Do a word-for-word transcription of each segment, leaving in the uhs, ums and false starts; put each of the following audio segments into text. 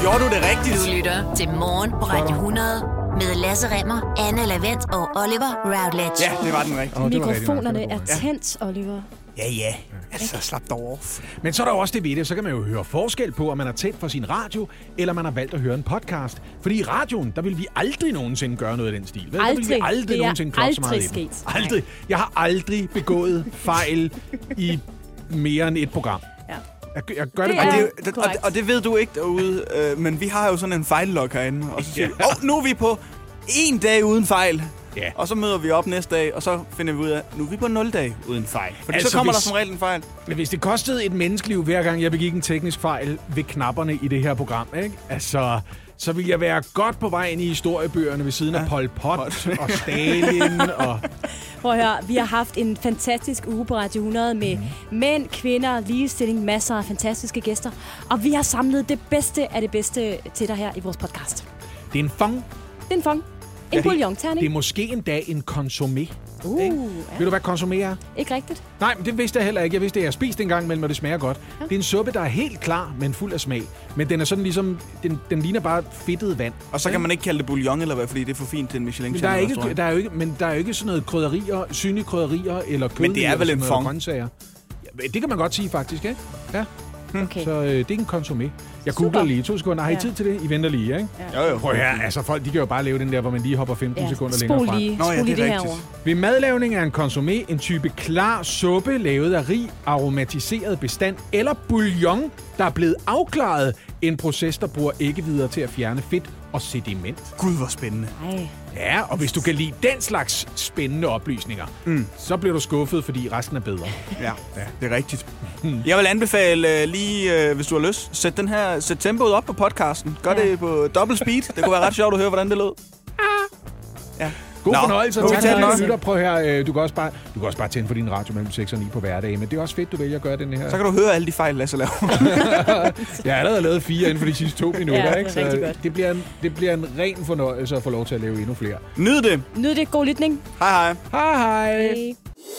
Gjorde du det rigtigt? Du lytter til Morgen på Radio hundrede med Lasse Remmer, Anne Lavent og Oliver Routledge. Ja, det var den rigtige. Oh, mikrofonerne er tændt, Oliver. Ja, ja. Altså, slap dig over. Men så er der jo også det ved det, så kan man jo høre forskel på, om man er tændt for sin radio, eller man har valgt at høre en podcast. Fordi i radioen, der vil vi aldrig nogensinde gøre noget af den stil. Vel? Aldrig. Der vil vi aldrig det er nogensinde klokke så meget aldrig sket. Aldrig. Jeg har aldrig begået fejl i mere end et program. Ja. Jeg, jeg gør det, Det det er- bare. Det, det, og, det, og det ved du ikke derude, øh, men vi har jo sådan en fejllog herinde. Og så siger vi, åh, nu er vi på en dag uden fejl. Ja. Og så møder vi op næste dag, og så finder vi ud af, nu er vi på nul dage uden fejl. Fordi Altså, så kommer hvis- der som regel en fejl. Men hvis det kostede et menneskeliv, hver gang jeg begik en teknisk fejl ved knapperne i det her program, ikke? Altså, så ville jeg være godt på vej ind i historiebøgerne ved siden af Pol Pot og Stalin og... Prøv at høre, vi har haft en fantastisk uge på Radio hundrede med mm. mænd, kvinder, ligestilling, masser af fantastiske gæster. Og vi har samlet det bedste af det bedste til dig her i vores podcast. Det er en fong. Det er en fong. En det, bouillon-terning. det er måske endda en consommé. Uh, Ikke? ja. Ved du, hvad consommé er? Ikke rigtigt. Nej, men det vidste jeg heller ikke. Jeg vidste, at jeg har spist en gang imellem, og det smager godt. Ja. Det er en suppe, der er helt klar, men fuld af smag. Men den er sådan ligesom... Den, den ligner bare fedtet vand. Og så kan man ikke kalde det bouillon, eller hvad, fordi det er for fint til en michelin. Men der er, ikke, der er jo ikke, men der er jo ikke sådan noget krydderier, synlige krydderier eller kød. Men det er vel eller en sådan fong? noget grøntsager. Ja, det kan man godt sige, faktisk, ikke? Ja. Okay. Så øh, det er ikke en consommé. Jeg Super. googler lige to sekunder. Har I Ja. tid til det? I venter lige, ikke? Jo, jo. Prøv at høre, altså folk, de kan jo bare lave den der, hvor man lige hopper femten Ja, sekunder længere spol frem. lige, Nå, ja, spol det lige er det rigtigt. herovre. Ved madlavning er en consommé en type klar suppe, lavet af rig aromatiseret bestand, eller bouillon, der er blevet afklaret. En proces, der bruger æggevidere til at fjerne fedt og sediment. Gud, hvor spændende. Ej. Ja, og hvis du kan lide den slags spændende oplysninger, mm. så bliver du skuffet, fordi resten er bedre. Ja, ja, det er rigtigt. Jeg vil anbefale uh, lige, uh, hvis du har lyst, sæt, den her, sæt tempoet op på podcasten. Gør Ja. det på dobbelt speed. Det kunne være ret sjovt at høre, hvordan det lød. Ja. God Nå, fornøjelse, nu og vi tak tager den for også. lytter. Prøv her, øh, du kan også bare, du kan også bare tænde for din radio mellem seks og ni på hverdag, men det er også fedt, du vælger at gøre den her. Så kan du høre alle de fejl, Lasse laver. Jeg har allerede lavet fire inden for de sidste to minutter, Ja, det er ikke? Så rigtig godt. det bliver, en, det bliver en ren fornøjelse at få lov til at lave endnu flere. Nyd det. Nyd det. God lytning. Hej hej. Hej hej! Hej.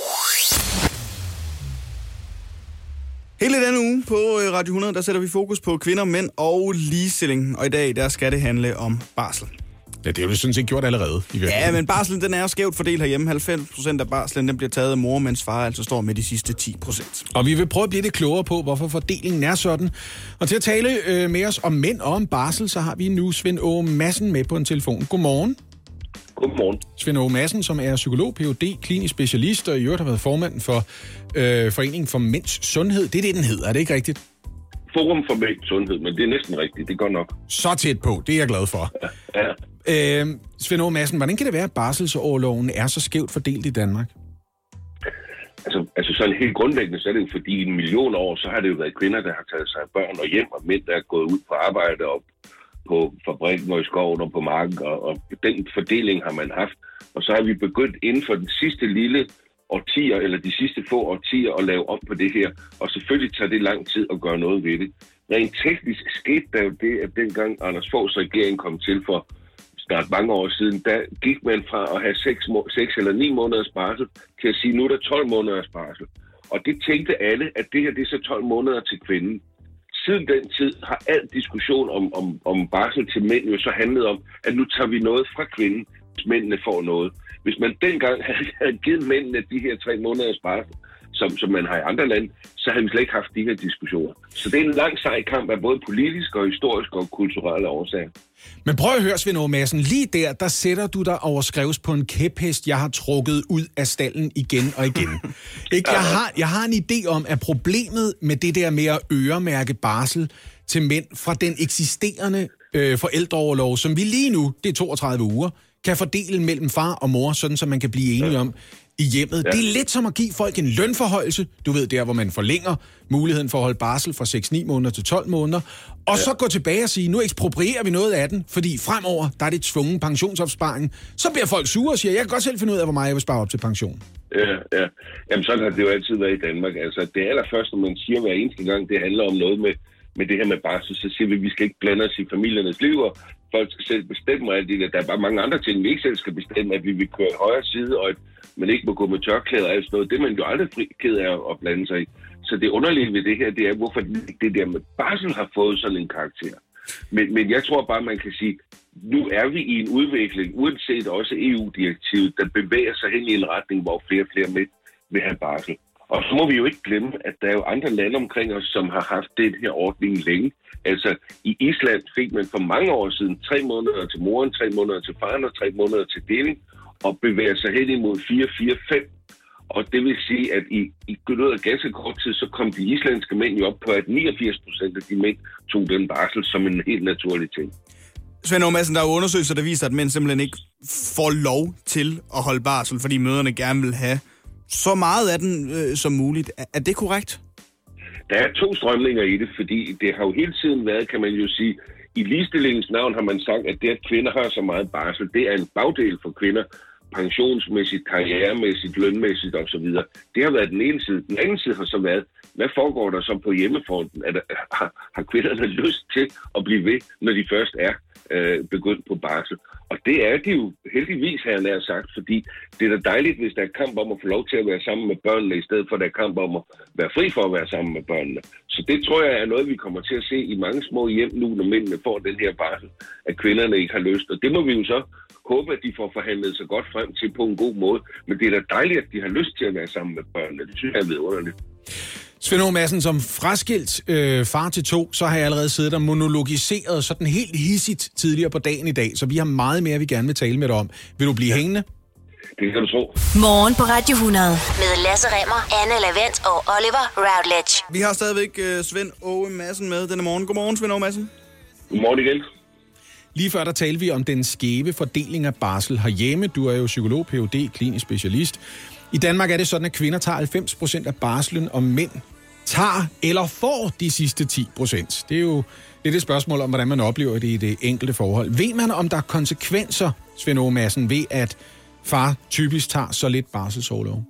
Hele denne uge på øh, Radio hundrede, der sætter vi fokus på kvinder, mænd og ligestilling. Og i dag, der skal det handle om barsel. Ja, det har vi sådan set gjort allerede. I Ja, men barselen, den er jo skævt fordelt herhjemme. halvfems procent af barselen, den bliver taget af mor, mens far altså står med de sidste ti procent. Og vi vil prøve at blive lidt klogere på, hvorfor fordelingen er sådan. Og til at tale øh, med os om mænd og om barsel, så har vi nu Svend Åge Madsen med på en telefon. Godmorgen. Godmorgen. Svend Åge Madsen, som er psykolog, P H D, klinisk specialist, og i øvrigt har været formand for øh, Foreningen for Mænds Sundhed. Det er det, den hedder, er det ikke rigtigt? Forum for Mænds Sundhed, men det er næsten rigtigt. Det er godt nok. Så tæt på, det er jeg glad for. Ja. Øh, Svend Åge Madsen, hvordan kan det være, at barselsorloven er så skævt fordelt i Danmark? Altså, altså sådan helt grundlæggende, så er det jo fordi i en million år, så har det jo været kvinder, der har taget sig af børn og hjem, og mænd, der er gået ud på arbejde og på fabrikken og i skoven og på marken, og, og den fordeling har man haft. Og så har vi begyndt inden for den sidste lille årtier, eller de sidste få årtier, at lave om på det her. Og selvfølgelig tager det lang tid at gøre noget ved det. Rent teknisk skete der jo det, at dengang Anders Foghs regering kom til for snart mange år siden, der gik man fra at have seks, må- seks eller ni måneders barsel til at sige, nu er der tolv måneders barsel. Og det tænkte alle, at det her det er så tolv måneder til kvinden. Siden den tid har al diskussion om, om, om barsel til mænd jo så handlet om, at nu tager vi noget fra kvinden, hvis mændene får noget. Hvis man dengang havde givet mændene de her tre måneders barsel, som, som man har i andre lande, så havde vi slet ikke haft de her diskussioner. Så det er en lang sej kamp af både politiske og historiske og kulturelle årsager. Men prøv at høre, Svend Åge Madsen, lige der, der sætter du dig overskrevs på en kæphest, jeg har trukket ud af stallen igen og igen. Ikke? Jeg, har, jeg har en idé om, at problemet med det der med at øremærke barsel til mænd fra den eksisterende øh, forældreorlov, som vi lige nu, det er toogtredive uger, kan fordele mellem far og mor, sådan så man kan blive enige om i hjemmet. Ja. Det er lidt som at give folk en lønforhøjelse. Du ved, der hvor man forlænger muligheden for at holde barsel fra seks ni måneder til tolv måneder. Og ja. Så gå tilbage og sige, nu eksproprierer vi noget af den, fordi fremover, der er det tvungen pensionsopsparing. Så bliver folk sure og siger, jeg kan godt selv finde ud af, hvor meget jeg vil spare op til pension. Ja, ja. Jamen sådan har det jo altid været i Danmark. Altså det allerførste, når man siger hver eneste gang, det handler om noget med, med det her med barsel, så siger vi, at vi skal ikke blande os i familiernes liv, og folk skal selv bestemme alt det der. Der er bare mange andre ting, vi ikke selv skal bestemme, at vi vil køre i højre side, og at man ikke må gå med tørklæder og alt sådan noget. Det er man jo aldrig fri ked af at blande sig i. Så det underlige ved det her, det er, hvorfor det der med barsel har fået sådan en karakter. Men, men jeg tror bare, man kan sige, nu er vi i en udvikling, uanset også E U-direktivet, der bevæger sig hen i en retning, hvor flere og flere mænd vil have barsel. Og så må vi jo ikke glemme, at der er jo andre lande omkring os, som har haft den her ordning længe. Altså, i Island fik man for mange år siden tre måneder til moren, tre måneder til faren og tre måneder til deling, og bevæger sig hen imod fire fire fem. Og det vil sige, at i, i løbet af ganske kort tid, så kom de islandske mænd jo op på, at niogfirs procent af de mænd tog den barsel som en helt naturlig ting. Svend Åge Madsen, der er jo undersøgelser, der viser, at mænd simpelthen ikke får lov til at holde barsel, fordi mødrene gerne vil have så meget af den øh, som muligt. Er, er det korrekt? Der er to strømninger i det, fordi det har jo hele tiden været, kan man jo sige, i ligestillingens navn har man sagt, at det, at kvinder har så meget barsel, det er en bagdel for kvinder, pensionsmæssigt, karrieremæssigt, lønmæssigt osv. Det har været den ene side. Den anden side har så været, hvad foregår der så på hjemmefronten? At, har, har kvinderne lyst til at blive ved, når de først er øh, begyndt på barsel? Og det er de jo heldigvis, her nær sagt, fordi det er da dejligt, hvis der er kamp om at få lov til at være sammen med børnene, i stedet for at der er kamp om at være fri for at være sammen med børnene. Så det tror jeg er noget, vi kommer til at se i mange små hjem nu, når mændene får den her barsel, at kvinderne ikke har lyst. Og det må vi jo så håbe, at de får forhandlet sig godt frem til på en god måde. Men det er da dejligt, at de har lyst til at være sammen med børnene. Det synes jeg er vidunderligt. Svend Åge Madsen, som fraskilt øh, far til to, så har jeg allerede siddet og monologiseret sådan helt hissigt tidligere på dagen i dag, så vi har meget mere, vi gerne vil tale med dig om. Vil du blive ja. hængende? Det kan du tro. Morgen på Radio hundrede med Lasse Remmer, Anne Lavent og Oliver Routledge. Vi har stadigvæk øh, Svend Åge Madsen med denne morgen. Godmorgen, Svend Åge Madsen. Godmorgen igen. Lige før der talte vi om den skæve fordeling af barsel herhjemme. Du er jo psykolog, P H D, klinisk specialist. I Danmark er det sådan, at kvinder tager halvfems procent af barslen, og mænd tager eller får de sidste ti procent. Det er jo lidt et spørgsmål om, hvordan man oplever det i det enkelte forhold. Ved man, om der er konsekvenser, Svend Åge Madsen, ved at far typisk tager så lidt barselsorlov?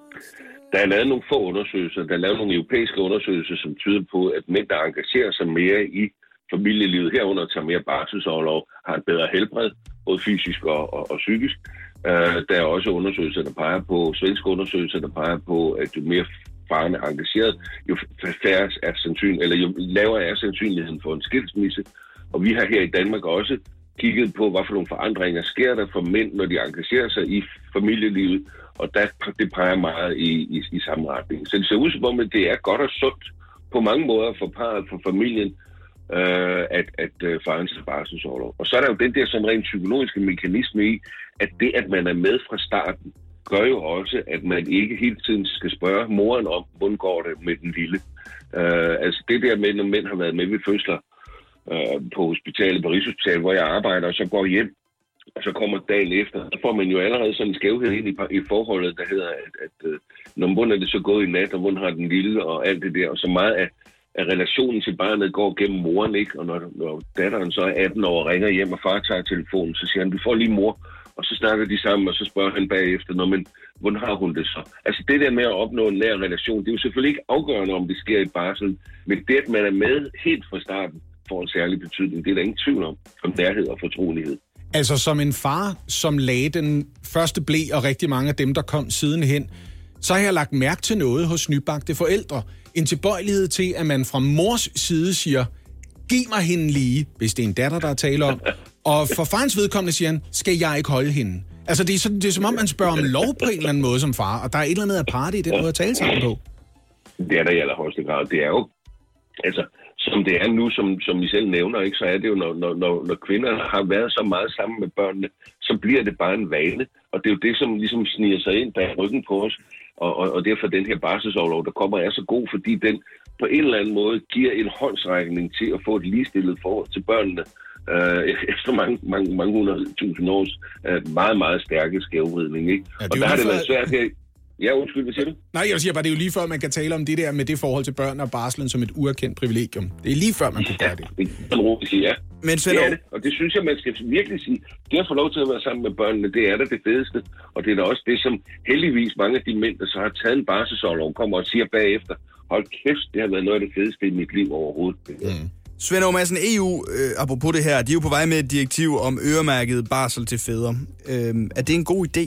Der er lavet nogle få undersøgelser. Der er lavet nogle europæiske undersøgelser, som tyder på, at mænd, der engagerer sig mere i familielivet herunder, tager mere barselsorlov, har et bedre helbred, både fysisk og, og, og psykisk. Uh, der er også undersøgelser, der peger på, svenske undersøgelser, der peger på, at jo mere faren er engageret, jo færre er sandsynligheden, eller jo lavere er sandsynligheden for en skilsmisse. Og vi har her i Danmark også kigget på, hvad for nogle forandringer sker der for mænd, når de engagerer sig i familielivet, og der, det peger meget i, i, i samme retning. Så det ser ud som om, at det er godt og sundt på mange måder for parret, for familien, øh, at, at øh, faren tager barselsorlov. Og så er der jo den der sådan rent psykologiske mekanisme i, at det, at man er med fra starten, gør jo også, at man ikke hele tiden skal spørge moren om, hvordan går det med den lille. Uh, altså det der med, når mænd har været med ved fødsler uh, på hospitalet, på Rigshospitalet, hvor jeg arbejder, og så går hjem, og så kommer dagen efter, så får man jo allerede sådan en skævhed ind i, i forholdet, der hedder, at, at uh, når hvordan er det så gået i nat, og hvordan har den lille, og alt det der, og så meget af, af relationen til barnet går gennem moren, ikke? Og når, når datteren så er atten år og ringer hjem, og far tager telefonen, så siger han, du får lige mor. Og så snakker de sammen, og så spørger han bagefter, Nå, men hvordan har hun det så? Altså det der med at opnå en nær relation, det er jo selvfølgelig ikke afgørende, om det sker i barsel, men det, at man er med helt fra starten, får en særlig betydning. Det er der ingen tvivl om, om nærhed og fortrolighed. Altså som en far, som lagde den første ble, og rigtig mange af dem, der kom sidenhen, så har jeg lagt mærke til noget hos nybagte forældre. En tilbøjelighed til, at man fra mors side siger, giv mig hende lige, hvis det er en datter, der er tale om. Og for farens vedkommende siger han, skal jeg ikke holde hende? Altså, det er, sådan, det er som om, man spørger om lov på en eller anden måde som far, og der er et eller andet aparte i den måde at tale sammen på. Det er der i allerhøjeste grad. Det er jo, altså, som det er nu, som, som I selv nævner, ikke, så er det jo, når, når, når kvinder har været så meget sammen med børnene, så bliver det bare en vane. Og det er jo det, som ligesom sniger sig ind bag ryggen på os. Og, og, og derfor den her barselsorlov, der kommer, er så god, fordi den på en eller anden måde giver en håndsrækning til at få et ligestillet forhold til børnene. Uh, efter mange, mange, mange hundrede tusind års uh, meget, meget stærke skævvridning, ikke? Ja, og der har det været svært her. Ja, undskyld, hvad siger du? Nej, jeg siger bare, det er jo lige før, man kan tale om det der med det forhold til børn og barslen som et uerkendt privilegium. Det er lige før, man kunne gøre det. Ja, det kan man sige, ja. Men det er det, og det synes jeg, man skal virkelig sige. Det at få lov til at være sammen med børnene, det er da det fedeste. Og det er da også det, som heldigvis mange af de mænd, der så har taget en barselsorlov, kommer og siger bagefter, hold kæft, det har været noget af det fedeste i mit liv overhovedet. Mm. Svend Åge Madsen, E U, øh, apropos det her, de er jo på vej med et direktiv om øremærket barsel til fædre. Øh, er det en god idé?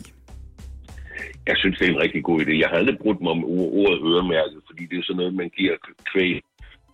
Jeg synes, det er en rigtig god idé. Jeg har aldrig brugt mig om ordet øremærket, fordi det er sådan noget, man giver kvæg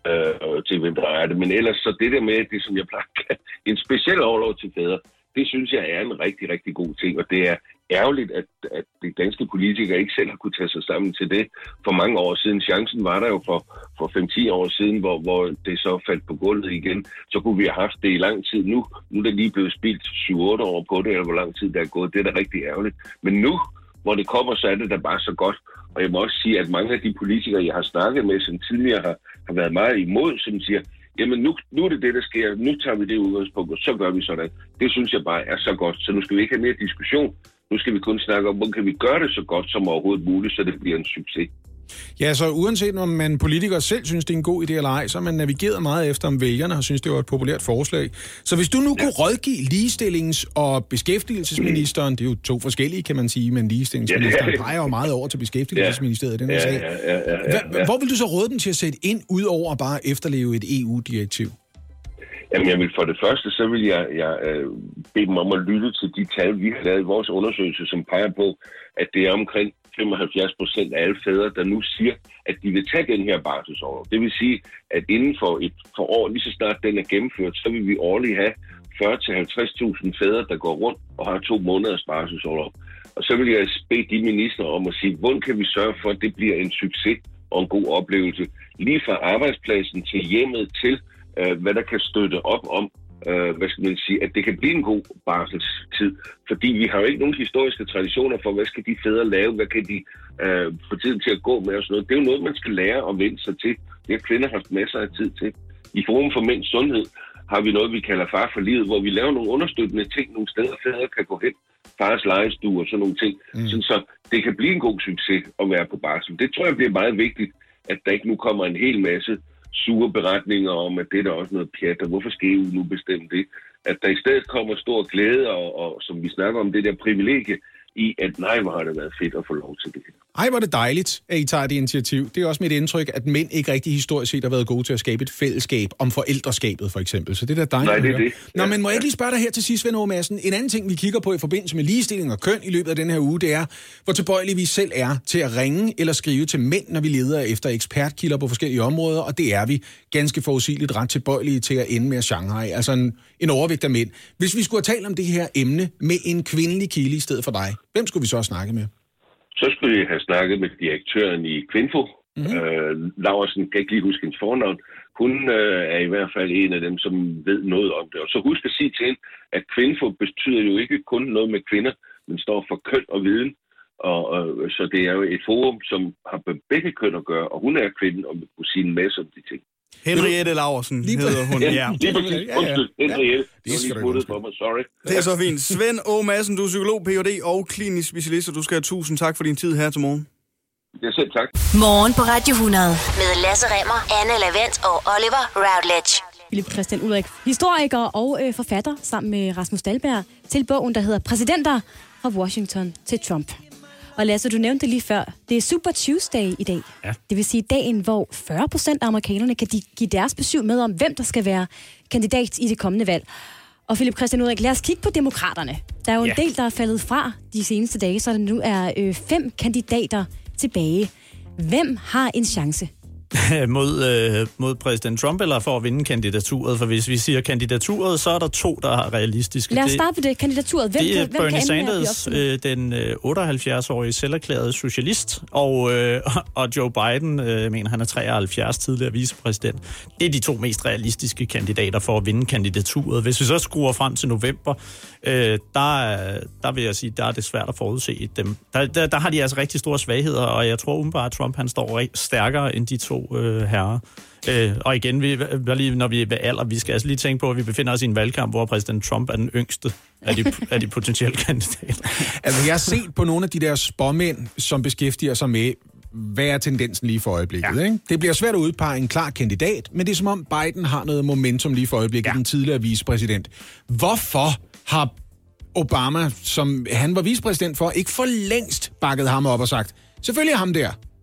øh, til hvem der er det. Men ellers så det der med, det som jeg plejer at en speciel overlov til fædre, det synes jeg er en rigtig, rigtig god ting, og det er ærgerligt, at, at de danske politikere ikke selv har kunne tage sig sammen til det for mange år siden. Chancen var der jo for, for fem til ti år siden, hvor, hvor det så faldt på gulvet igen. Så kunne vi have haft det i lang tid. Nu, nu er det lige blevet spildt syv otte år på det, eller hvor lang tid det er gået. Det er da rigtig ærgerligt. Men nu, hvor det kommer, så er det da bare så godt. Og jeg må også sige, at mange af de politikere, jeg har snakket med, som tidligere har, har været meget imod, som siger, jamen nu, nu er det det, der sker. Nu tager vi det udgangspunkt, og så gør vi sådan. Det synes jeg bare er så godt. Så nu skal vi ikke have mere diskussion. Nu skal vi kun snakke om, hvordan kan vi gøre det så godt som overhovedet muligt, så det bliver en succes. Ja, så uanset om man politikere selv synes, det er en god idé eller ej, så har man navigeret meget efter, om vælgerne har synes, det var et populært forslag. Så hvis du nu kunne rådgive ligestillings- og beskæftigelsesministeren, det er jo to forskellige, kan man sige, men ligestillingsministeren ja, drejer jo meget over til beskæftigelsesministeriet i den her sag. Ja, ja, ja, ja, ja. Hvor vil du så råde dem til at sætte ind, ud over at bare efterleve et E U-direktiv? Jamen, jeg vil for det første, så vil jeg, jeg øh, bede dem om at lytte til de tal, vi har lavet i vores undersøgelse, som peger på, at det er omkring femoghalvfjerds procent af alle fædre, der nu siger, at de vil tage den her barselsorlov. Det vil sige, at inden for et for år, lige så snart den er gennemført, så vil vi årligt have fyrre til halvtreds tusind fædre, der går rundt og har to måneders barselsorlov. Og så vil jeg bede de minister om at sige, hvordan kan vi sørge for, at det bliver en succes og en god oplevelse, lige fra arbejdspladsen til hjemmet til Uh, hvad der kan støtte op om, uh, hvad skal man sige, at det kan blive en god barselstid. Fordi vi har jo ikke nogen historiske traditioner for, hvad skal de fædre lave, hvad kan de uh, få tiden til at gå med og sådan noget. Det er jo noget, man skal lære og vende sig til. Det har kvinder haft masser af tid til. I Forum for Mænds Sundhed har vi noget, vi kalder Far for Livet, hvor vi laver nogle understøttende ting, nogle steder fædre kan gå hen, fars legestue og sådan nogle ting, mm. sådan så det kan blive en god succes at være på barsel. Det tror jeg bliver meget vigtigt, at der ikke nu kommer en hel masse sure beretninger om, at det er der også noget pjat, og hvorfor skal E U nu bestemme det? At der i stedet kommer stor glæde, og, og som vi snakker om, det der privilegie i, at nej, hvor har det været fedt at få lov til det her. Ej, hvor er det dejligt, at I tager det initiativ. Det er også mit indtryk, at mænd ikke rigtig historisk set har været gode til at skabe et fællesskab om forældreskabet, for eksempel. Så det er da dejligt. Nej, det er det. Nå, ja, men må jeg ikke lige spørge dig her til sidst, Svend Åge Madsen? En anden ting, vi kigger på i forbindelse med ligestilling og køn i løbet af den her uge, det er, hvor tilbøjelige vi selv er til at ringe eller skrive til mænd, når vi leder efter ekspertkilder på forskellige områder, og det er vi ganske forudsigeligt ret tilbøjelige til at ende med Shanghai, altså en, en overvægt af mænd. Hvis vi skulle have talt om det her emne med en kvindelig kilde i stedet for dig, hvem skulle vi så snakke med? Så skulle jeg have snakket med direktøren i Kvinfo. Mm-hmm. Øh, Laursen kan ikke lige huske hendes fornavn. Hun øh, er i hvert fald en af dem, som ved noget om det. Og så husk at sige til hende, at Kvinfo betyder jo ikke kun noget med kvinder, men står for køn og viden. Og, og, så det er jo et forum, som har med begge køn at gøre, og hun er kvinde, og vil kunne sige en masse om de ting. Henriette Laursen hedder hun. Ja, lige præcis. Undskyld, Henriette. Det er lige smuttet for mig, sorry. Det er så fint. Svend Åge Madsen, du er psykolog, P H D og klinisk specialist, og du skal have tusind tak for din tid her til morgen. Ja, selv tak. Morgen på Radio hundrede med Lasse Remmer, Anne Lavent og Oliver Routledge. Philip Christian Ulrik, historiker og øh, forfatter sammen med Rasmus Dahlberg til bogen, der hedder Præsidenter fra Washington til Trump. Og Lasse, du nævnte det lige før. Det er Super Tuesday i dag. Ja. Det vil sige dagen, hvor fyrre procent af amerikanerne kan de give deres besøg med om, hvem der skal være kandidat i det kommende valg. Og Philip Christian Ulrik, lad os kigge på demokraterne. Der er jo en ja. del, der er faldet fra de seneste dage, så der nu er øh, fem kandidater tilbage. Hvem har en chance? mod, øh, mod præsident Trump, eller for at vinde kandidaturet? For hvis vi siger kandidaturet, så er der to, der er realistiske. Lad os starte med det. Kandidaturet. Hvem, det er hvem Bernie kan Sanders, øh, den øh, otteoghalvfjerds-årige selverklærede socialist, og, øh, og Joe Biden, øh, mener han er treoghalvfjerds, tidligere vicepræsident. Det er de to mest realistiske kandidater for at vinde kandidaturet. Hvis vi så skruer frem til november, øh, der, der vil jeg sige, der er det svært at forudse dem. Der, der, der har de altså rigtig store svagheder, og jeg tror umiddelbart, at Trump han står stærkere end de to Øh, herrer. Øh, og igen, vi, når vi er ved alder, vi skal altså lige tænke på, at vi befinder os i en valgkamp, hvor præsident Trump er den yngste af de, af de potentielle kandidater. Altså, jeg har set på nogle af de der spåmænd, som beskæftiger sig med, hvad er tendensen lige for øjeblikket, ja. ikke? Det bliver svært at udpege en klar kandidat, men det er som om Biden har noget momentum lige for øjeblikket, ja. den tidligere vicepræsident. Hvorfor har Obama, som han var vicepræsident for, ikke for længst bakket ham op og sagt, selvfølgelig er ham der.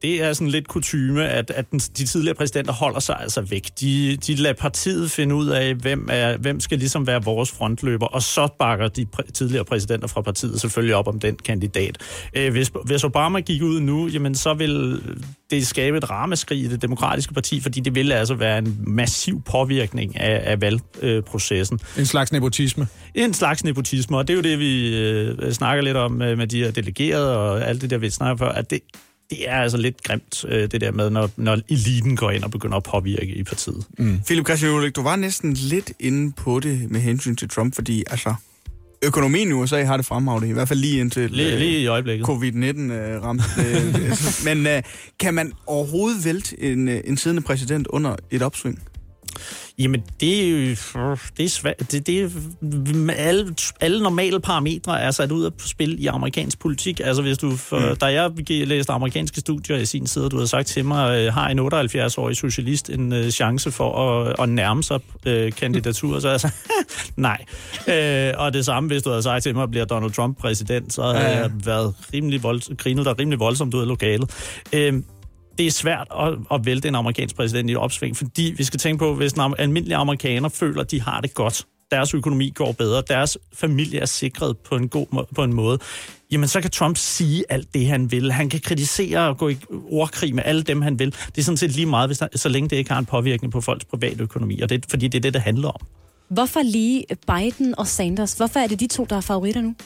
det er sådan lidt kutyme, at, at den, de tidligere præsidenter holder sig altså væk. De, de lader partiet finde ud af, hvem, er, hvem skal ligesom være vores frontløber, og så bakker de præ- tidligere præsidenter fra partiet selvfølgelig op om den kandidat. Øh, hvis, hvis Obama gik ud nu, jamen så vil det skabe et ramaskrig i det demokratiske parti, fordi det vil altså være en massiv påvirkning af, af valgprocessen. En slags nepotisme. En slags nepotisme, og det er jo det, vi øh, snakker lidt om med, med de her delegerede og alt det der, vi snakker for, at det Det er altså lidt grimt, det der med, når, når eliten går ind og begynder at påvirke i partiet. Mm. Philip Christian Ulrik, du var næsten lidt inde på det med hensyn til Trump, fordi altså, økonomien i U S A har det fremragende, i hvert fald lige indtil lige, lige i øjeblikket. covid nitten øh, ramte. Men øh, kan man overhovedet vælte en, en siddende præsident under et opsving? Jamen, det er jo det er svært. Det, det er, alle, alle normale parametre er sat ud af spil i amerikansk politik. Altså, hvis du, for, mm. da jeg læste amerikanske studier i sin side, du havde sagt til mig, har en otteoghalvfjerds-årig socialist en uh, chance for at, at nærme sig uh, kandidaturer, så altså, nej. Uh, og det samme, hvis du havde sagt til mig, bliver Donald Trump præsident, så havde ja, ja. jeg været rimelig vold, grinet der rimelig voldsomt ud af lokalet. Uh, Det er svært at, at vælte en amerikansk præsident i et opsving, fordi vi skal tænke på, hvis en almindelig amerikaner føler, at de har det godt, deres økonomi går bedre, deres familie er sikret på en god må- på en måde, jamen så kan Trump sige alt det, han vil. Han kan kritisere og gå i ordkrig med alle dem, han vil. Det er sådan set lige meget, hvis der, så længe det ikke har en påvirkning på folks private økonomi, og det, fordi det er det, det handler om. Hvorfor lige Biden og Sanders? Hvorfor er det de to, der er favoritter nu?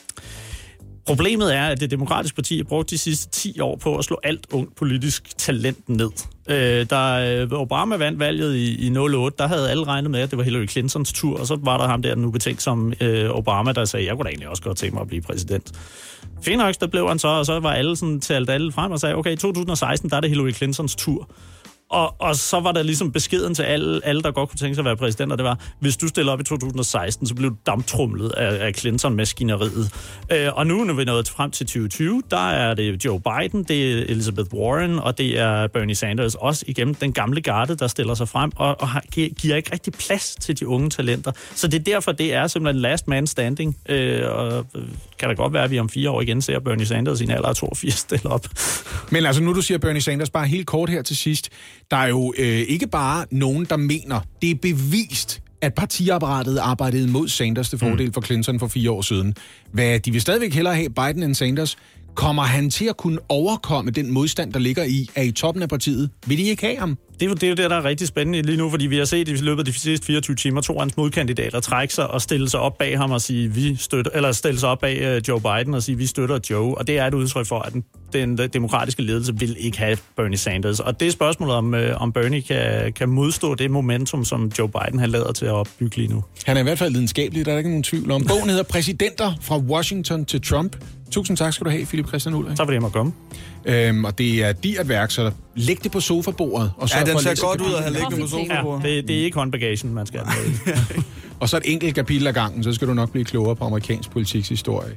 Problemet er, at det demokratiske parti har brugt de sidste ti år på at slå alt ungt politisk talent ned. Øh, da Obama vandt valget i, i nul otte, der havde alle regnet med, at det var Hillary Clintons tur, og så var der ham der, den nu betænkt som øh, Obama, der sagde, jeg kunne da egentlig også godt tænke mig at blive præsident. Fint der blev han så, og så var alle sådan talt alle frem og sagde, okay, i to tusind og seksten, der er det Hillary Clintons tur. Og, og så var der ligesom beskeden til alle, alle, der godt kunne tænke sig at være præsident, og det var, hvis du stiller op i to tusind og seksten, så blev du damptrumlet af, af Clinton-maskineriet. Øh, og nu, når vi er nået frem til tyve tyve, der er det Joe Biden, det er Elizabeth Warren, og det er Bernie Sanders, også igennem den gamle garde, der stiller sig frem, og, og har, giver ikke rigtig plads til de unge talenter. Så det er derfor, det er simpelthen last man standing, øh, og kan da godt være, at vi om fire år igen ser Bernie Sanders i en alder af toogfirs stille op. Men altså, nu du siger Bernie Sanders, bare helt kort her til sidst. Der er jo øh, ikke bare nogen, der mener, det er bevist, at partiapparatet arbejdede mod Sanders til fordel for Clinton for fire år siden. Hvad, de vil stadigvæk hellere have Biden end Sanders. Kommer han til at kunne overkomme den modstand, der ligger i, at i toppen af partiet? Vil de ikke have ham? Det er, jo, det er jo det, der er rigtig spændende lige nu, fordi vi har set i løbet af de sidste fireogtyve timer, to af hans modkandidater trække sig og stille sig op bag ham og sige, vi støtter, eller stille sig op bag uh, Joe Biden og sige, vi støtter Joe. Og det er et udtryk for, at den, den demokratiske ledelse vil ikke have Bernie Sanders. Og det er spørgsmålet, om, uh, om Bernie kan, kan modstå det momentum, som Joe Biden har lader til at opbygge lige nu. Han er i hvert fald lidenskabelig, der er ikke nogen tvivl om. Bogen hedder Præsidenter fra Washington til Trump. Tusind tak skal du have, Philip Christian Ulrik. Tak fordi jeg måtte komme. Øhm, og det er dit værk, så læg det på sofabordet. Og ja, den ser for godt ud at have liggende på sofabordet. Ja, det, det er ikke håndbagagen, man skal have med. Og så et enkelt kapitel ad gangen, så skal du nok blive klogere på amerikansk politiks historie.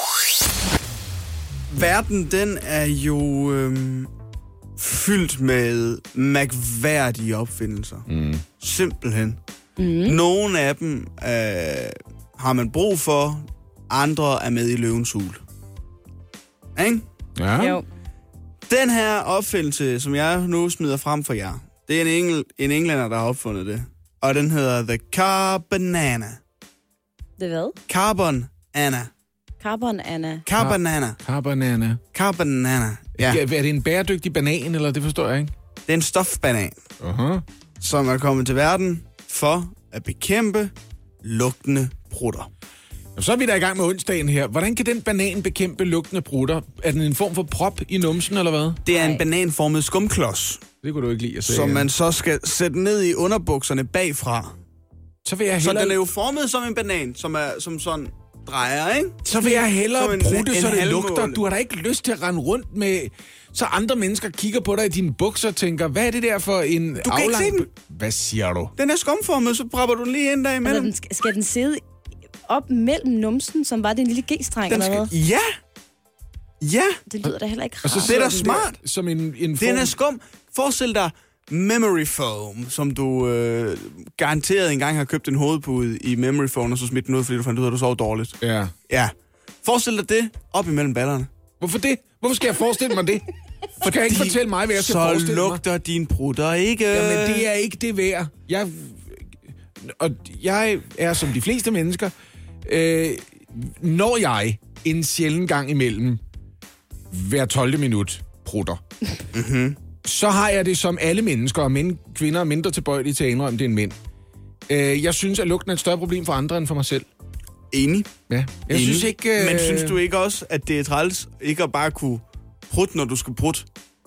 Verden, den er jo øhm, fyldt med mærkværdige opfindelser. Mm. Simpelthen. Mm. Nogle af dem øh, har man brug for, andre er med i løvens hul. Ikke? Ja. Jo. Den her opfindelse, som jeg nu smider frem for jer, det er en, engel, en englænder, der har opfundet det. Og den hedder The Carbanana. Det hvad? Carbon Anna. Carbon Anna. Carbanana. Carbanana. Carbanana. Ja. Er det en bæredygtig banan, eller det forstår jeg ikke? Det er en stofbanan, Uh-huh. som er kommet til verden for at bekæmpe lugtende prutter. Så er vi da i gang med onsdagen her. Hvordan kan den banan bekæmpe lugtende prutter? Er den en form for prop i numsen, eller hvad? Det er Nej. en bananformet skumklods, Det kunne du ikke lide at se. som man så skal sætte ned i underbukserne bagfra. Så vil jeg Så hellere, den er jo formet som en banan, som er som sådan drejer, ikke? så vil jeg hellere Som en- prutte, en så det halvmåne. lugter. Du har da ikke lyst til at rende rundt med... Så andre mennesker kigger på dig i dine bukser og tænker, hvad er det der for en Du kan ikke se den. Hvad siger du? Den er skumformet, så propper du den lige ind der Altså, imellem. den skal, skal den sidde op mellem numsen, som var det en lille G-streng Den eller skal... hvad? Ja! Ja! Det lyder da heller ikke Og så rart. Det er da sidder den der smart. Som en, en Den form... er skum. Forestil dig memory foam, som du øh, garanteret engang har købt en hovedpude i memory foam, og så smidt den ud, fordi du fandt ud af, at du sov dårligt. Ja. Ja. Forestil dig det op imellem ballerne. Hvorfor det? Hvorfor skal jeg forestille mig det? For kan jeg ikke fortælle mig, hvad jeg skal så forestille mig? Så lugter din brutter ikke. Jamen, det er ikke det værd. Jeg, og jeg er som de fleste mennesker, øh, når jeg en sjælden gang imellem hver tolvte minut prutter, mm-hmm. så har jeg det som alle mennesker, og mænd, kvinder er mindre tilbøjelige til at indrømme det end mænd. Øh, jeg synes, at lugten er et større problem for andre end for mig selv. Enig. Ja. Jeg Enig. synes ikke... Øh... Men synes du ikke også, at det er træls ikke at bare kunne prutte, når du skal prutte?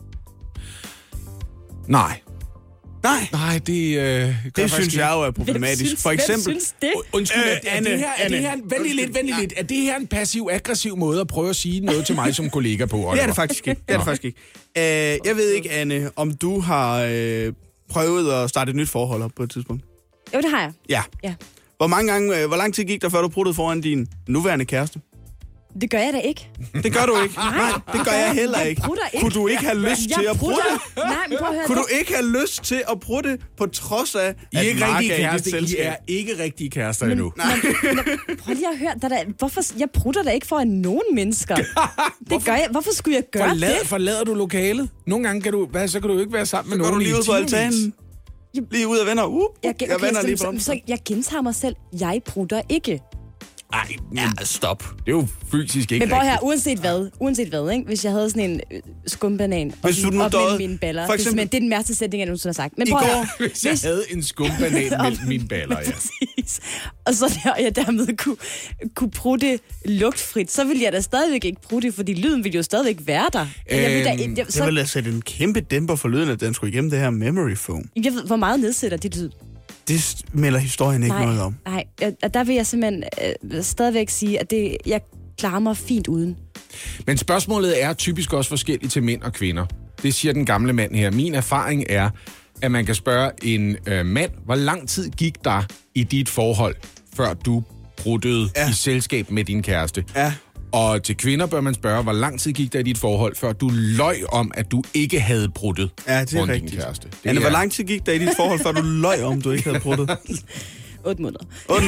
Nej. Nej. Nej, det... Øh, det synes jeg jo er problematisk. Synes, For eksempel... synes det? Undskyld, Øh, er, er, Anne, det her, er Anne. det her... Vældig lidt, vældig lidt. Er det her en passiv-aggressiv måde at prøve at sige noget til mig som kollega på? Oliver? Det er det faktisk ikke. Det er det faktisk ikke. Uh, jeg ved ikke, Anne, om du har uh, prøvet at starte et nyt forhold op på et tidspunkt? Jo, det har jeg. Ja. Ja. Hvor, mange gange, uh, hvor lang tid gik der, før du pruttede foran din nuværende kæreste? Det gør jeg da ikke. Det gør du ikke. Nej, det gør jeg heller Jeg ikke. prutter ikke. Kunne du ikke have lyst Jeg til at prutte? prutter. Nej, men prøv at høre. Kunne du ikke have lyst til at prutte, på trods af, I er at ikke Mark rigtige er i dit kærester. I selskab? er ikke rigtige kærester endnu. Nej. Prøv lige at høre. Der, der, hvorfor, jeg prutter da ikke foran nogen mennesker. Det gør jeg. Hvorfor skulle jeg gøre Forlad, det? forlader du lokalet? Nogle gange kan du, hvad, så kan du ikke være sammen med Så går nogen du lige i ud på timevis. altanen. Lige ud af venner. Uh, uh, Jeg, jeg okay, vender så, lige på så, dem. så jeg gentager mig selv. Jeg prutter ikke. Ej, Ja, stop. det er jo fysisk ikke Men prøv her, rigtigt. uanset hvad, uanset hvad, ikke? Hvis jeg havde sådan en øh, skumbanan og Hvis du sådan nu op døde- mellem mine baller. for Det, er eksempel- simpelthen- det er den værste sætning, jeg nogensinde har sagt. Men I prøv at går- høre, Hvis jeg havde en skumbanan mellem mine baller, ja. Præcis. Og så der, jeg dermed kunne, kunne prutte lugtfrit, så ville jeg da stadigvæk ikke prutte, fordi lyden ville jo stadigvæk være der. Jeg vil da, Øhm, jeg, Det så, vil da sætte en kæmpe dæmper for lyden, at den skulle igennem det her memory foam. jeg ved, hvor meget nedsætter det lyd? Det melder historien ikke Nej, noget om. nej. Jeg- Og der vil jeg simpelthen øh, stadigvæk sige, at det, jeg klarer mig fint uden. Men spørgsmålet er typisk også forskelligt til mænd og kvinder. Det siger den gamle mand her. Min erfaring er, at man kan spørge en øh, mand, hvor lang tid gik der i dit forhold, før du bruttede Ja. i selskab med din kæreste? Ja. Og til kvinder bør man spørge, hvor lang tid gik der i dit forhold, før du løj om, at du ikke havde bruttet Ja, det er foran din rigtigt. kæreste? Det Anne, er- hvor lang tid gik der i dit forhold, før du løj om, du ikke havde pruttet? otte måneder, Und-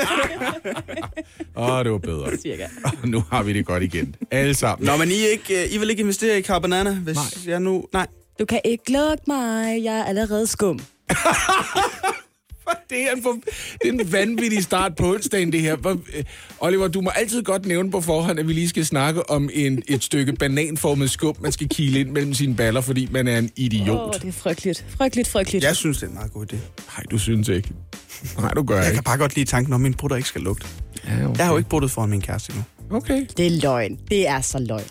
Åh, det var bedre. cirka. Nu har vi det godt igen. Alle sammen. Nå, men I, ikke, øh, I vil ikke investere i Car Banana, hvis Nej. jeg nu... Nej. Du kan ikke lukke mig, jeg er allerede skum. Det er, en for, det er en vanvittig start på onsdagen, det her. Hvor, øh, Oliver, du må altid godt nævne på forhånd, at vi lige skal snakke om en, et stykke bananformet skum, man skal kile ind mellem sine baller, fordi man er en idiot. Åh, oh, det er frygteligt. Frygteligt, frygteligt. Jeg synes, det er en meget god idé. Nej, du synes ikke. Nej, du gør Jeg ikke. kan bare godt lide tanken om, at min brutter ikke skal lugte. Ja, okay. Jeg har jo ikke bruttet foran min kæreste endnu. Okay. Det er løgn. Det er så løgn.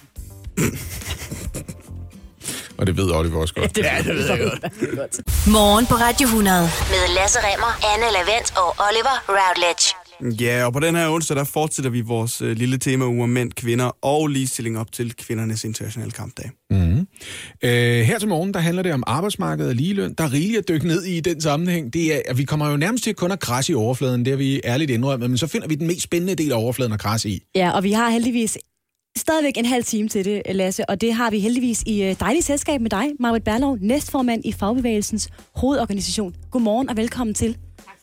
Og det ved Oliver også godt. Ja, det ved jeg godt. Morgen på Radio hundrede med Lasse Remmer, Anne Lavent og Oliver Routledge. Ja, og på den her onsdag, der fortsætter vi vores øh, lille tema uge mænd, kvinder og ligestilling op til kvindernes internationale kampdag. Mm-hmm. Øh, her til morgen, der handler det om arbejdsmarkedet og ligeløn. Der er rigeligt at dykke ned i den sammenhæng. Det er, at vi kommer jo nærmest til kun at krasse i overfladen, det har vi ærligt indrømmet, men så finder vi den mest spændende del af overfladen at krasse i. Ja, og vi har heldigvis stadigvæk en halv time til det, Lasse, og det har vi heldigvis i øh, dejligt selskab med dig, Maj-Britt Berlov, næstformand i Fagbevægelsens hovedorganisation. Godmorgen og velkommen til.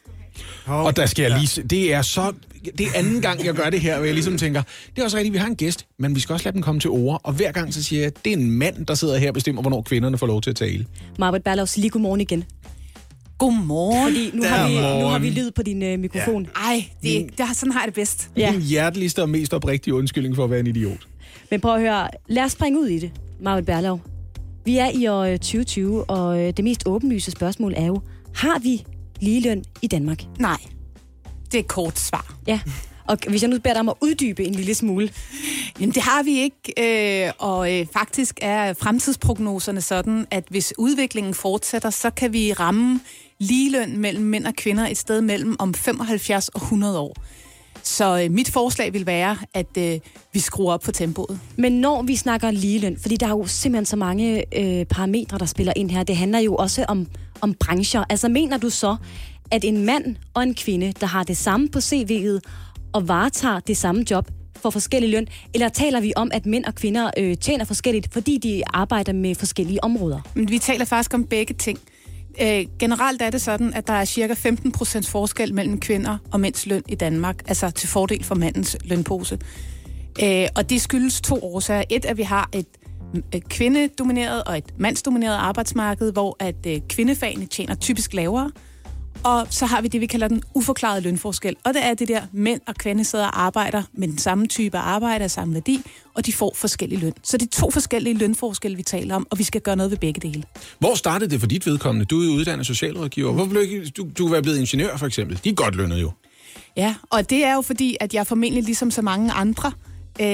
Og der skal jeg lige... Det er så... Det er anden gang, jeg gør det her, og jeg ligesom tænker, det er også rigtigt, vi har en gæst, men vi skal også lade dem komme til ord. Og hver gang så siger jeg, det er en mand, der sidder her og bestemmer, hvornår kvinderne får lov til at tale. Maj-Britt Berlov, så lige godmorgen igen. Godmorgen. Fordi nu har, vi, nu har vi lyd på din øh, mikrofon. Ja. Ej, det, det, sådan har jeg det bedst. Ja. Min hjerteligste og mest oprigtige undskyldning for at være en idiot. Men prøv at høre, lad os springe ud i det, Maj-Britt Berlov. Vi er i år tyve tyve, og øh, det mest åbenlyse spørgsmål er jo, har vi ligeløn i Danmark? Nej, det er et kort svar. Ja, og hvis jeg nu beder dig om at uddybe en lille smule. Jamen det har vi ikke, øh, og øh, faktisk er fremtidsprognoserne sådan, at hvis udviklingen fortsætter, så kan vi ramme ligeløn mellem mænd og kvinder et sted mellem om femoghalvfjerds og hundrede år. Så øh, mit forslag vil være, at øh, vi skruer op på tempoet. Men når vi snakker ligeløn, fordi der er jo simpelthen så mange øh, parametre, der spiller ind her, det handler jo også om, om brancher. Altså mener du så, at en mand og en kvinde, der har det samme på C V'et og varetager det samme job, får forskellig løn, eller taler vi om, at mænd og kvinder øh, tjener forskelligt, fordi de arbejder med forskellige områder? Men vi taler faktisk om begge ting. Øh, generelt er det sådan, at der er cirka femten procent forskel mellem kvinder og mænds løn i Danmark, altså til fordel for mandens lønpose. Øh, og det skyldes to årsager. Et, at vi har et kvindedomineret og et mandsdomineret arbejdsmarked, hvor at øh, kvindefagene tjener typisk lavere. Og så har vi det, vi kalder den uforklarede lønforskel. Og det er det der, mænd og kvinder sidder og arbejder med den samme type arbejde og samme værdi, og de får forskellig løn. Så det er to forskellige lønforskelle, vi taler om, og vi skal gøre noget ved begge dele. Hvor startede det for dit vedkommende? Du er uddannet socialrådgiver. Hvorfor blev ikke, du, du var blevet ingeniør, for eksempel? De er godt lønnet jo. Ja, og det er jo fordi, at jeg formentlig ligesom så mange andre øh,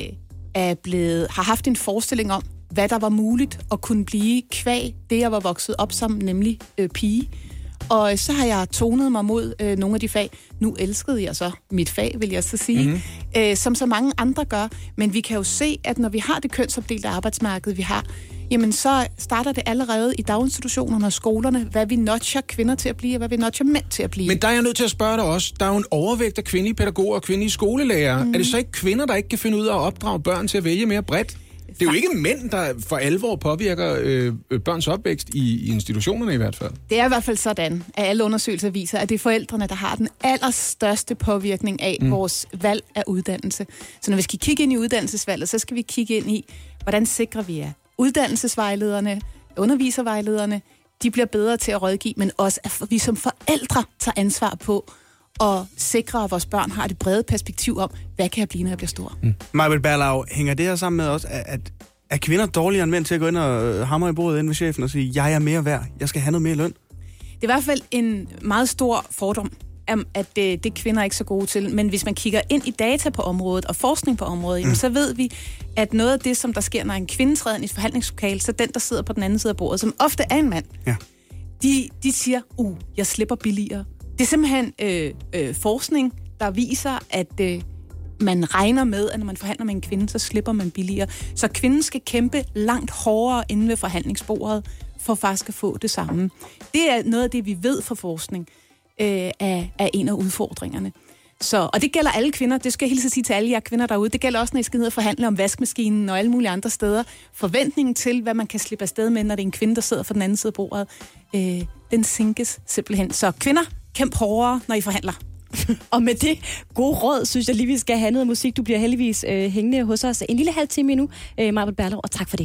er blevet, har haft en forestilling om, hvad der var muligt at kunne blive kvæg, det jeg var vokset op som, nemlig øh, pige. Og så har jeg tonet mig mod øh, nogle af de fag. Nu elskede jeg så mit fag, vil jeg så sige, mm-hmm. øh, som så mange andre gør. Men vi kan jo se, at når vi har det kønsopdelte arbejdsmarked, vi har, jamen så starter det allerede i daginstitutionerne og skolerne, hvad vi notcher kvinder til at blive, og hvad vi notcher mænd til at blive. Men der er jeg nødt til at spørge dig også. Der er jo en overvægt af kvindelige pædagoger og kvindelige skolelærer. Mm. Er det så ikke kvinder, der ikke kan finde ud af at opdrage børn til at vælge mere bredt? Det er jo ikke mænd, der for alvor påvirker øh, børns opvækst i, i institutionerne i hvert fald. Det er i hvert fald sådan, at alle undersøgelser viser, at det er forældrene, der har den allerstørste påvirkning af mm. vores valg af uddannelse. Så når vi skal kigge ind i uddannelsesvalget, så skal vi kigge ind i, hvordan sikrer vi, at uddannelsesvejlederne, underviservejlederne, de bliver bedre til at rådgive, men også at vi som forældre tager ansvar på og sikre, at vores børn har det brede perspektiv om, hvad kan jeg blive, når jeg bliver stor. Mm. Maj-Britt Berlau, hænger det her sammen med også, at, at er kvinder dårligere end mænd til at gå ind og hamre i bordet inde ved chefen og sige, jeg er mere værd, jeg skal have noget mere løn? Det er i hvert fald en meget stor fordom, at det, det er kvinder ikke så gode til. Men hvis man kigger ind i data på området og forskning på området, mm. så ved vi, at noget af det, som der sker, når en kvinde træder ind i et forhandlingslokale, så den, der sidder på den anden side af bordet, som ofte er en mand, ja. de, de siger, uh, jeg slipper billigere. Det er simpelthen øh, øh, forskning, der viser, at øh, man regner med, at når man forhandler med en kvinde, så slipper man billigere. Så kvinden skal kæmpe langt hårdere inde ved forhandlingsbordet, for faktisk at få det samme. Det er noget af det, vi ved fra forskning, øh, er, er en af udfordringerne. Så, og det gælder alle kvinder, det skal jeg hilse at sige til alle jer kvinder derude. Det gælder også, når I skal ned og forhandle om vaskemaskinen og alle mulige andre steder. Forventningen til, hvad man kan slippe afsted med, når det er en kvinde, der sidder for den anden side af bordet, øh, den sænkes simpelthen. Så kvinder, kæmp hårdere, når I forhandler. Og med det gode råd, synes jeg lige, vi skal have noget musik. Du bliver heldigvis øh, hængende hos os en lille halv time endnu, øh, Maj-Britt Berlau, og tak for det.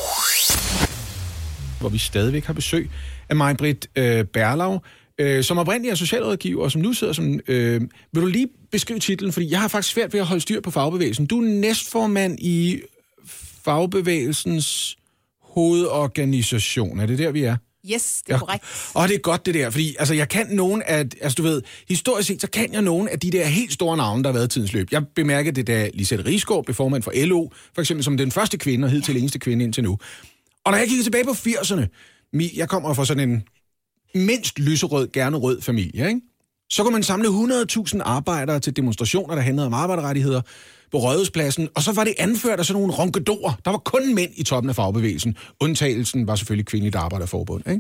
Hvor vi stadigvæk har besøg af Maj-Britt øh, Berlau, øh, som oprindelig er socialrådgiver, og som nu sidder som... Øh, vil du lige beskrive titlen? Fordi jeg har faktisk svært ved at holde styr på fagbevægelsen. Du er næstformand i fagbevægelsens hovedorganisation. Er det der, vi er? Yes, det er ja. korrekt. Og det er godt det der, fordi altså, jeg kan nogen af, altså du ved, historisk set, så kan jeg nogen af de der helt store navne, der har været i tidens løb. Jeg bemærkede det, da Lizette Risgaard blev formand for L O, for eksempel som den første kvinde, og hidtil eneste kvinde indtil nu. Og når jeg kigger tilbage på firserne, jeg kommer fra sådan en mindst lyserød, gerne rød familie, ikke? Så kunne man samle hundrede tusind arbejdere til demonstrationer, der handlede om arbejderrettigheder på Rådhuspladsen, og så var det anført af sådan nogle ronkedorer. Der var kun mænd i toppen af fagbevægelsen. Undtagelsen var selvfølgelig Kvindeligt Arbejderforbund. Ikke?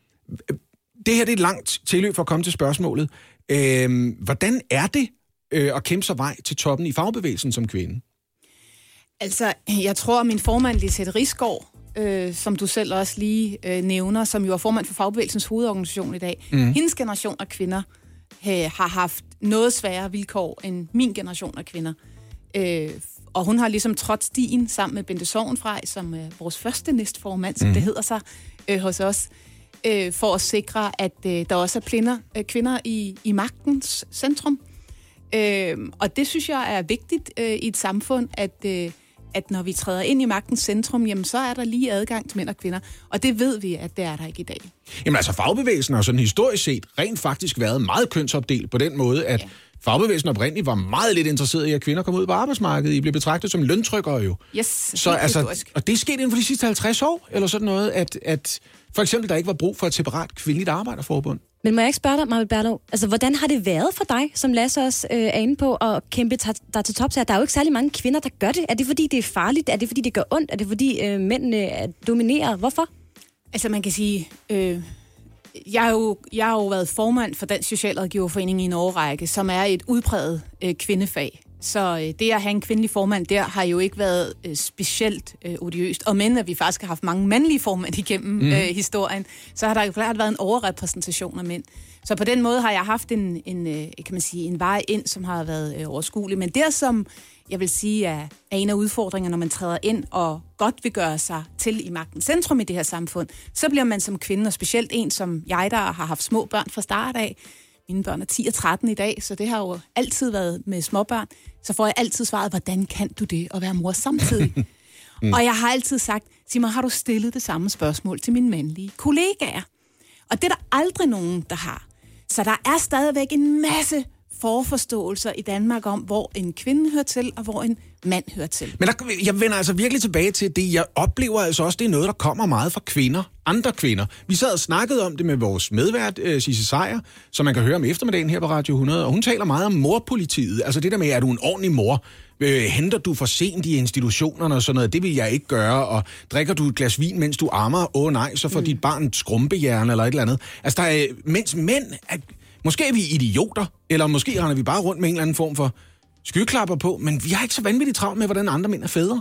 Det her det er et langt tilløb for at komme til spørgsmålet. Øhm, hvordan er det øh, at kæmpe sig vej til toppen i fagbevægelsen som kvinde? Altså, jeg tror, at min formand, Lizette Risgaard, øh, som du selv også lige øh, nævner, som jo er formand for fagbevægelsens hovedorganisation i dag, mm. hendes generation af kvinder øh, har haft noget sværere vilkår end min generation af kvinder. Øh, og hun har ligesom trådt stien sammen med Bente Sorgenfrey, som er vores første næstformand, som mm. det hedder sig, øh, hos os, øh, for at sikre, at øh, der også er plinder, øh, kvinder i, i magtens centrum. Øh, og det synes jeg er vigtigt øh, i et samfund, at, øh, at når vi træder ind i magtens centrum, jamen så er der lige adgang til mænd og kvinder. Og det ved vi, at det er der ikke i dag. Jamen altså, fagbevægelsen har sådan historisk set rent faktisk været meget kønsopdelt på den måde, at ja. Fagbevægelsen oprindeligt var meget lidt interesseret i, at kvinder kom ud på arbejdsmarkedet. I blev betragtet som løntrykkere jo. Yes, så, altså, og det er sket inden for de sidste halvtreds år, eller sådan noget, at, at for eksempel der ikke var brug for et separat kvindeligt arbejderforbund. Men må jeg ikke spørge dig, Maj-Britt Berlau, altså hvordan har det været for dig, som Lasse også øh, er inde på, at kæmpe dig til tops her? Der er jo ikke særlig mange kvinder, der gør det. Er det fordi, det er farligt? Er det fordi, det gør ondt? Er det fordi, øh, mændene dominerer? Hvorfor? Altså man kan sige... Øh Jeg har, jo, jeg har jo været formand for Dansk Socialrådgiverforening i en årrække, som er et udpræget øh, kvindefag. Så øh, det at have en kvindelig formand der har jo ikke været øh, specielt øh, odiøst. Og men at vi faktisk har haft mange mandlige formænd igennem mm. øh, historien, så har der jo klart været en overrepræsentation af mænd. Så på den måde har jeg haft en, en, øh, kan man sige, en vej ind, som har været øh, overskuelig. Men det, som jeg vil sige er, er en af udfordringerne, når man træder ind og godt vil gøre sig til i magtens centrum i det her samfund, så bliver man som kvinde, og specielt en som jeg, der har haft små børn fra start af. Mine børn er ti og tretten i dag, så det har jo altid været med småbørn. Så får jeg altid svaret, hvordan kan du det at være mor samtidig? mm. Og jeg har altid sagt, sig mig, har du stillet det samme spørgsmål til mine mandlige kollegaer? Og det er der aldrig nogen, der har. Så der er stadigvæk en masse forforståelser i Danmark om, hvor en kvinde hører til, og hvor en mand hører til. Men der, jeg vender altså virkelig tilbage til det. Jeg oplever altså også, det er noget, der kommer meget fra kvinder. Andre kvinder. Vi sad og snakkede om det med vores medvært, uh, Sisse Sejer, som man kan høre om eftermiddagen her på Radio hundrede, og hun taler meget om morpolitiet. Altså det der med, er du en ordentlig mor? Øh, henter du for sent i institutionerne og sådan noget? Det vil jeg ikke gøre. Og drikker du et glas vin, mens du ammer? Åh oh, nej, så får mm. dit barn skrumpehjerne eller et eller andet. Altså der er, mens mænd... Er, måske er vi idioter, eller måske render vi bare rundt med en eller anden form for skyklapper på, men vi har ikke så vanvittigt travlt med, hvordan andre mænd er fædre.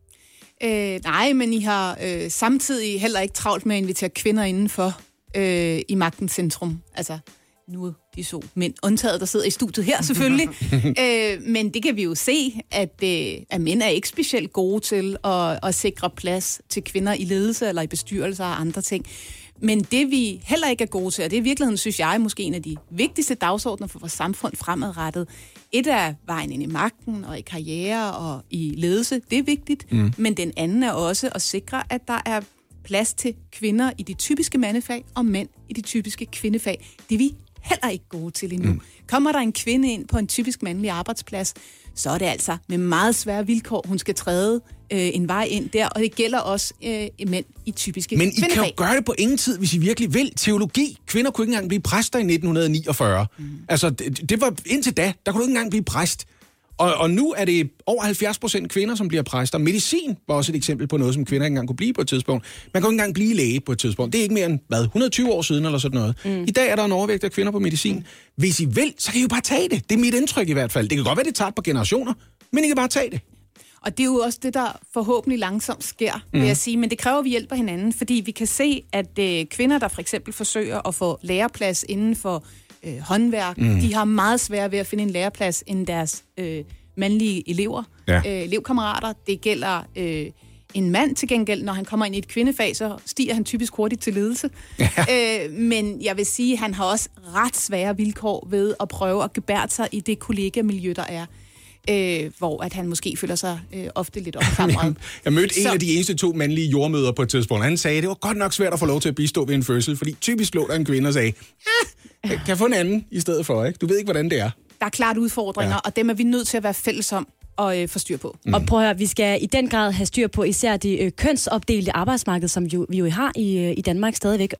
Øh, nej, men I har øh, samtidig heller ikke travlt med at invitere kvinder indenfor øh, i magtens centrum. Altså, nu er de så mænd undtaget, der sidder i studiet her selvfølgelig. øh, men det kan vi jo se, at, øh, at mænd er ikke specielt gode til at, at sikre plads til kvinder i ledelse eller i bestyrelser og andre ting. Men det vi heller ikke er gode til, og det er i virkeligheden, synes jeg, måske en af de vigtigste dagsordner for vores samfund fremadrettet. Et er vejen ind i magten og i karriere og i ledelse, det er vigtigt. Mm. Men den anden er også at sikre, at der er plads til kvinder i de typiske mandefag og mænd i de typiske kvindefag. Det er vi heller ikke gode til endnu. Mm. Kommer der en kvinde ind på en typisk mandlig arbejdsplads, så er det altså med meget svære vilkår, hun skal træde øh, en vej ind der, og det gælder også øh, mænd i typiske Men kvindefag. I kan jo gøre det på ingen tid, hvis I virkelig vil. Teologi. Kvinder kunne ikke engang blive præster i nitten niogfyrre. Mm. Altså, det, det var indtil da, der kunne du ikke engang blive præst. Og, og nu er det over halvfjerds procent kvinder, som bliver præster. Medicin var også et eksempel på noget, som kvinder ikke engang kunne blive på et tidspunkt. Man kan ikke engang blive læge på et tidspunkt. Det er ikke mere end, hvad, et hundrede og tyve år siden eller sådan noget. Mm. I dag er der en overvægt af kvinder på medicin. Mm. Hvis I vil, så kan I jo bare tage det. Det er mit indtryk i hvert fald. Det kan godt være, det tager et par generationer, men I kan bare tage det. Og det er jo også det, der forhåbentlig langsomt sker, vil mm. jeg sige. Men det kræver, at vi hjælper hinanden, fordi vi kan se, at øh, kvinder, der for eksempel forsøger at få læreplads inden for øh, håndværk, mm. de har meget svært ved at finde en læreplads end deres øh, mandlige elever, ja. øh, elevkammerater. Det gælder øh, en mand til gengæld, når han kommer ind i et kvindefag, så stiger han typisk hurtigt til ledelse. Ja. Øh, men jeg vil sige, at han har også ret svære vilkår ved at prøve at gebære sig i det kollegamiljø, der er. Øh, hvor at han måske føler sig øh, ofte lidt opklamret. Jeg mødte så... en af de eneste to mandlige jordmøder på et tidspunkt. Han sagde, at det var godt nok svært at få lov til at bistå ved en fødsel, fordi typisk lå der en kvinde og sagde, ja, kan jeg få en anden i stedet for, ikke? Du ved ikke, hvordan det er. Der er klart udfordringer, ja. Og dem er vi nødt til at være fælles om og øh, få styr på. Mm. Og prøv at høre, vi skal i den grad have styr på især det øh, kønsopdelte arbejdsmarked, som jo, vi jo har i, øh, i Danmark stadigvæk.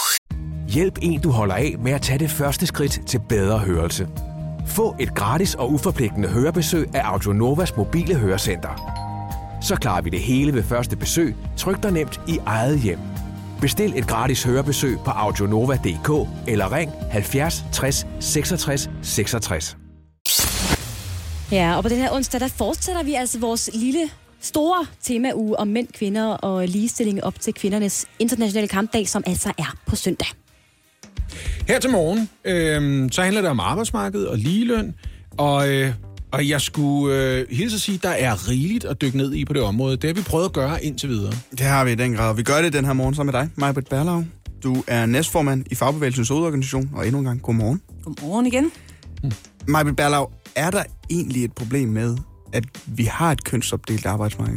Hjælp en, du holder af med at tage det første skridt til bedre hørelse. Få et gratis og uforpligtende hørebesøg af Audionovas mobile hørecenter. Så klarer vi det hele ved første besøg, tryk dig nemt i eget hjem. Bestil et gratis hørebesøg på audionova punktum d k eller ring halvfjerds tres seksogtres seksogtres. Ja, og på den her onsdag, der fortsætter vi altså vores lille, store temauge om mænd, kvinder og ligestilling op til kvindernes internationale kampdag, som altså er på søndag. Her til morgen, øh, så handler det om arbejdsmarkedet og ligeløn, og, øh, og jeg skulle øh, hilse at sige, at der er rigeligt at dykke ned i på det område. Det har vi prøvet at gøre indtil videre. Det har vi i den grad. Vi gør det den her morgen sammen med dig, Maj-Britt Berlau. Du er næstformand i Fagbevægelsens Hovedorganisation, og endnu en gang godmorgen. Godmorgen igen. Hmm. Maj-Britt Berlau, er der egentlig et problem med, at vi har et kønsopdelt arbejdsmarked?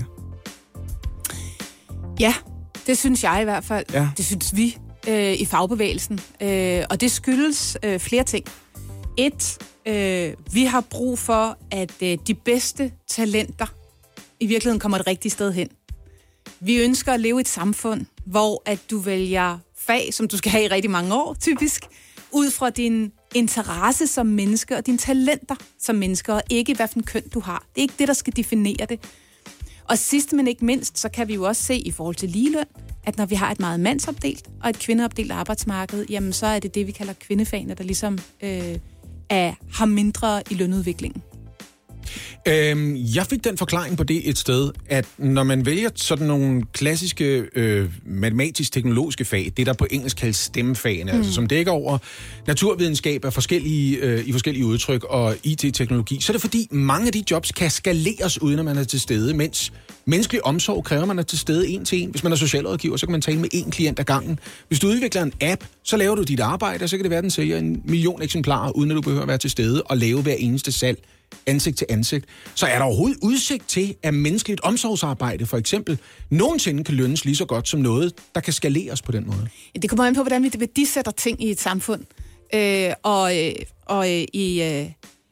Ja, det synes jeg i hvert fald. Ja. Det synes vi øh, i fagbevægelsen. Øh, og det skyldes øh, flere ting. Et, øh, vi har brug for, at øh, de bedste talenter i virkeligheden kommer et rigtigt sted hen. Vi ønsker at leve i et samfund, hvor at du vælger fag, som du skal have i rigtig mange år, typisk, ud fra din interesse som menneske og dine talenter som menneske, og ikke hvad for en køn du har. Det er ikke det, der skal definere det. Og sidst, men ikke mindst, så kan vi jo også se i forhold til ligeløn, at når vi har et meget mandsopdelt og et kvindeopdelt arbejdsmarked, jamen så er det det, vi kalder kvindefagene, der ligesom øh, er, har mindre i lønudviklingen. Øhm, jeg fik den forklaring på det et sted, at når man vælger sådan nogle klassiske øh, matematisk-teknologiske fag, det der på engelsk kaldes stemmefagene, mm. altså som dækker over naturvidenskab af forskellige, øh, i forskellige udtryk og I T-teknologi, så er det fordi mange af de jobs kan skaleres uden at man er til stede, mens menneskelig omsorg kræver, at man er til stede en til en. Hvis man er socialrådgiver, så kan man tale med én klient ad gangen. Hvis du udvikler en app, så laver du dit arbejde, og så kan det være, at den sælger en million eksemplarer, uden at du behøver at være til stede og lave hver eneste salg ansigt til ansigt. Så er der overhovedet udsigt til, at menneskeligt omsorgsarbejde for eksempel nogensinde kan lønnes lige så godt som noget, der kan skaleres på den måde? Det kommer an på, hvordan vi værdisætter ting i et samfund. Øh, og øh, og øh, i, øh,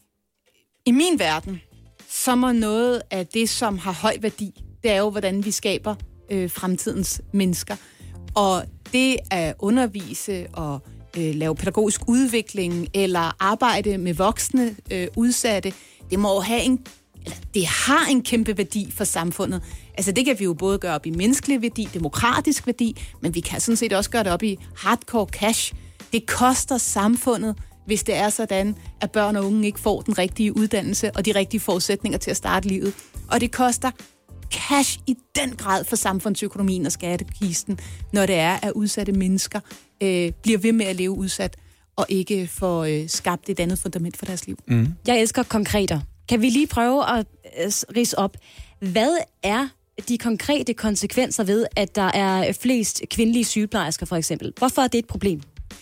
i min verden, så må noget af det, som har høj værdi, det er jo, hvordan vi skaber øh, fremtidens mennesker. Og det at undervise og øh, lave pædagogisk udvikling eller arbejde med voksne øh, udsatte, det må have en, eller det har en kæmpe værdi for samfundet. Altså det kan vi jo både gøre op i menneskelig værdi, demokratisk værdi, men vi kan sådan set også gøre det op i hardcore cash. Det koster samfundet, hvis det er sådan, at børn og unge ikke får den rigtige uddannelse og de rigtige forudsætninger til at starte livet. Og det koster cash i den grad for samfundsøkonomien og skattekisten, når det er, at udsatte mennesker øh, bliver ved med at leve udsat og ikke får øh, skabt et andet fundament for deres liv. Mm. Jeg elsker konkreter. Kan vi lige prøve at øh, ridse op? Hvad er de konkrete konsekvenser ved, at der er flest kvindelige sygeplejersker, for eksempel? Hvorfor er det et problem?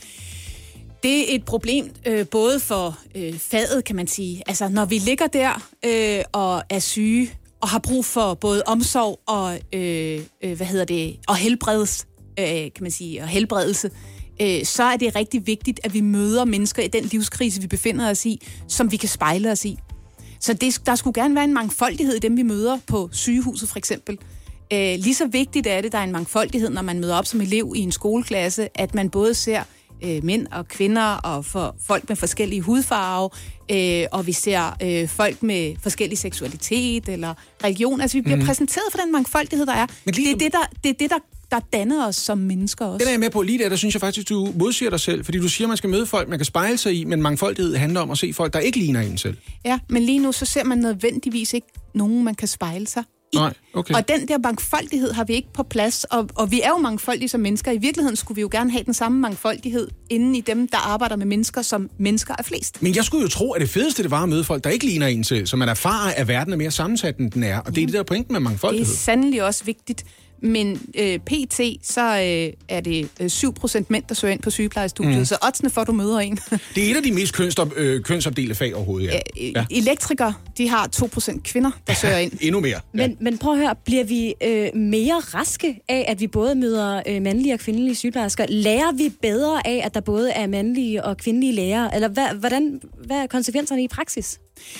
Det er et problem øh, både for øh, faget, kan man sige. Altså, når vi ligger der øh, og er syge, og har brug for både omsorg og, øh, øh, hvad hedder det, og helbredelse, øh, kan man sige, og helbredelse, øh, så er det rigtig vigtigt, at vi møder mennesker i den livskrise, vi befinder os i, som vi kan spejle os i. Så det, der skulle gerne være en mangfoldighed i dem, vi møder på sygehuset, for eksempel. Øh, lige så vigtigt er det, der er en mangfoldighed, når man møder op som elev i en skoleklasse, at man både ser øh, mænd og kvinder og for folk med forskellige hudfarve, øh, og vi ser øh, folk med forskellig seksualitet eller religion. Altså vi bliver mm. præsenteret for den mangfoldighed, der er. Men lige... Det er det, der, det, er det der, der danner os som mennesker også. Det er jeg med på lige der, der synes jeg faktisk, du modsiger dig selv, fordi du siger, at man skal møde folk, man kan spejle sig i, men mangfoldighed handler om at se folk, der ikke ligner en selv. Ja, men lige nu så ser man nødvendigvis ikke nogen, man kan spejle sig i. Nej, okay. Og den der mangfoldighed har vi ikke på plads, og, og vi er jo mangfoldige som mennesker. I virkeligheden skulle vi jo gerne have den samme mangfoldighed inden i dem, der arbejder med mennesker, som mennesker er flest. Men jeg skulle jo tro, at det fedeste, det var at møde folk, der ikke ligner en selv, så man erfarer, at verden er mere sammensat, end den er, og det er det der pointen med mangfoldighed. Det er sandelig også vigtigt. Men øh, pt. så øh, er det øh, syv procent mænd, der søger ind på sygeplejestudiet, mm. så oddsene for, at du møder en. Det er et af de mest kønsop, øh, kønsopdelte fag overhovedet, ja. Øh, ja. Elektrikere, de har to procent kvinder, der søger ind. Endnu mere. Men, ja. men prøv at høre, bliver vi øh, mere raske af, at vi både møder øh, mandlige og kvindelige sygeplejersker? Lærer vi bedre af, at der både er mandlige og kvindelige lærere? Eller hvad, hvordan, hvad er konsekvenserne i praksis?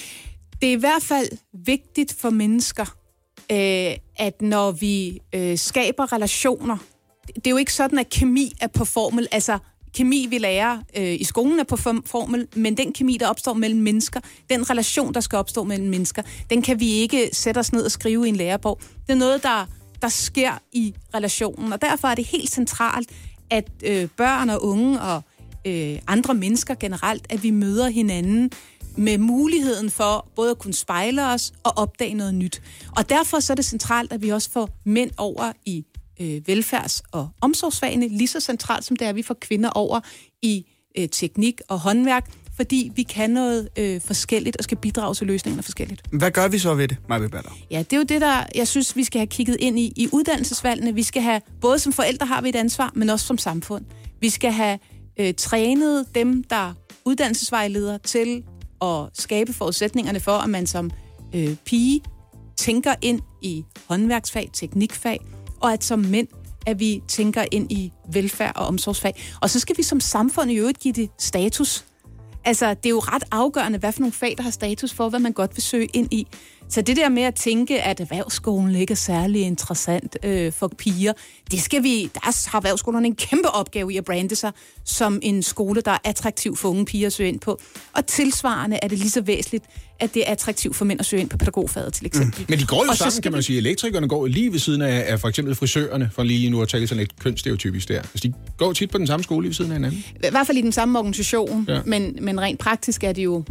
Det er i hvert fald vigtigt for mennesker, Øh, at når vi øh, skaber relationer, det er jo ikke sådan, at kemi er på formel, altså kemi vi lærer øh, i skolen er på formel, men den kemi, der opstår mellem mennesker, den relation, der skal opstå mellem mennesker, den kan vi ikke sætte os ned og skrive i en lærebog. Det er noget, der, der sker i relationen, og derfor er det helt centralt, at øh, børn og unge og øh, andre mennesker generelt, at vi møder hinanden med muligheden for både at kunne spejle os og opdage noget nyt. Og derfor så er det centralt, at vi også får mænd over i øh, velfærds- og omsorgsfagene, lige så centralt som det er, at vi får kvinder over i øh, teknik og håndværk, fordi vi kan noget øh, forskelligt og skal bidrage til løsningerne forskelligt. Hvad gør vi så ved det, Maja Baller? Ja, det er jo det, der jeg synes, vi skal have kigget ind i i uddannelsesvalgene. Vi skal have, både som forældre har vi et ansvar, men også som samfund. Vi skal have øh, trænet dem, der uddannelsesvejleder til og skabe forudsætningerne for, at man som øh, pige tænker ind i håndværksfag, teknikfag, og at som mænd, at vi tænker ind i velfærd og omsorgsfag. Og så skal vi som samfund i øvrigt give det status. Altså, det er jo ret afgørende, hvad for nogle fag, der har status for, hvad man godt vil søge ind i. Så det der med at tænke, at erhvervsskolen ikke er særlig interessant øh, for piger, det skal vi, der har erhvervsskolerne en kæmpe opgave i at brande sig som en skole, der er attraktiv for unge piger at søge ind på. Og tilsvarende er det lige så væsentligt, at det er attraktivt for mænd at søge ind på pædagogfaget, til eksempel. Mm. Men de går jo sammen, kan man sige. Elektrikerne går lige ved siden af, af for eksempel frisørerne, for lige nu at tale sådan lidt kønsstereotypisk der. Altså, de går tit på den samme skole lige ved siden af hinanden. I hvert fald i den samme organisation, ja. men, men rent praktisk er det jo mange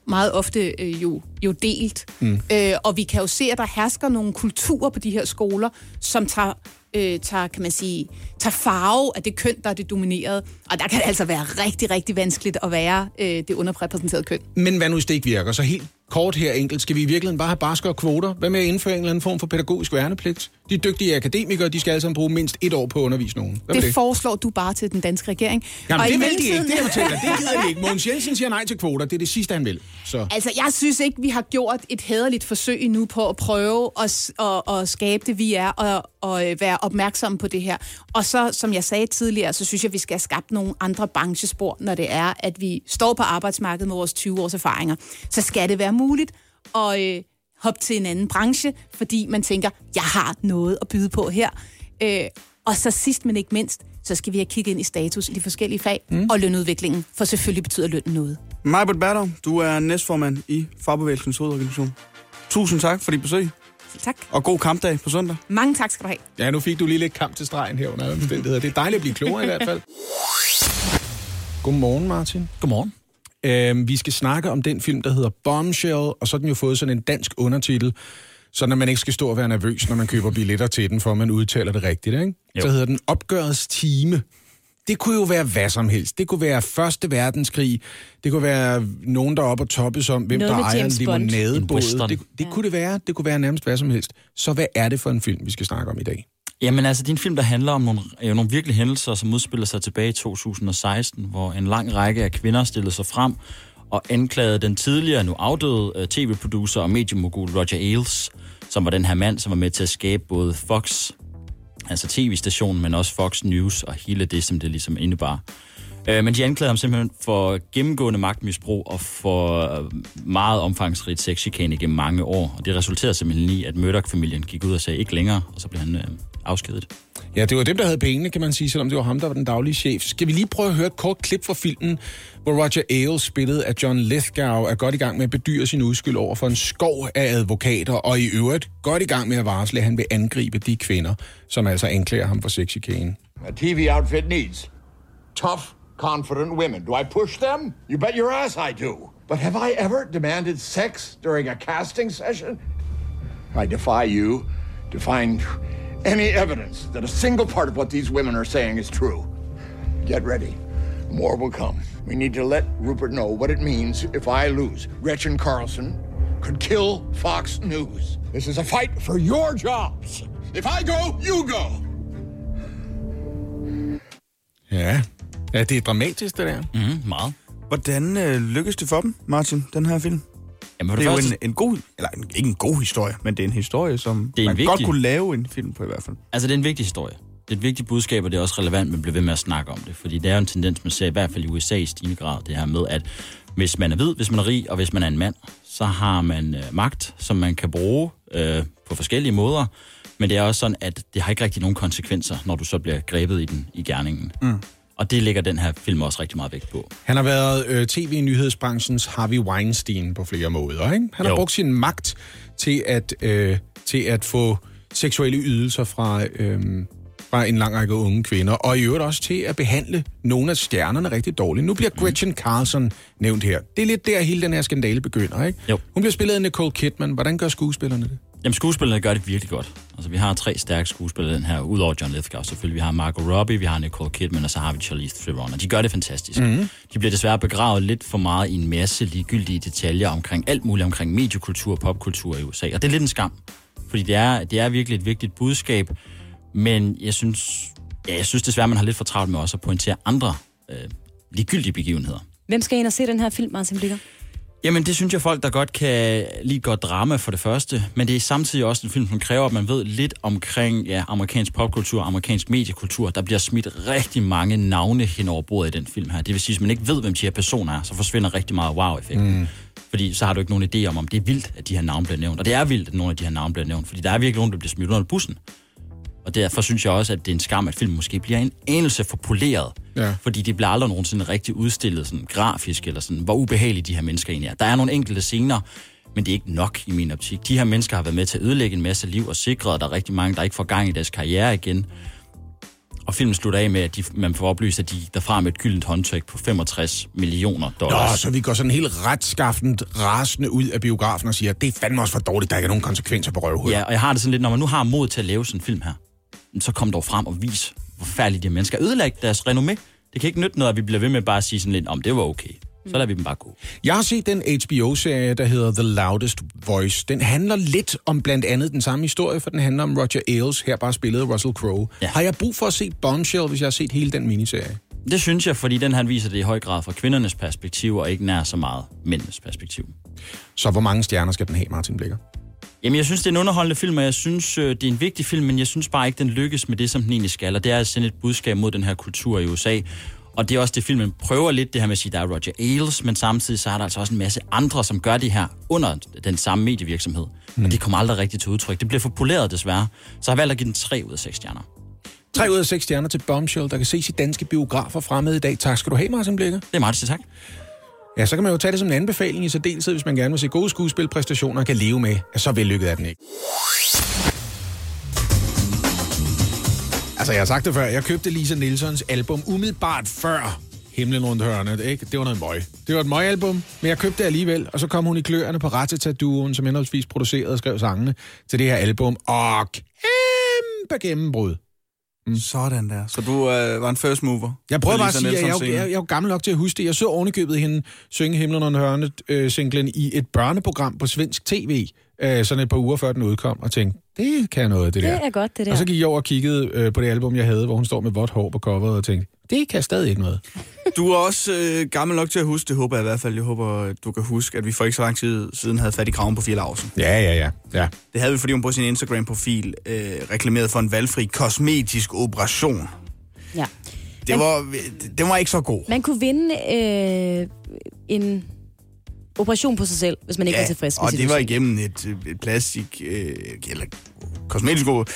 meget ofte øh, jo, jo delt. Mm. Øh, og vi kan jo se, at der hersker nogle kulturer på de her skoler, som tager, øh, tager, kan man sige, tager farve af det køn, der er det dominerede. Og der kan det altså være rigtig, rigtig vanskeligt at være øh, det underrepræsenterede køn. Men hvad nu, hvis det ikke virker? Så helt kort her enkelt, skal vi i virkeligheden bare have barske og kvoter? Hvad med at indføre en eller anden form for pædagogisk værnepligt? De dygtige akademikere, de skal altså bruge mindst et år på at undervise nogen. Det, det foreslår du bare til den danske regering. Jamen, og det vil de ikke, det fortæller. Det gider de ikke. Mogens Jensen siger nej til kvoter. Det er det sidste, han vil. Så. Altså, jeg synes ikke, vi har gjort et hæderligt forsøg endnu på at prøve at, at, at skabe det, vi er, og, og være opmærksomme på det her. Og så, som jeg sagde tidligere, så synes jeg, vi skal have skabt nogle andre branchespor, når det er, at vi står på arbejdsmarkedet med vores tyve års erfaringer. Så skal det være muligt at øh, hoppe til en anden branche, fordi man tænker, jeg har noget at byde på her. Øh, og så sidst, men ikke mindst, så skal vi have kigget ind i status i de forskellige fag mm. og lønudviklingen, for selvfølgelig betyder lønnen noget. Maj-Britt Bertov, du er næstformand i Fagbevægelsens Hovedorganisation. Tusind tak for dit besøg. Tak. Og god kampdag på søndag. Mange tak skal du have. Ja, nu fik du lige lidt kamp til stregen her under omstændigheder. Det er dejligt at blive klogere i hvert fald. Godmorgen, Martin. Godmorgen. Øhm, vi skal snakke om den film, der hedder Bombshell, og så har den jo fået sådan en dansk undertitel, så når man ikke skal stå og være nervøs, når man køber billetter til den, for man udtaler det rigtigt, ikke? Så hedder den Opgørets Time. Det kunne jo være hvad som helst. Det kunne være Første Verdenskrig. Det kunne være nogen, der er oppe og toppes om, hvem noget der ejer en James limonadebåd. Det, det kunne det være. Det kunne være nærmest hvad som helst. Så hvad er det for en film, vi skal snakke om i dag? Jamen altså, det er en film, der handler om nogle, jo, nogle virkelige hændelser, som udspiller sig tilbage i to tusind og seksten, hvor en lang række af kvinder stillede sig frem og anklagede den tidligere, nu afdøde uh, tv-producer og mediemogul Roger Ailes, som var den her mand, som var med til at skabe både Fox, altså tv-stationen, men også Fox News og hele det, som det ligesom indebar. Uh, men de anklagede ham simpelthen for gennemgående magtmisbrug og for uh, meget omfangsrigt sexchikane gennem mange år. Og det resulterede simpelthen i, at Murdoch-familien gik ud og sagde ikke længere, og så blev han uh, afskediget. Ja, det var dem, der havde pengene, kan man sige, selvom det var ham, der var den daglige chef. Skal vi lige prøve at høre et kort klip fra filmen, hvor Roger Ailes, spillet af John Lithgow, er godt i gang med at bedyre sin uskyld over for en skov af advokater, og i øvrigt godt i gang med at varsle, at han vil angribe de kvinder, som altså anklager ham for sexchikane. A T V outfit needs tough, confident women. Do I push them? You bet your ass I do. But have I ever demanded sex during a casting session? I defy you to find any evidence that a single part of what these women are saying is true. Get ready. More will come. We need to let Rupert know what it means if I lose. Gretchen Carlson could kill Fox News. This is a fight for your jobs. If I go, you go. Ja, ja det er dramatisk, det der. Mm, meget. Hvordan øh, lykkes det for dem, Martin, den her film? Jamen, det er første... jo en, en god, eller en, ikke en god historie, men det er en historie, som man man vigtig... godt kunne lave en film på i hvert fald. Altså, det er en vigtig historie. Det er et vigtigt budskab, og det er også relevant, at man bliver ved med at snakke om det. Fordi det er jo en tendens, man ser i hvert fald i U S A i stigende grad, det her med, at hvis man er hvid, hvis man er rig, og hvis man er en mand, så har man øh, magt, som man kan bruge øh, på forskellige måder. Men det er også sådan, at det har ikke rigtig nogen konsekvenser, når du så bliver grebet i den i gerningen. Mm. Og det lægger den her film også rigtig meget vægt på. Han har været øh, tv-nyhedsbranchens Harvey Weinstein på flere måder, ikke? Han har jo. brugt sin magt til at, øh, til at få seksuelle ydelser fra, øh, fra en lang række unge kvinder, og i øvrigt også til at behandle nogle af stjernerne rigtig dårligt. Nu bliver Gretchen Carlson nævnt her. Det er lidt der, hele den her skandale begynder, ikke? Jo. Hun bliver spillet af Nicole Kidman. Hvordan gør skuespillerne det? Jamen, skuespillerne gør det virkelig godt. Altså, vi har tre stærke skuespillere den her, udover John Lithgow selvfølgelig. Vi har Margot Robbie, vi har Nicole Kidman, og så har vi Charlize Theron, og de gør det fantastisk. Mm-hmm. De bliver desværre begravet lidt for meget i en masse ligegyldige detaljer omkring alt muligt, omkring mediekultur og popkultur i U S A, og det er lidt en skam. Fordi det er, det er virkelig et vigtigt budskab, men jeg synes, ja, jeg synes desværre, man har lidt for travlt med også at pointere andre øh, ligegyldige begivenheder. Hvem skal ind og se den her film, Martin Blikker? Jamen, det synes jeg folk, der godt kan lide godt drama for det første, men det er samtidig også en film, som kræver, at man ved lidt omkring ja, amerikansk popkultur, amerikansk mediekultur. Der bliver smidt rigtig mange navne hen over bordet i den film her. Det vil sige, at hvis man ikke ved, hvem de her personer er, så forsvinder rigtig meget wow-effekten. Mm. Fordi så har du ikke nogen idé om, om det er vildt, at de her navne bliver nævnt. Og det er vildt, at nogle af de her navne bliver nævnt, fordi der er virkelig nogen, der bliver smidt under bussen. Og derfor synes jeg også, at det er en skam, at filmen måske bliver en anelse for poleret. Ja. Fordi det bliver aldrig nogensinde rigtig udstillet sådan grafisk, eller sådan, hvor ubehagelige de her mennesker egentlig er. Der er nogle enkelte scener, men det er ikke nok i min optik. De her mennesker har været med til at ødelægge en masse liv og sikre, at der er rigtig mange, der ikke får gang i deres karriere igen. Og filmen slutter af med, at de, man får oplyst, at de derfra med et gyldent håndtryk på femogtres millioner dollars. Nå, så vi går sådan helt retskaffent rasende ud af biografen og siger, det er fandme også for dårligt, der ikke er nogen konsekvenser på røvhullet. Ja, og jeg har det sådan lidt, når man nu har mod til at lave sådan en film her, så kom dog frem og vis, hvor færdeligt de mennesker ødelægge deres renommé. Det kan ikke nytte noget, at vi bliver ved med bare at sige sådan lidt, om det var okay. Så lader vi dem bare gå. Jeg har set den H B O-serie, der hedder The Loudest Voice. Den handler lidt om blandt andet den samme historie, for den handler om Roger Ailes, her bare spillet Russell Crowe. Ja. Har jeg brug for at se Bombshell, hvis jeg har set hele den miniserie? Det synes jeg, fordi den han viser det i høj grad fra kvindernes perspektiv, og ikke nær så meget mændenes perspektiv. Så hvor mange stjerner skal den have, Martin Blikker? Jamen, jeg synes, det er en underholdende film, og jeg synes, det er en vigtig film, men jeg synes bare ikke, den lykkes med det, som den egentlig skal. Og det er at sende et budskab mod den her kultur i U S A. Og det er også det, filmen prøver lidt, det her med at sige, der er Roger Ailes, men samtidig så er der altså også en masse andre, som gør det her under den samme medievirksomhed. Mm. Og det kommer aldrig rigtigt til udtryk. Det bliver for poleret, desværre. Så jeg har valgt at give den tre ud af seks stjerner. tre ud af seks stjerner til Bombshell, der kan ses i danske biografer fremme i dag. Tak skal du have, Martin Blikker. Det er meget til tak. Ja, så kan man jo tage det som en anbefaling i særdeleshed, hvis man gerne vil se gode skuespilpræstationer og kan leve med, at så vellykket er den ikke. Altså, jeg har sagt det før. Jeg købte Lisa Nilssons album umiddelbart før Himlen rundt hørnet. Ikke? Det var noget møg. Det var et møgalbum, men jeg købte det alligevel. Og så kom hun i kløerne på Ratata-duoen, som henholdsvis producerede og skrev sangene til det her album. Og kæmpe gennembrud. Mm. Sådan der. Så du øh, var en first mover? Jeg prøver bare at sige, at jeg, jeg, jeg, jeg er jo gammel nok til at huske det. Jeg så ovenikøbet hende synge Himlen rundt hørnet-singlen øh, i et børneprogram på svensk tv, øh, sådan et par uger før den udkom, og tænkte, det kan noget, det der. Det er godt, det der. Og så gik jeg over og kiggede øh, på det album, jeg havde, hvor hun står med vådt hår på coveret, og tænkte, det kan stadig ikke noget. Du er også øh, gammel nok til at huske, det håber jeg i hvert fald. Jeg håber, du kan huske, at vi for ikke så lang tid siden havde fat i kraven på Fie Laursen. Ja, ja, ja, ja. Det havde vi, fordi hun på sin Instagram-profil øh, reklameret for en valgfri kosmetisk operation. Ja. Det var, det var ikke så god. Man kunne vinde øh, en operation på sig selv, hvis man ikke ja, er tilfreds med og situationen. det var igennem et, et plastik, øh, eller kosmetisk øh,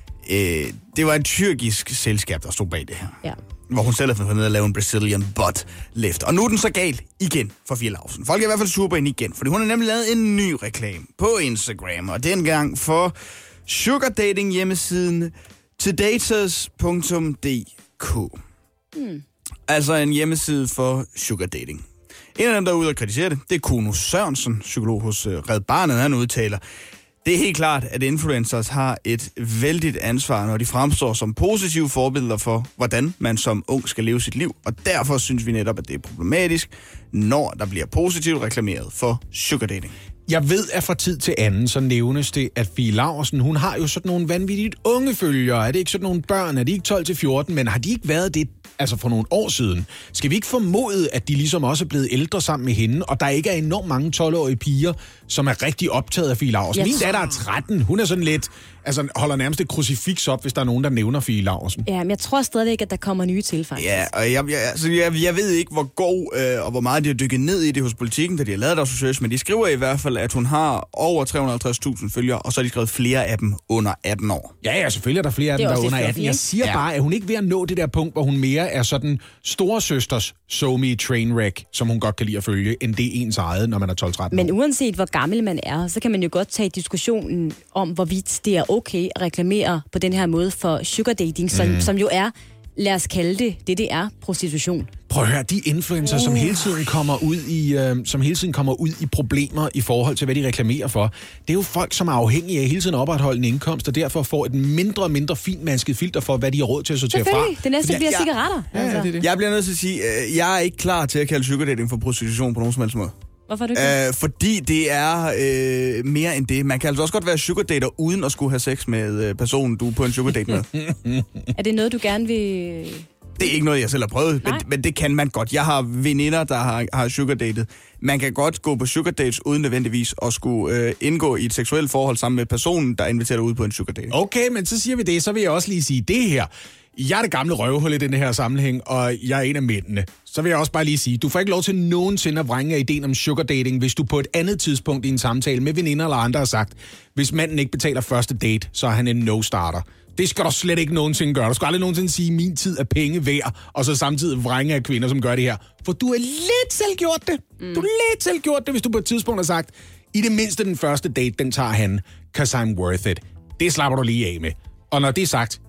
det var et tyrkisk selskab, der stod bag det her. Ja. Hvor hun selv har fundet at lave en Brazilian butt lift. Og nu er den så gal igen for Fie Laursen. Folk er i hvert fald super ind igen, fordi hun har nemlig lavet en ny reklame på Instagram, og dengang for sugar dating hjemmesiden todaters punktum d k. Hmm. Altså en hjemmeside for sugar dating. En af dem, der er ude og kritisere det, det er Kuno Sørensen, psykolog hos Red Barnet. Han udtaler, det er helt klart, at influencers har et vældigt ansvar, når de fremstår som positive forbilleder for, hvordan man som ung skal leve sit liv. Og derfor synes vi netop, at det er problematisk, når der bliver positivt reklameret for sugar dating. Jeg ved, at fra tid til anden, så nævnes det, at Fie Laursen, hun har jo sådan nogle vanvittigt unge følgere. Er det ikke sådan nogle børn? Er de ikke tolv til fjorten? Men har de ikke været det, altså for nogle år siden? Skal vi ikke formode, at de ligesom også er blevet ældre sammen med hende, og der ikke er enormt mange tolv-årige piger, som er rigtig optaget af Fie Laursen? Min datter er tretten. Hun er sådan lidt, altså holder nærmest et krucifiks op, hvis der er nogen, der nævner Fie Laursen. Ja, men jeg tror stadigvæk, at der kommer nye til, faktisk. Ja, og jeg, jeg, altså, jeg, jeg ved ikke, hvor god øh, og hvor meget de har dykket ned i det hos Politikken, da de har lavet deres research, men de skriver i hvert fald, at hun har over tre hundrede og halvtreds tusind følgere, og så har de skrevet flere af dem under atten år. Ja, ja, selvfølgelig er der flere af dem, der er under atten. Jeg siger ja. bare, at hun ikke ved at nå det der punkt, hvor hun mere er sådan storesøsters so-me trainwreck, som hun godt kan lide at følge, end det er ens eget, når man er tolv tretten Men uanset hvor gammel man er, så kan man jo godt tage diskussionen om, hvorvidt det er okay at reklamere på den her måde for sugar dating, som, mm. som jo er, lad os kalde det, det det er, prostitution. Prøv at høre, de influencer, uh. som hele tiden kommer ud i, øh, som hele tiden kommer ud i problemer i forhold til, hvad de reklamerer for. Det er jo folk, som er afhængige af hele tiden at opretholde en indkomst, og derfor får et mindre og mindre finmasket filter for, hvad de har råd til at sortere fra. Det næste Fordi, bliver ja, cigaretter. Ja, altså. ja, det det. Jeg bliver nødt til at sige, øh, jeg er ikke klar til at kalde sugar dating for prostitution på nogen som helst måde. Hvorfor er du ikke? Øh, fordi det er øh, mere end det. Man kan altså også godt være sugardater uden at skulle have sex med øh, personen, du er på en sugardate med. Er det noget, du gerne vil... Det er ikke noget, jeg selv har prøvet, men, men det kan man godt. Jeg har veninder, der har, har sugardatet. Man kan godt gå på sugardates uden nødvendigvis at skulle øh, indgå i et seksuelt forhold sammen med personen, der inviterer dig ud på en sugardate. Okay, men så siger vi det. Så vil jeg også lige sige det her. Jeg er det gamle røvhul i den her sammenhæng, og jeg er en af mændene. Så vil jeg også bare lige sige, du får ikke lov til nogensinde at vrænge af ideen om sugar dating, hvis du på et andet tidspunkt i en samtale med veninder eller andre har sagt, hvis manden ikke betaler første date, så er han en no-starter. Det skal du slet ikke nogensinde gøre. Du skal aldrig nogensinde sige, min tid er penge værd, og så samtidig vrænge af kvinder, som gør det her. For du er lidt selv gjort det. Mm. Du er lidt selv gjort det, hvis du på et tidspunkt har sagt, i det mindste den første date, den tager han, cause I'm worth it. Det slapper du lige af med. Og når det er sagt,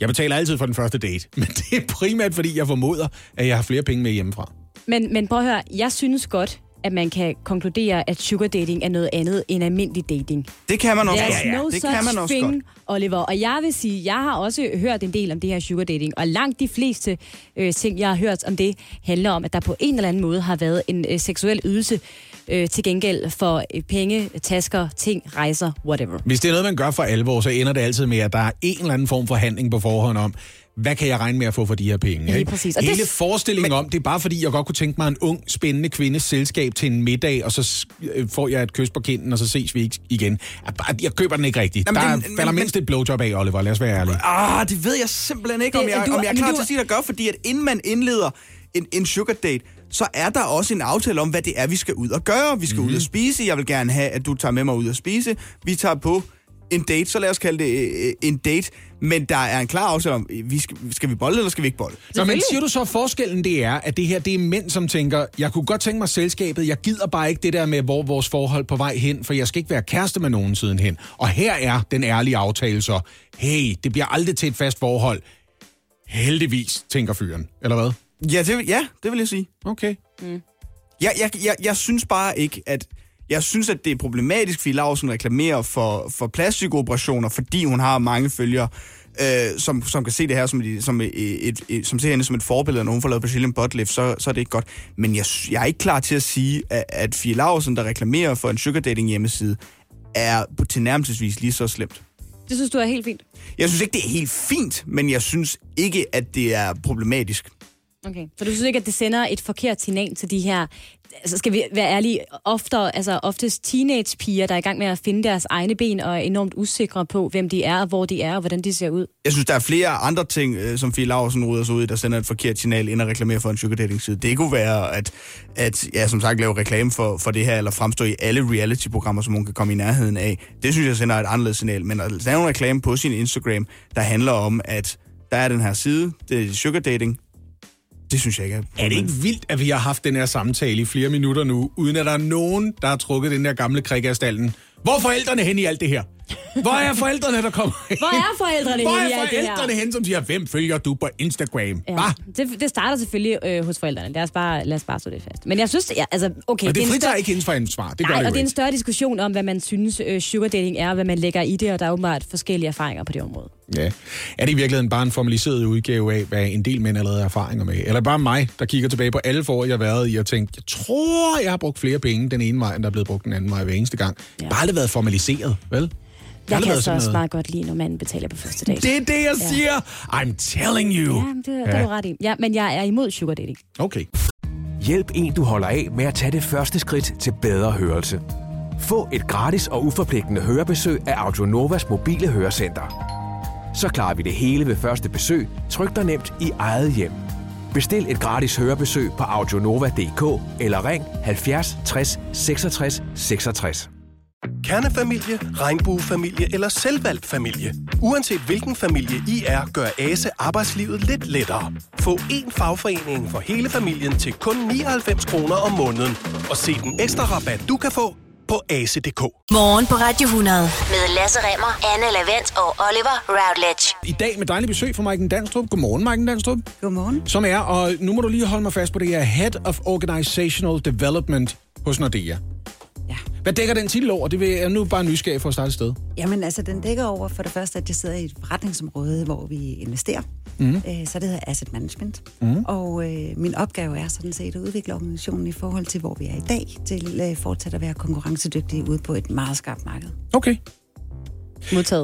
Jeg betaler altid for den første date, men det er primært, fordi jeg formoder, at jeg har flere penge med hjemmefra. Men, men prøv at høre, jeg synes godt, at man kan konkludere, at sugar dating er noget andet end almindelig dating. Det kan man også There's godt. no Det such kan man også thing, godt. Oliver. Og jeg vil sige, jeg har også hørt en del om det her sugar dating, og langt de fleste øh, ting, jeg har hørt om det, handler om, at der på en eller anden måde har været en øh, seksuel ydelse øh, til gengæld for øh, penge, tasker, ting, rejser, whatever. Hvis det er noget, man gør for alvor, så ender det altid med, at der er en eller anden form for handling på forhånd om, hvad kan jeg regne med at få for de her penge? Lige Ikke? præcis. Og Hele det... forestillingen men... om, det er bare fordi, jeg godt kunne tænke mig en ung, spændende kvindes selskab til en middag, og så får jeg et kys på kinden, og så ses vi ikke igen. Jeg køber den ikke rigtigt. Jamen, der det, falder men, mindst et blowjob af, Oliver. Lad os være ærlige. Ah, det ved jeg simpelthen ikke, det, om, jeg, du, om jeg er klar du... til at sige, der gør, fordi at inden man indleder en, en sugar date, så er der også en aftale om, hvad det er, vi skal ud og gøre. Vi skal mm-hmm. ud og spise. Jeg vil gerne have, at du tager med mig ud og spise. Vi tager på en date, så lad os kalde det øh, en date, men der er en klar aftale om, vi skal, skal vi bolde, eller skal vi ikke bolde? Nå, men siger du så, forskellen det er, at det her, det er mænd, som tænker, jeg kunne godt tænke mig selskabet, jeg gider bare ikke det der med, hvor vores forhold på vej hen, for jeg skal ikke være kæreste med nogen siden hen. Og her er den ærlige aftale så, hey, det bliver aldrig til et fast forhold. Heldigvis, tænker fyren, eller hvad? Ja, det, ja, det vil jeg sige. Okay. Mm. Jeg, jeg, jeg, jeg synes bare ikke, at Jeg synes, at det er problematisk, Fie Laursen reklamerer for, for plastikoperationer, fordi hun har mange følgere, øh, som, som kan se det her som, et, som, et, et, et, som ser hende som et forbillede, når hun får lavet Brazilian butt lift, så, så er det ikke godt. Men jeg, jeg er ikke klar til at sige, at, at Fie Laursen, der reklamerer for en sugar dating hjemmeside, er på tilnærmelsesvis lige så slemt. Det synes du er helt fint? Jeg synes ikke, det er helt fint, men jeg synes ikke, at det er problematisk. Okay, så du synes ikke, at det sender et forkert signal til de her, altså skal vi være ærlige, ofte, altså oftest teenagepiger, der er i gang med at finde deres egne ben og er enormt usikre på, hvem de er, og hvor de er, og hvordan de ser ud? Jeg synes, der er flere andre ting, som Fie Laursen ruder sig ud i, der sender et forkert signal ind og reklamerer for en sugar dating side. Det kunne være, at, at ja, som sagt, lave reklame for, for det her, eller fremstå i alle reality-programmer, som hun kan komme i nærheden af. Det synes jeg sender et anderledes signal. Men at lave en reklame på sin Instagram, der handler om, at der er den her side, det er sugar dating. Det synes jeg ikke er. Er det ikke vildt, at vi har haft den her samtale i flere minutter nu, uden at der er nogen, der har trukket den der gamle krig af stallen? Hvor er forældrene hen i alt det her? Hvor er forældrene, der kommer hen? Hvor er forældrene Hvor hen i er alt det her? forældrene hen, som siger, hvem følger du på Instagram? Ja, det, det starter selvfølgelig øh, hos forældrene. Lad os bare, lad os bare stå det fast. Men jeg synes, ja, altså, okay... Og det, det fritager større... ikke hendes for ansvar. Det Nej, gør det og det er en ikke. større diskussion om, hvad man synes øh, sugar dating er, og hvad man lægger i det, og der er åbenbart forskellige erfaringer på det område. Ja. Er det i virkeligheden bare en formaliseret udgave af, hvad en del mænd allerede har erfaringer med? Eller bare mig, der kigger tilbage på alle forår, jeg har været i, og tænker, jeg tror, jeg har brugt flere penge den ene vej, end der er blevet brugt den anden vej hver eneste gang. Ja. Bare aldrig været formaliseret, vel? Jeg kan altså også meget godt lide, når manden betaler på første date. Det er det, jeg ja. siger. I'm telling you. Ja, det, det er du ret i. Ja, men jeg er imod sugar dating. Okay. Hjælp en, du holder af med at tage det første skridt til bedre hørelse. Få et gratis og uforpligtende hørebesøg af Audionovas mobile hørecenter. Så klarer vi det hele ved første besøg, tryk dig nemt i eget hjem. Bestil et gratis hørebesøg på audionova punktum d k eller ring halvfjerds tres seksogtres seksogtres. Kernefamilie, regnbuefamilie eller selvvalgt familie. Uanset hvilken familie I er, gør ASE arbejdslivet lidt lettere. Få én fagforening for hele familien til kun nioghalvfems kroner om måneden. Og se den ekstra rabat, du kan få på ase punktum d k. Morgen på Radio hundrede med Lasse Remmer, Anne Lavent og Oliver Routledge. I dag med dejlig besøg fra Maiken Danstrup. Godmorgen, Maiken Danstrup. Godmorgen. Som er, og nu må du lige holde mig fast på det her, Head of Organizational Development hos Nordea. Ja. Hvad dækker den titel over? Det vil jeg nu bare nysgerrig for at starte et sted. Jamen altså, den dækker over for det første, at jeg sidder i et forretningsområde, hvor vi investerer. Mm. Øh, så det hedder Asset Management. Mm. Og øh, min opgave er sådan set at udvikle organisationen i forhold til, hvor vi er i dag, til øh, fortsat at være konkurrencedygtige ude på et meget skarpt marked. Okay. Modtaget.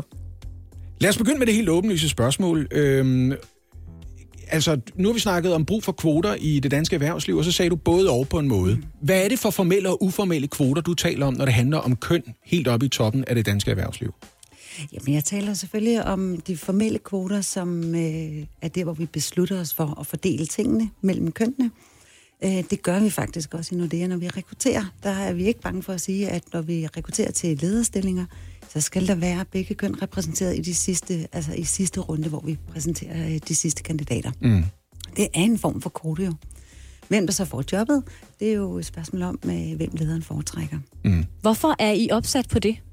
Lad os begynde med det helt åbenlyse spørgsmål. Øhm, altså, nu har vi snakket om brug for kvoter i det danske erhvervsliv, og så sagde du både og på en måde. Hvad er det for formelle og uformelle kvoter, du taler om, når det handler om køn helt oppe i toppen af det danske erhvervsliv? Jamen, jeg taler selvfølgelig om de formelle kvoter, som øh, er der, hvor vi beslutter os for at fordele tingene mellem kønnene. Øh, det gør vi faktisk også i Nordea, når vi rekrutterer. Der er vi ikke bange for at sige, at når vi rekrutterer til lederstillinger, så skal der være begge køn repræsenteret i de sidste, altså i sidste runde, hvor vi præsenterer øh, de sidste kandidater. Mm. Det er en form for kvote jo. Hvem der så får jobbet, det er jo et spørgsmål om, øh, hvem lederen foretrækker. Mm. Hvorfor er I opsat på det?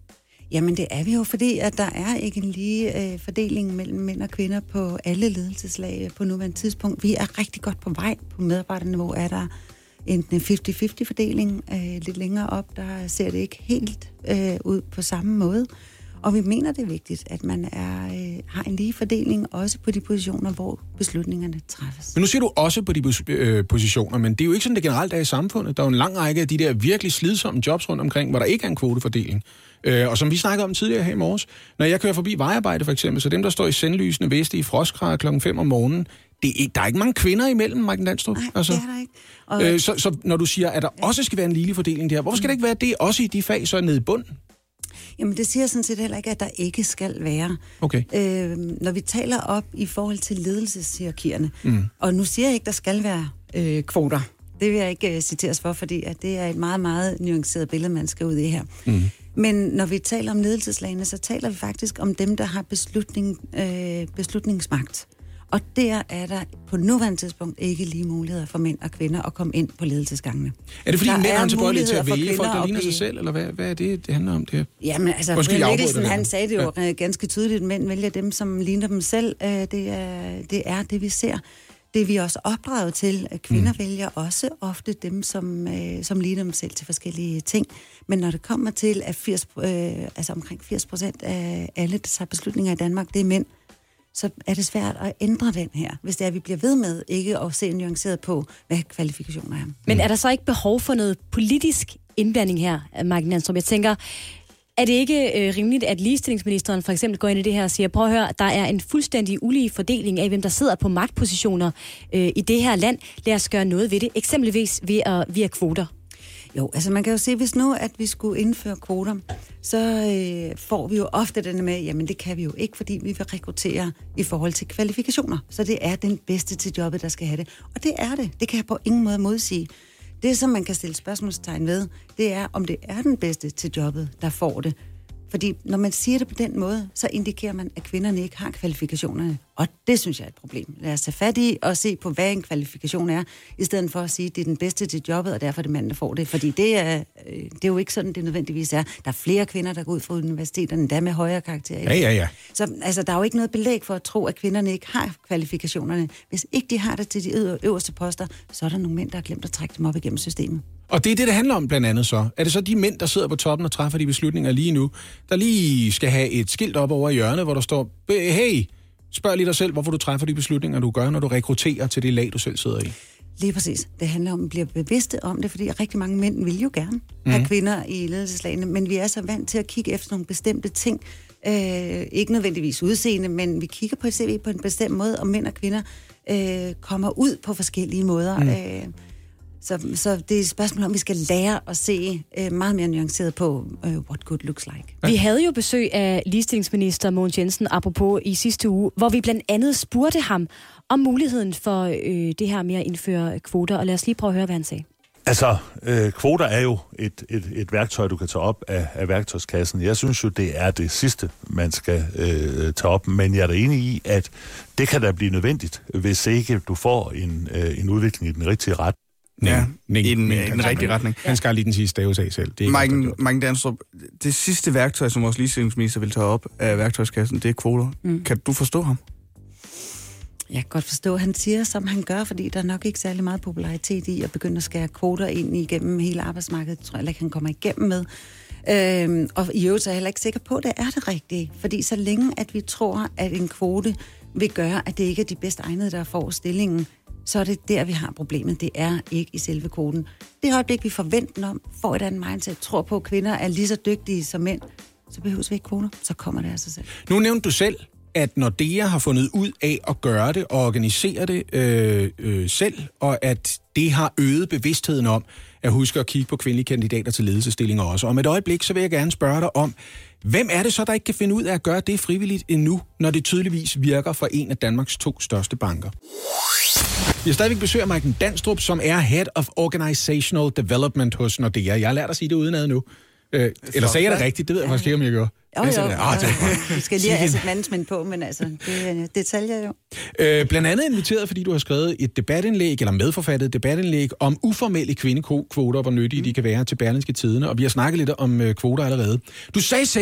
Jamen det er vi jo, fordi at der er ikke en lige øh, fordeling mellem mænd og kvinder på alle ledelseslag på nuværende tidspunkt. Vi er rigtig godt på vej. På medarbejderniveau er der en halvtreds halvtreds fordeling. Øh, lidt længere op, der ser det ikke helt øh, ud på samme måde. Og vi mener, det er vigtigt, at man er, øh, har en lige fordeling også på de positioner, hvor beslutningerne træffes. Men nu siger du også på de øh, positioner, men det er jo ikke sådan, det generelt er i samfundet. Der er jo en lang række af de der virkelig slidsomme jobs rundt omkring, hvor der ikke er en kvotefordeling. Øh, og som vi snakkede om tidligere her i morges, når jeg kører forbi vejarbejde for eksempel, så dem, der står i sendlysende veste i frostgrader klokken fem om morgenen, det er, der er ikke mange kvinder imellem, Maiken Danstrup. Nej, altså. det er der ikke. Og... Øh, så, så når du siger, at der også skal være en ligelig fordeling der, hvorfor skal det ikke være det også i de fag, så nede i bunden? Jamen, det siger sådan set heller ikke, at der ikke skal være. Okay. Øh, når vi taler op i forhold til ledelseshierarkierne, mm. og nu siger jeg ikke, at der skal være øh, kvoter. Det vil jeg ikke uh, citeres for, fordi at det er et meget, meget nuanceret billede, man skal ud i her. Mm. Men når vi taler om ledelseslagene, så taler vi faktisk om dem, der har beslutning, øh, beslutningsmagt. Og der er der på nuværende tidspunkt ikke lige muligheder for mænd og kvinder at komme ind på ledelsesgangene. Er det fordi der mænd har en tilbøjelighed til at muligheder vælge folk, der ligner blive... sig selv, eller hvad, hvad er det, det handler om det? Jamen altså, Undskyld, Brian jeg Mikkelsen, afbryder han det. sagde det jo Ja. ganske tydeligt, at mænd vælger dem, som ligner dem selv. Øh, Det er, det er det, vi ser. Det er vi også opdraget til. At kvinder mm. vælger også ofte dem, som, øh, som ligner dem selv til forskellige ting. Men når det kommer til, at firs, øh, altså omkring firs procent af alle, der tager beslutninger i Danmark, det er mænd, så er det svært at ændre den her, hvis det er, at vi bliver ved med ikke at se nuanceret på, hvad kvalifikationer er. Men er der så ikke behov for noget politisk indblanding her, Maiken Danstrup? Jeg tænker, er det ikke øh, rimeligt, at ligestillingsministeren for eksempel går ind i det her og siger, prøv at høre, der er en fuldstændig ulige fordeling af, hvem der sidder på magtpositioner øh, i det her land. Lad os gøre noget ved det, eksempelvis ved at, via kvoter. Jo, altså man kan jo se, hvis nu, at vi skulle indføre kvoter, så øh, får vi jo ofte denne med, jamen det kan vi jo ikke, fordi vi vil rekruttere i forhold til kvalifikationer. Så det er den bedste til jobbet, der skal have det. Og det er det. Det kan jeg på ingen måde modsige. Det, som man kan stille spørgsmålstegn ved, det er, om det er den bedste til jobbet, der får det. Fordi når man siger det på den måde, så indikerer man, at kvinderne ikke har kvalifikationerne. Og det synes jeg er et problem. Lad os tage fat i og se på, hvad en kvalifikation er, i stedet for at sige, at det er den bedste til jobbet, og derfor er det manden, der får det. Fordi det er, det er jo ikke sådan, det nødvendigvis er. Der er flere kvinder, der går ud fra universiteterne, endda med højere karakterer. Ja, ja, ja. Så altså, der er jo ikke noget belæg for at tro, at kvinderne ikke har kvalifikationerne. Hvis ikke de har det til de øverste poster, så er der nogle mænd, der har glemt at trække dem op igennem systemet. Og det er det, det handler om blandt andet så. Er det så de mænd, der sidder på toppen og træffer de beslutninger lige nu, der lige skal have et skilt op over hjørnet, hvor der står, hey, spørg lige dig selv, hvorfor du træffer de beslutninger, du gør, når du rekrutterer til det lag, du selv sidder i? Lige præcis. Det handler om at blive bevidste om det, fordi rigtig mange mænd vil jo gerne have mm. kvinder i ledelseslagene, men vi er så vant til at kigge efter nogle bestemte ting. Øh, ikke nødvendigvis udseende, men vi kigger på et C V på en bestemt måde, og mænd og kvinder øh, kommer ud på forskellige måder. Mm. Øh, Så, så det er et spørgsmål om, vi skal lære at se uh, meget mere nuanceret på, uh, what good looks like. Vi havde jo besøg af ligestillingsminister Mogens Jensen, apropos i sidste uge, hvor vi blandt andet spurgte ham om muligheden for øh, det her med at indføre kvoter. Og lad os lige prøve at høre, hvad han sagde. Altså, øh, kvoter er jo et, et, et værktøj, du kan tage op af, af værktøjskassen. Jeg synes jo, det er det sidste, man skal øh, tage op. Men jeg er da enig i, at det kan da blive nødvendigt, hvis ikke du får en, øh, en udvikling i den rigtige ret. Ja, nej, i den, nej, den rigtige retning. Han skal lige den sidste stave af selv. Det er Maiken, Maiken Danstrup, det sidste værktøj, som vores ligestillingsminister vil tage op af værktøjskassen, det er kvoter. Mm. Kan du forstå ham? Jeg kan godt forstå, at han siger, som han gør, fordi der er nok ikke særlig meget popularitet i at begynde at skære kvoter ind igennem hele arbejdsmarkedet. Det tror jeg ikke, han kommer igennem med. Øhm, og i øvrigt er jeg heller ikke sikker på, at det er det rigtige. Fordi så længe, at vi tror, at en kvote vil gøre, at det ikke er de bedst egnede, der får stillingen, så er det der, vi har problemet. Det er ikke i selve kvoten. Det øjeblik, vi forventer om, får et andet mindset, tror på, at kvinder er lige så dygtige som mænd, så behøves vi ikke kvoter, så kommer det af sig selv. Nu nævnte du selv, at når D E A har fundet ud af at gøre det og organisere det øh, øh, selv, og at det har øget bevidstheden om at huske at kigge på kvindelige kandidater til ledelsesstillinger også. Om et øjeblik, så vil jeg gerne spørge dig om, hvem er det så, der ikke kan finde ud af at gøre det frivilligt endnu, når det tydeligvis virker for en af Danmarks to største banker? Vi har stadigvæk besøg af Maiken Danstrup, som er Head of Organizational Development hos Nordea. Jeg har lært at sige det udenad nu. Øh, eller sagde jeg det rigtigt? Det ved jeg faktisk ikke, om jeg gjorde. Jo, jo. Vi skal lige have asset management på, men altså, det er detaljer jo. Øh, blandt andet inviteret, fordi du har skrevet et debatindlæg, eller medforfattet et debatindlæg, om uformelle kvindekvoter, hvor nyttige mm. de kan være til Berlingske Tidende, og vi har snakket lidt om øh, kvoter allerede. Du sagde selv,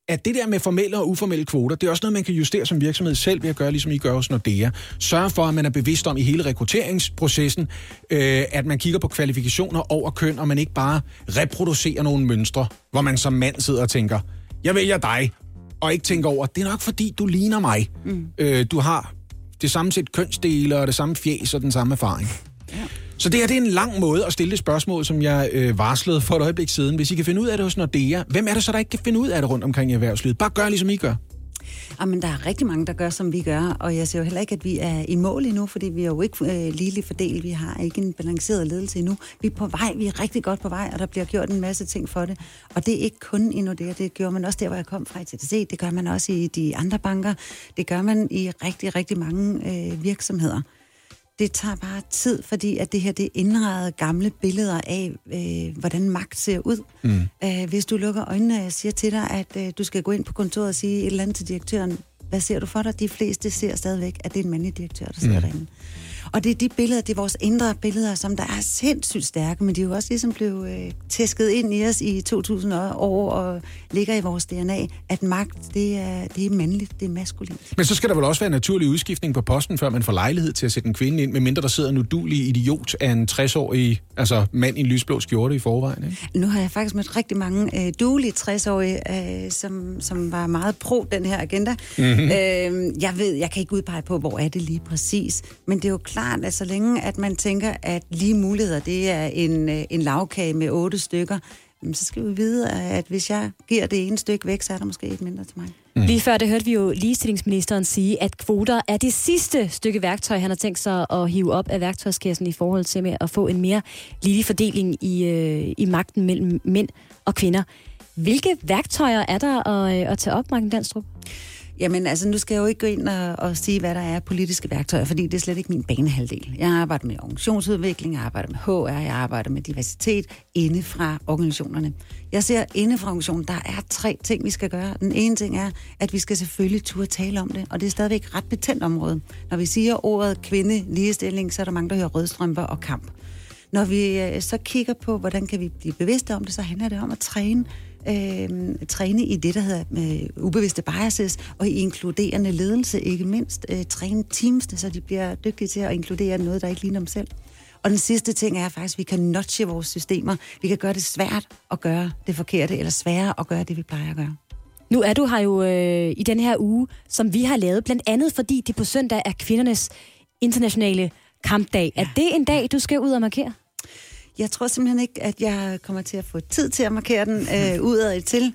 at det der med formelle og uformelle kvoter, det er også noget, man kan justere som virksomhed selv ved at gøre, ligesom I gør hos Nordea. Sørg for, at man er bevidst om i hele rekrutteringsprocessen, øh, at man kigger på kvalifikationer over køn, og man ikke bare reproducerer nogle mønstre, hvor man som mand sidder og tænker, jeg vælger dig, og ikke tænker over, det er nok fordi, du ligner mig. Mm. Øh, du har det samme sæt kønsdele, og det samme fjes og den samme erfaring. Ja. Så det her, det er en lang måde at stille det spørgsmål, som jeg øh, varslede for et øjeblik siden. Hvis I kan finde ud af det hos Nordea, hvem er det så, der ikke kan finde ud af det rundt omkring i erhvervslivet? Bare gør, ligesom I gør. Jamen, der er rigtig mange, der gør, som vi gør, og jeg siger jo heller ikke, at vi er i mål endnu, fordi vi er jo ikke øh, ligeligt fordelt. Vi har ikke en balanceret ledelse endnu. Vi er på vej, vi er rigtig godt på vej, og der bliver gjort en masse ting for det. Og det er ikke kun i Nordea, det gjorde man også der, hvor jeg kom fra i T D C, det gør man også i de andre banker, det gør man i rigtig, rigtig mange øh, virksomheder. Det tager bare tid, fordi at det her, det er indrettet gamle billeder af, øh, hvordan magt ser ud. Mm. Øh, hvis du lukker øjnene, og jeg siger til dig, at øh, du skal gå ind på kontoret og sige et eller andet til direktøren, hvad ser du for dig? De fleste ser stadigvæk, at det er en mandlig direktør, der sidder mm. derinde. Og det er de billeder, det er vores indre billeder, som der er sindssygt stærke, men de er jo også ligesom blevet øh, tæsket ind i os i to tusind år og ligger i vores D N A, at magt, det er, det er mandligt, det er maskulint. Men så skal der vel også være en naturlig udskiftning på posten, før man får lejlighed til at sætte en kvinde ind, medmindre der sidder en uduelig idiot af en tres-årig altså mand i en lysblå skjorte i forvejen, ikke? Nu har jeg faktisk mødt rigtig mange øh, duelige tres-årige, øh, som, som var meget pro den her agenda. Mm-hmm. Øh, jeg ved, jeg kan ikke udpege på, hvor er det lige præcis, men det er jo klart, at så længe at man tænker, at lige muligheder, det er en, en lavkage med otte stykker, så skal vi vide, at hvis jeg giver det ene stykke væk, så er der måske et mindre til mig. Mm. Lige før det hørte vi jo ligestillingsministeren sige, at kvoter er det sidste stykke værktøj, han har tænkt sig at hive op af værktøjskassen i forhold til med at få en mere ligelig fordeling i, øh, i magten mellem mænd og kvinder. Hvilke værktøjer er der at, at tage op, Maiken Danstrup? Jamen, altså, nu skal jeg jo ikke gå ind og, og sige, hvad der er politiske værktøjer, fordi det er slet ikke min banehalvdel. Jeg arbejder med organisationsudvikling, jeg arbejder med H R, jeg arbejder med diversitet inde fra organisationerne. Jeg ser inde fra organisationen, der er tre ting, vi skal gøre. Den ene ting er, at vi skal selvfølgelig turde tale om det, og det er stadigvæk et ret betændt område. Når vi siger ordet kvinde, ligestilling, så er der mange, der hører rødstrømper og kamp. Når vi øh, så kigger på, hvordan kan vi blive bevidste om det, så handler det om at træne Øh, træne i det, der hedder øh, ubevidste biases, og i inkluderende ledelse, ikke mindst. Øh, træne teamsene, så de bliver dygtige til at inkludere noget, der ikke ligner dem selv. Og den sidste ting er faktisk, at vi kan notche vores systemer. Vi kan gøre det svært at gøre det forkerte, eller sværere at gøre det, vi plejer at gøre. Nu er du her jo øh, i den her uge, som vi har lavet, blandt andet fordi det på søndag er kvindernes internationale kampdag. Ja. Er det en dag, du skal ud og markere? Jeg tror simpelthen ikke, at jeg kommer til at få tid til at markere den øh, udad til.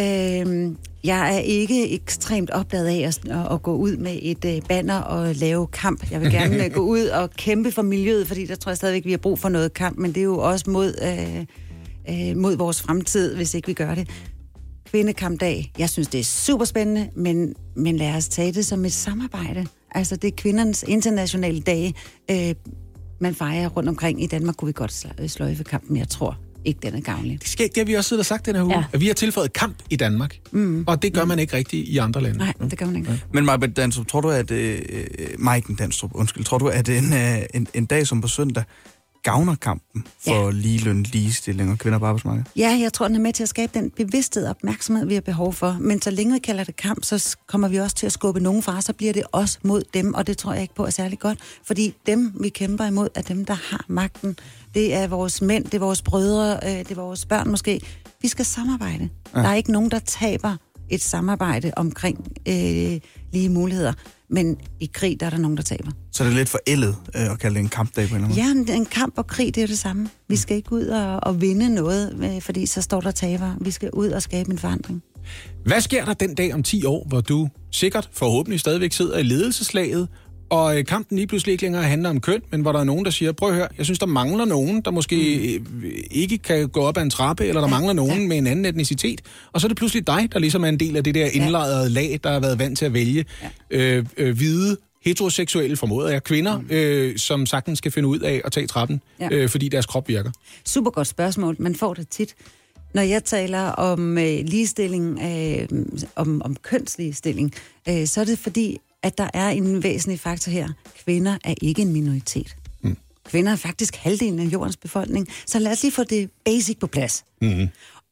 Øh, jeg er ikke ekstremt opdaget af at, at gå ud med et øh, banner og lave kamp. Jeg vil gerne øh, gå ud og kæmpe for miljøet, fordi der tror jeg stadigvæk, vi har brug for noget kamp, men det er jo også mod, øh, øh, mod vores fremtid, hvis ikke vi gør det. Kvindekampdag, jeg synes, det er super spændende, men, men lad os tage det som et samarbejde. Altså, det er kvindernes internationale dag, øh, man fejrer rundt omkring. I Danmark kunne vi godt sløjfe kampen, men jeg tror ikke, den er gavnlig. Det, skal, det har vi også siddet og sagt den her uge, ja. At vi har tilføjet kamp i Danmark, mm. og det gør man ikke rigtigt i andre lande. Nej, det gør man ikke. Ja. Men Maiken Danstrup, tror du, at øh, Maiken Danstrup, undskyld, tror du, at en, øh, en, en dag som på søndag gavner kampen for ja. ligeløn, ligestilling og kvinder på arbejdsmarkedet? Ja, jeg tror, den er med til at skabe den bevidsthed og opmærksomhed, vi har behov for. Men så længe vi kalder det kamp, så kommer vi også til at skubbe nogen fra, så bliver det også mod dem, og det tror jeg ikke på er særlig godt. Fordi dem, vi kæmper imod, er dem, der har magten. Det er vores mænd, det er vores brødre, det er vores børn måske. Vi skal samarbejde. Ja. Der er ikke nogen, der taber et samarbejde omkring øh, lige muligheder. Men i krig, der er der nogen, der taber. Så det er lidt forældet øh, at kalde det en kampdag på en eller anden måde? Ja, en kamp og krig, det er det samme. Vi skal ikke ud og, og vinde noget, øh, fordi så står der taber. Vi skal ud og skabe en forandring. Hvad sker der den dag om ti år, hvor du sikkert forhåbentlig stadigvæk sidder i ledelseslaget, og kampen lige pludselig ikke længere handler om køn, men hvor der er nogen, der siger, prøv at høre, jeg synes, der mangler nogen, der måske mm. ikke kan gå op ad en trappe, eller der ja, mangler nogen ja. med en anden etnicitet, og så er det pludselig dig, der ligesom er en del af det der indlejrede lag, der har været vant til at vælge ja. øh, øh, hvide, heteroseksuelle, formoder jeg, kvinder, mm. øh, som sagtens skal finde ud af at tage trappen, ja. øh, fordi deres krop virker. Super godt spørgsmål, man får det tit. Når jeg taler om øh, ligestilling, øh, om, om kønsligestilling, øh, så er det fordi, at der er en væsentlig faktor her. Kvinder er ikke en minoritet. Mm. Kvinder er faktisk halvdelen af jordens befolkning. Så lad os lige få det basic på plads. Mm.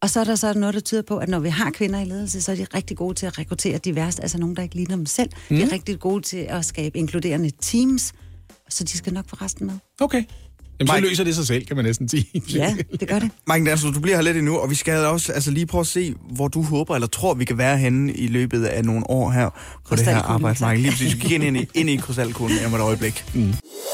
Og så er der så noget, der tyder på, at når vi har kvinder i ledelse, så er de rigtig gode til at rekruttere divers, altså nogen, der ikke ligner dem selv. Mm. De er rigtig gode til at skabe inkluderende teams, så de skal nok få resten med. Okay. Jamen, så løser det sig selv, kan man næsten sige. Ja, det gør det. Mike Danstrup, du bliver her lidt endnu, og vi skal også altså, lige prøve at se, hvor du håber eller tror, vi kan være henne i løbet af nogle år her på det her arbejdsmarked. Lige præcis, vi kigger ind i, ind i krystalkuglen om et øjeblik. Mm.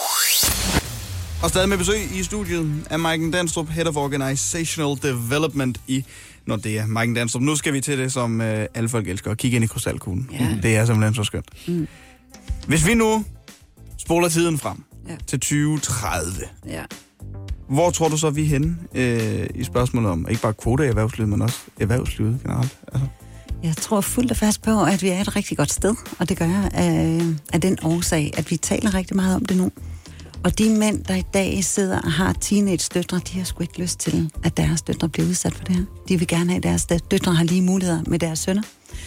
Og stadig med besøg i studiet af Mike Danstrup, Head of Organizational Development i Nordea. Mike Danstrup, nu skal vi til det, som øh, alle folk elsker, at kigge ind i krystalkuglen. Ja. Det er simpelthen så skønt. Mm. Hvis vi nu spoler tiden frem, ja, til tyve tredive. Ja. Hvor tror du så, vi er henne øh, i spørgsmålet om ikke bare kvoter i erhvervslivet, men også erhvervslivet generelt? Altså. Jeg tror fuldt og fast på, at vi er et rigtig godt sted, og det gør jeg af, af den årsag, at vi taler rigtig meget om det nu. Og de mænd, der i dag sidder og har teenage-døtre, de har sgu ikke lyst til, at deres døtre bliver udsat for det her. De vil gerne have, at deres døtre har lige muligheder med deres sønner.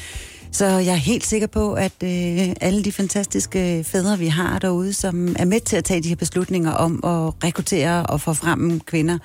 Så jeg er helt sikker på, at øh, alle de fantastiske fædre, vi har derude, som er med til at tage de her beslutninger om at rekruttere og få frem kvinder,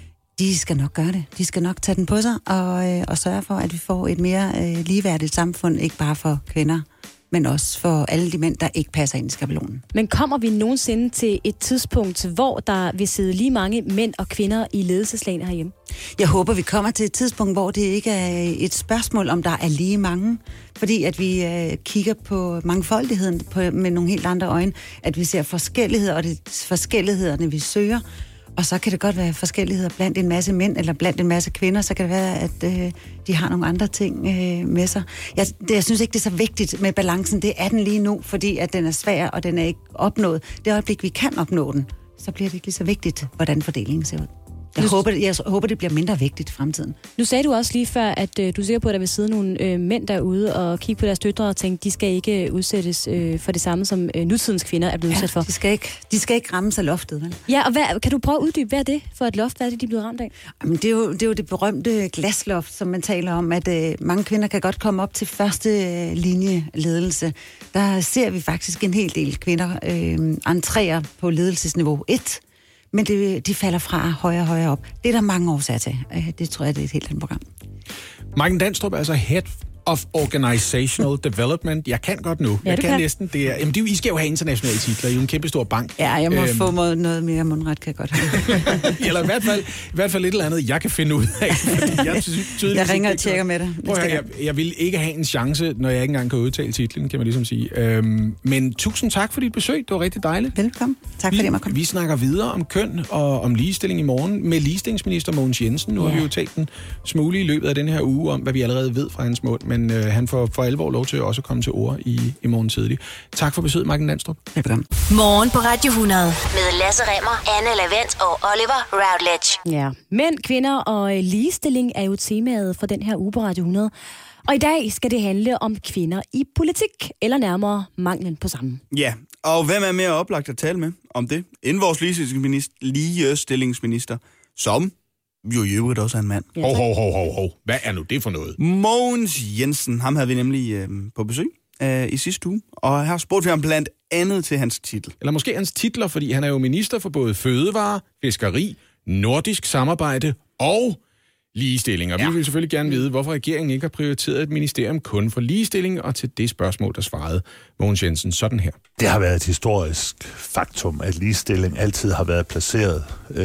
de skal nok gøre det. De skal nok tage den på sig og, øh, og sørge for, at vi får et mere øh, ligeværdigt samfund, ikke bare for kvinder, men også for alle de mænd, der ikke passer ind i skabelonen. Men kommer vi nogensinde til et tidspunkt, hvor der vil sidde lige mange mænd og kvinder i ledelseslagene herhjemme? Jeg håber, vi kommer til et tidspunkt, hvor det ikke er et spørgsmål, om der er lige mange. Fordi at vi øh, kigger på mangfoldigheden på, med nogle helt andre øjne. At vi ser forskelligheder, og det er forskellighederne, vi søger. Og så kan det godt være forskelligheder blandt en masse mænd, eller blandt en masse kvinder. Så kan det være, at øh, de har nogle andre ting øh, med sig. Jeg, det, jeg synes ikke, det er så vigtigt med balancen. Det er den lige nu, fordi at den er svær, og den er ikke opnået. Det øjeblik, vi kan opnå den, så bliver det ikke lige så vigtigt, hvordan fordelingen ser ud. Jeg håber, jeg håber, det bliver mindre vigtigt i fremtiden. Nu sagde du også lige før, at øh, du er sikker på, at der vil sidde nogle øh, mænd derude og kigge på deres døtre og tænke, de skal ikke udsættes øh, for det samme, som øh, nutidens kvinder er blevet ja, udsat for. De skal ikke, de skal ikke rammes af loftet, vel? Ja, og hvad, kan du prøve at uddybe, hvad er det for et loft? Hvad er det, de er blevet ramt af? Jamen, det, er jo, det er jo det berømte glasloft, som man taler om, at øh, mange kvinder kan godt komme op til første øh, linje ledelse. Der ser vi faktisk en hel del kvinder øh, entrere på ledelsesniveau et. Men det, de falder fra højere og højere op. Det er der mange årsager til. Det tror jeg, det er et helt andet program. Mike Danstrup er altså Head of Organizational Development. Jeg kan godt nu. Ja, jeg kan, kan næsten. Det er, jamen, det er jo, I skal jo have internationale titler. I er jo en kæmpe stor bank. Ja, jeg må øhm, få noget mere mundret, kan jeg godt have. eller i hvert, fald, i hvert fald et eller andet, jeg kan finde ud af. Jeg, jeg ringer og tjekker med dig. Jeg, jeg, jeg vil ikke have en chance, når jeg ikke engang kan udtale titlen, kan man ligesom sige. Øhm, men tusind tak for dit besøg. Det var rigtig dejligt. Velkommen. Tak for det, Marco. Vi snakker videre om køn og om ligestilling i morgen med ligestillingsminister Mogens Jensen. Nu ja. har vi jo talt en smule i løbet af den her uge om, hvad vi allerede ved fra hans mund, men øh, han får for alvor lov til også at komme til ord i, i morgen tidlig. Tak for besøget, Mike Danstrup. Velkommen. Morgen på Radio hundrede med Lasse Remmer, Anne Lavent og Oliver Routledge. Ja, mænd, kvinder og ligestilling er jo temaet for den her uge på Radio hundrede. Og i dag skal det handle om kvinder i politik, eller nærmere manglen på samme. Ja, og hvem er mere oplagt at tale med om det? Inden vores ligestillingsminister, ligestillingsminister, som jo i øvrigt også er en mand. Ja, hov, hov, hov, hov, hov. Hvad er nu det for noget? Mogens Jensen, ham havde vi nemlig øh, på besøg øh, i sidste uge, og her spurgte vi ham blandt andet til hans titel. Eller måske hans titler, fordi han er jo minister for både fødevare, fiskeri, nordisk samarbejde og ligestilling. Og ja. vi vil selvfølgelig gerne vide, hvorfor regeringen ikke har prioriteret et ministerium kun for ligestilling, og til det spørgsmål, der svarede Mogens Jensen sådan her. Det har været et historisk faktum, at ligestilling altid har været placeret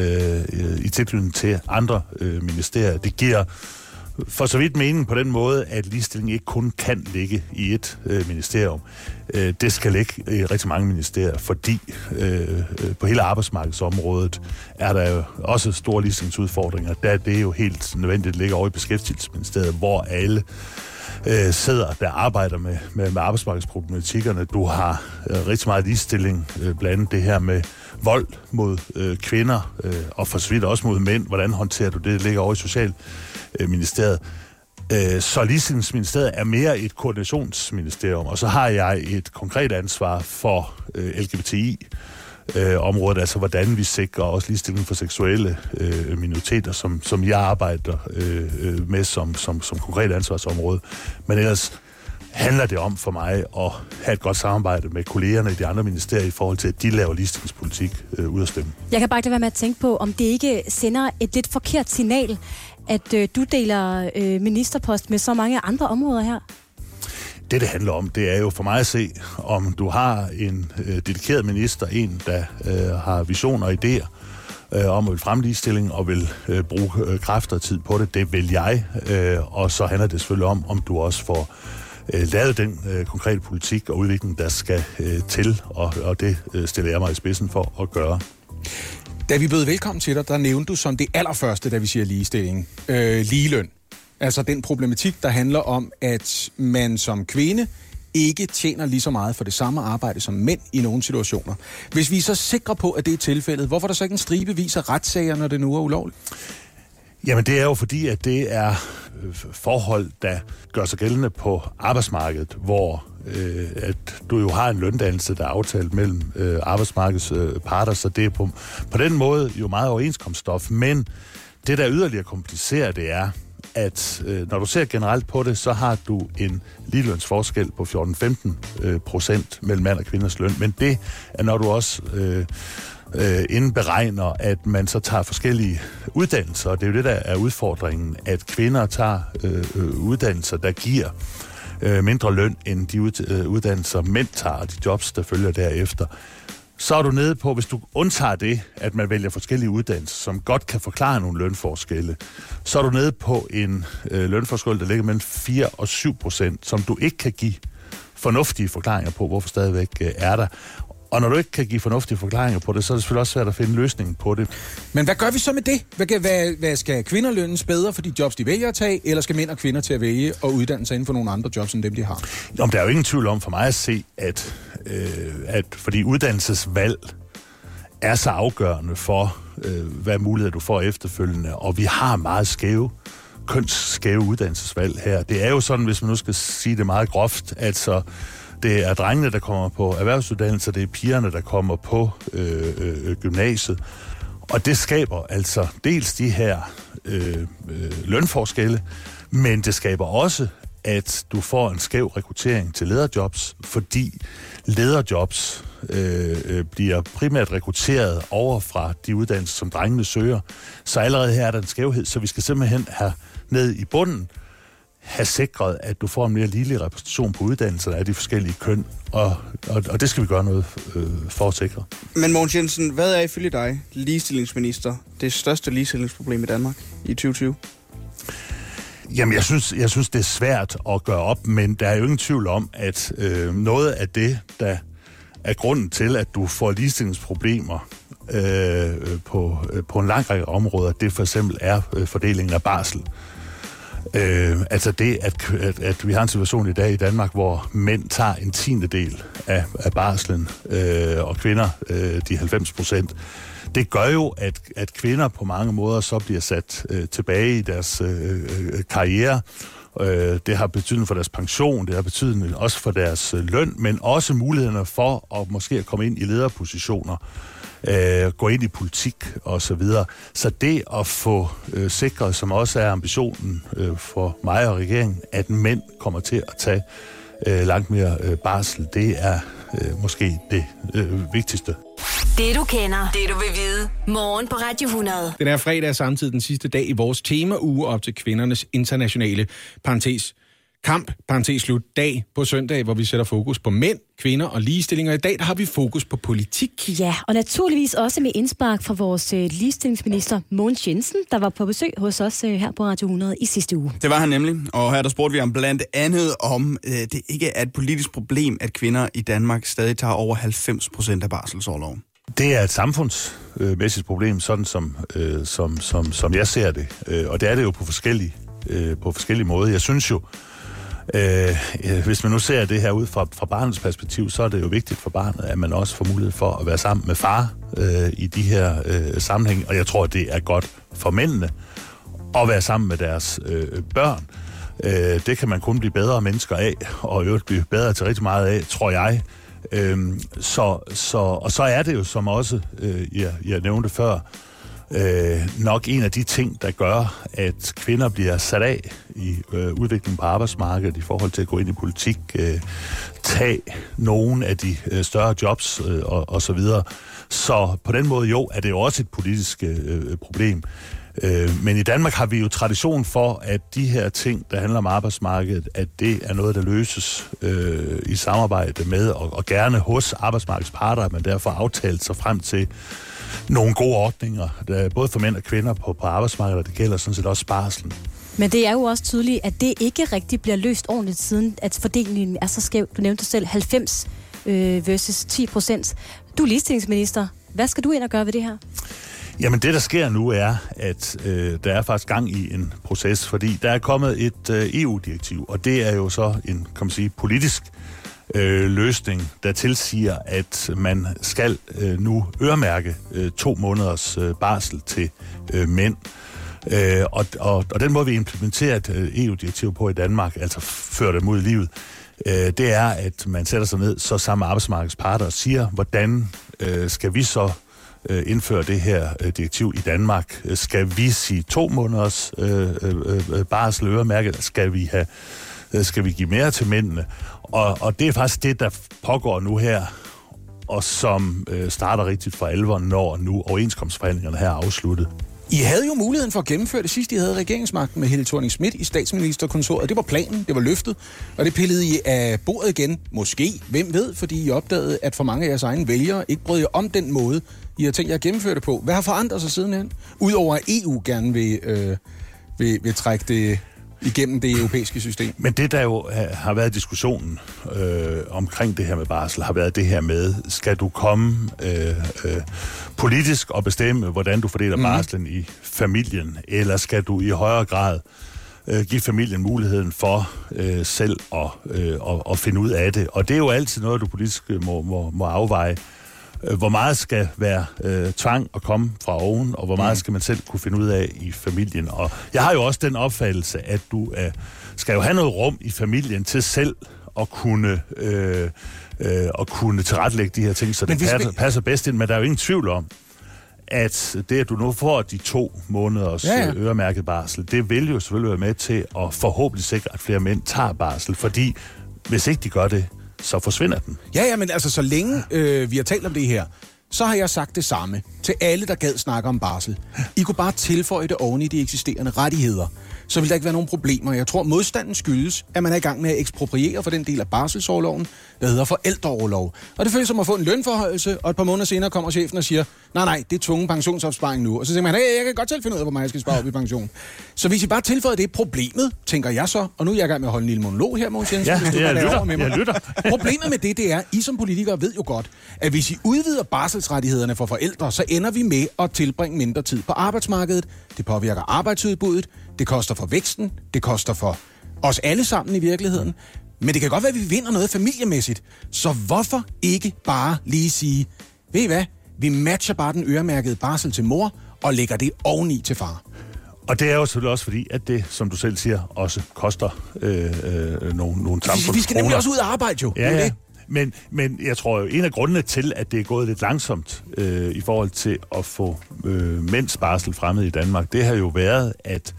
øh, i tilknytning til andre øh, ministerier. Det giver for så vidt mening på den måde, at ligestilling ikke kun kan ligge i et øh, ministerium. Øh, det skal ligge i rigtig mange ministerier, fordi øh, på hele arbejdsmarkedsområdet er der jo også store ligestillingsudfordringer. Der er det jo helt nødvendigt at ligge over i Beskæftigelsesministeriet, hvor alle øh, sidder, der arbejder med, med, med arbejdsmarkedsproblematikkerne. Du har øh, rigtig meget ligestilling, øh, blandt andet det her med vold mod øh, kvinder, øh, og for så vidt også mod mænd. Hvordan håndterer du det? Det ligger over i Socialministeriet. Øh, så ligestillingsministeriet er mere et koordinationsministerium, og så har jeg et konkret ansvar for øh, L G B T I øh, området, altså hvordan vi sikrer også ligestilling for seksuelle øh, minoriteter, som, som jeg arbejder øh, med som, som, som konkret ansvarsområde. Men ellers handler det om for mig at have et godt samarbejde med kollegerne i de andre ministerier i forhold til, at de laver ligestillingspolitik øh, ud af stemme. Jeg kan bare ikke lade være med at tænke på, om det ikke sender et lidt forkert signal, at øh, du deler øh, ministerpost med så mange andre områder her. Det, det handler om, det er jo for mig at se, om du har en øh, dedikeret minister, en, der øh, har visioner og idéer øh, om at vil fremme ligestilling og vil øh, bruge øh, kræfter og tid på det. Det vil jeg, øh, og så handler det selvfølgelig om, om du også får øh, lavet den øh, konkrete politik og udvikling, der skal øh, til, og, og det øh, stiller jeg mig i spidsen for at gøre. Da vi bød velkommen til dig, der nævnte du som det allerførste, da vi siger ligestilling, øh, ligeløn. Altså den problematik, der handler om, at man som kvinde ikke tjener lige så meget for det samme arbejde som mænd i nogle situationer. Hvis vi er så sikre på, at det er tilfældet, hvorfor er der så ikke en stribevis af retssager, når det nu er ulovligt? Jamen det er jo fordi, at det er forhold, der gør sig gældende på arbejdsmarkedet, hvor øh, at du jo har en løndannelse, der er aftalt mellem øh, arbejdsmarkedets øh, parter, så det er på, på den måde jo meget overenskomststof. Men det, der yderligere komplicerer, det er, at øh, når du ser generelt på det, så har du en ligelønsforskel på fjorten til femten øh, procent mellem mand og kvinders løn. Men det er, når du også øh, øh, indberegner, at man så tager forskellige uddannelser. Og det er jo det, der er udfordringen, at kvinder tager øh, uddannelser, der giver øh, mindre løn, end de ud, øh, uddannelser, mænd tager, og de jobs, der følger derefter. Så er du nede på, hvis du undtager det, at man vælger forskellige uddannelser, som godt kan forklare nogle lønforskelle, så er du nede på en øh, lønforskel, der ligger mellem fire og syv procent, som du ikke kan give fornuftige forklaringer på, hvorfor stadigvæk øh, er der. Og når du ikke kan give fornuftige forklaringer på det, så er det selvfølgelig også svært at finde løsningen på det. Men hvad gør vi så med det? Hvad, hvad, hvad skal kvinder lønnes bedre for de jobs, de vælger at tage, eller skal mænd og kvinder til at vælge og uddanne sig inden for nogle andre jobs, end dem, de har? Jamen, der er jo ingen tvivl om for mig at se, at, øh, at fordi uddannelsesvalg er så afgørende for, øh, hvad muligheder du får efterfølgende, og vi har meget skæve, kønsskæve uddannelsesvalg her. Det er jo sådan, hvis man nu skal sige det meget groft, at så det er drengene, der kommer på erhvervsuddannelser, det er pigerne, der kommer på øh, øh, gymnasiet. Og det skaber altså dels de her øh, øh, lønforskelle, men det skaber også, at du får en skæv rekruttering til lederjobs, fordi lederjobs øh, øh, bliver primært rekrutteret over fra de uddannelser, som drengene søger. Så allerede her er der en skævhed, så vi skal simpelthen have ned i bunden, have sikret, at du får en mere ligelig repræsentation på uddannelserne af de forskellige køn, og, og, og det skal vi gøre noget øh, for at sikre. Men Mogens Jensen, hvad er ifølge dig, ligestillingsminister, det største ligestillingsproblem i Danmark i tyve tyve? Jamen, jeg synes, jeg synes, det er svært at gøre op, men der er jo ingen tvivl om, at øh, noget af det, der er grunden til, at du får ligestillingsproblemer øh, på, øh, på en lang række områder, det for eksempel er øh, fordelingen af barsel. Øh, altså det, at, at, at vi har en situation i dag i Danmark, hvor mænd tager en tiende del af, af barslen, øh, og kvinder øh, de halvfems procent. Det gør jo, at, at kvinder på mange måder så bliver sat øh, tilbage i deres øh, karriere. Øh, det har betydning for deres pension, det har betydning også for deres øh, løn, men også mulighederne for at måske at komme ind i lederpositioner, øh, gå ind i politik og så videre. Så det at få øh, sikret, som også er ambitionen øh, for mig og regeringen, at mænd kommer til at tage øh, langt mere øh, barsel, det er øh, måske det øh, vigtigste. Det du kender, det du vil vide. Morgen på Radio hundrede. Den er fredag er samtidig den sidste dag i vores temauge op til kvindernes internationale parentes kamp, parentes slut, dag på søndag, hvor vi sætter fokus på mænd, kvinder og ligestilling. Og i dag der har vi fokus på politik. Ja, og naturligvis også med indspark fra vores øh, ligestillingsminister Mogens Jensen, der var på besøg hos os øh, her på Radio hundrede i sidste uge. Det var han nemlig, og her der spurgte vi om blandt andet om, øh, det ikke er et politisk problem, at kvinder i Danmark stadig tager over halvfems procent af barselsorloven. Det er et samfundsmæssigt problem, sådan som, øh, som, som, som jeg ser det. Øh, og det er det jo på forskellige, øh, på forskellige måder. Jeg synes jo, øh, hvis man nu ser det her ud fra, fra barnets perspektiv, så er det jo vigtigt for barnet, at man også får mulighed for at være sammen med far øh, i de her øh, sammenhæng. Og jeg tror, det er godt for mændene at være sammen med deres øh, børn. Øh, det kan man kun blive bedre mennesker af, og i øvrigt blive bedre til rigtig meget af, tror jeg. Øhm, så, så, og så er det jo, som også øh, jeg, jeg nævnte før, øh, nok en af de ting, der gør, at kvinder bliver sat af i øh, udviklingen på arbejdsmarkedet i forhold til at gå ind i politik, øh, tage nogle af de øh, større jobs øh, og, og så videre. Så på den måde jo, er det jo også et politisk øh, problem. Øh, men i Danmark har vi jo tradition for, at de her ting, der handler om arbejdsmarkedet, at det er noget, der løses øh, i samarbejde med, og, og gerne hos arbejdsmarkedets parter, at man derfor har aftalt sig frem til nogle gode ordninger, der, både for mænd og kvinder på, på arbejdsmarkedet, og det gælder sådan set også barslen. Men det er jo også tydeligt, at det ikke rigtig bliver løst ordentligt, siden at fordelingen er så skæv. Du nævnte selv halvfems øh, versus ti procent. Du er ligestillingsminister. Hvad skal du ind og gøre ved det her? Jamen det, der sker nu, er, at øh, der er faktisk gang i en proces, fordi der er kommet et øh, E U-direktiv, og det er jo så en, kan man sige, politisk øh, løsning, der tilsiger, at man skal øh, nu øremærke øh, to måneders øh, barsel til øh, mænd. Øh, og, og, og den måde, vi implementerer et øh, E U-direktiv på i Danmark, altså fører dem ud i livet, øh, det er, at man sætter sig ned så sammen med arbejdsmarkedets parter og siger, hvordan øh, skal vi så indføre det her øh, direktiv i Danmark. Skal vi sige to måneders øh, øh, barsel øremærket? Skal vi have, øh, skal vi give mere til mændene? Og, og det er faktisk det, der pågår nu her, og som øh, starter rigtigt for alvor, når nu overenskomstforhandlingerne her er afsluttet. I havde jo muligheden for at gennemføre det sidste, I havde regeringsmagten med Helle Thorning-Schmidt i statsministerkontoret. Det var planen, det var løftet, og det pillede I af bordet igen. Måske, hvem ved, fordi I opdagede, at for mange af jeres egne vælgere ikke brød jer om den måde, I har tænkt jer at gennemføre det på. Hvad har forandret sig sidenhen? Udover at E U gerne vil, øh, vil, vil trække det igennem det europæiske system. Men det, der jo har været diskussionen øh, omkring det her med barsel, har været det her med, skal du komme øh, øh, politisk og bestemme, hvordan du fordeler mm. barslen i familien, eller skal du i højere grad øh, give familien muligheden for øh, selv at, øh, at, at finde ud af det. Og det er jo altid noget, du politisk må, må, må afveje. Hvor meget skal være øh, tvang at komme fra oven, og hvor meget skal man selv kunne finde ud af i familien. Og jeg har jo også den opfattelse, at du øh, skal jo have noget rum i familien til selv at kunne, øh, øh, at kunne tilrettelægge de her ting, så det passer, vi... passer bedst ind. Men der er jo ingen tvivl om, at det, at du nu får de to måneders ja, ja. øremærket barsel, det vil jo selvfølgelig være med til at forhåbentlig sikre, at flere mænd tager barsel. Fordi hvis ikke de gør det, så forsvinder den. Ja, ja, men altså, så længe øh, vi har talt om det her, så har jeg sagt det samme til alle, der gad snakke om barsel. I kunne bare tilføje det oven i de eksisterende rettigheder. Så vil der ikke være nogen problemer. Jeg tror, modstanden skyldes, at man er i gang med at ekspropriere for den del af barselsorloven, der hedder forældreorlov. Og det føles som at få en lønforhøjelse, og et par måneder senere kommer chefen og siger, nej, nej, det er tvungen pensionsopsparing nu. Og så tænker man, hey, jeg kan godt selv finde ud af, hvor meget jeg skal spare op i pension. Så hvis I bare tilføjer det problemet, tænker jeg så, og nu er jeg i gang med at holde en lille monolog her, Mogens Jensen. Ja, hvis du jeg, lytter, med mig. jeg lytter. Problemet med det, det er, I som politikere ved jo godt, at hvis I udvider barselsrettighederne for forældre, så ender vi med at tilbringe mindre tid på arbejdsmarkedet. Det påvirker arbejdsudbuddet, det koster for væksten, det koster for os alle sammen i virkeligheden. Men det kan godt være, at vi vinder noget familiemæssigt. Så hvorfor ikke bare lige sige, ved I hvad, vi matcher bare den øremærkede barsel til mor, og lægger det oveni til far. Og det er jo selvfølgelig også fordi, at det, som du selv siger, også koster øh, øh, nogle, nogle samfundskroner. Vi skal nemlig også ud og arbejde jo. Ja, ja. Men, men jeg tror jo, en af grundene til, at det er gået lidt langsomt øh, i forhold til at få øh, mænds barsel fremmed i Danmark, det har jo været, at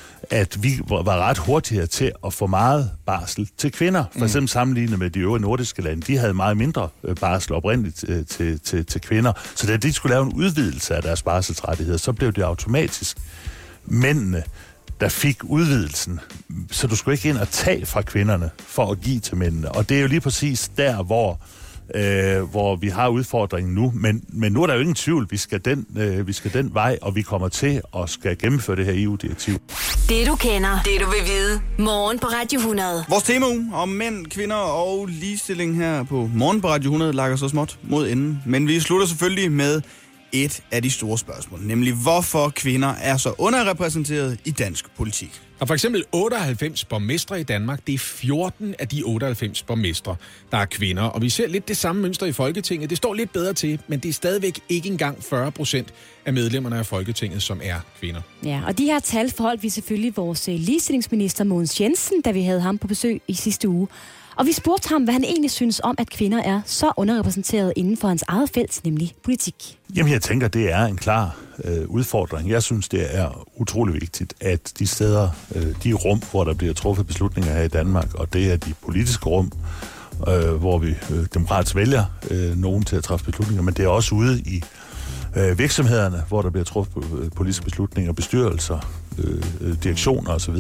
at vi var ret hurtigere til at få meget barsel til kvinder. For eksempel sammenlignet med de øvrige nordiske lande. De havde meget mindre barsel oprindeligt øh, til, til, til kvinder. Så da de skulle lave en udvidelse af deres barselsrettigheder, så blev det automatisk mændene, der fik udvidelsen. Så du skulle ikke ind og tage fra kvinderne for at give til mændene. Og det er jo lige præcis der, hvor Øh, hvor vi har udfordringen nu, men, men nu er der jo ingen tvivl, vi skal, den, øh, vi skal den vej, og vi kommer til at skal gennemføre det her E U-direktiv. Det du kender, det du vil vide. Morgen på Radio hundrede. Vores tema om mænd, kvinder og ligestilling her på Morgen på Radio hundrede lager så småt mod enden. Men vi slutter selvfølgelig med et af de store spørgsmål, nemlig hvorfor kvinder er så underrepræsenteret i dansk politik. Og for eksempel otteoghalvfems borgmestre i Danmark, det er fjorten af de otteoghalvfems borgmestre, der er kvinder. Og vi ser lidt det samme mønster i Folketinget. Det står lidt bedre til, men det er stadigvæk ikke engang fyrre procent af medlemmerne af Folketinget, som er kvinder. Ja, og de her tal forholdt vi selvfølgelig vores ligestillingsminister Mogens Jensen, da vi havde ham på besøg i sidste uge. Og vi spurgte ham, hvad han egentlig synes om, at kvinder er så underrepræsenteret inden for hans eget felt, nemlig politik. Jamen, jeg tænker, det er en klar øh, udfordring. Jeg synes, det er utrolig vigtigt, at de steder, øh, de rum, hvor der bliver truffet beslutninger her i Danmark, og det er de politiske rum, øh, hvor vi øh, demokratisk vælger øh, nogen til at træffe beslutninger, men det er også ude i øh, virksomhederne, hvor der bliver truffet politiske beslutninger, bestyrelser, øh, direktioner osv.,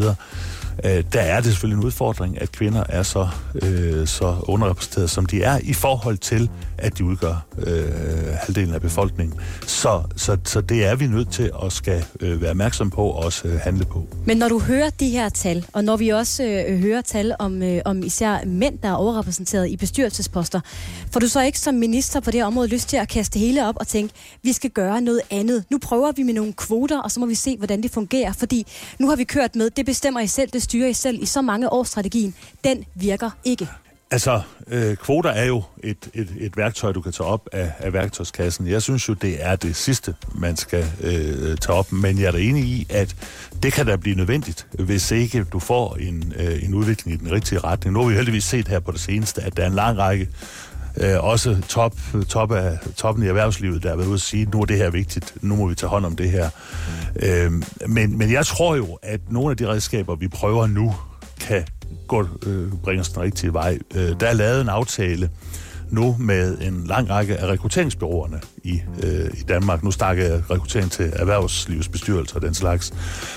øh, der er det selvfølgelig en udfordring, at kvinder er så, øh, så underrepræsenteret, som de er, i forhold til, at de udgør øh, halvdelen af befolkningen. Så, så, så det er vi nødt til at skal øh, være opmærksom på og også øh, handle på. Men når du hører de her tal, og når vi også øh, hører tal om, øh, om især mænd, der er overrepræsenteret i bestyrelsesposter, får du så ikke som minister på det her område lyst til at kaste hele op og tænke, vi skal gøre noget andet. Nu prøver vi med nogle kvoter, og så må vi se, hvordan det fungerer, fordi nu har vi kørt med, det bestemmer I selv, det styrer I selv i så mange år strategien. Den virker ikke. Altså, øh, kvoter er jo et, et, et værktøj, du kan tage op af, af værktøjskassen. Jeg synes jo, det er det sidste, man skal øh, tage op. Men jeg er da enig i, at det kan da blive nødvendigt, hvis ikke du får en, øh, en udvikling i den rigtige retning. Nu har vi heldigvis set her på det seneste, at der er en lang række, øh, også top, top af, toppen i erhvervslivet, der har været ude at sige, nu er det her vigtigt, nu må vi tage hånd om det her. Øh, men, men jeg tror jo, at nogle af de redskaber, vi prøver nu, kan gå, øh, bringe os den rigtige vej. Øh, der er lavet en aftale nu med en lang række af rekrutteringsbureauerne i, øh, i Danmark. Nu snakker jeg rekruttering til erhvervslivets bestyrelser og den slags,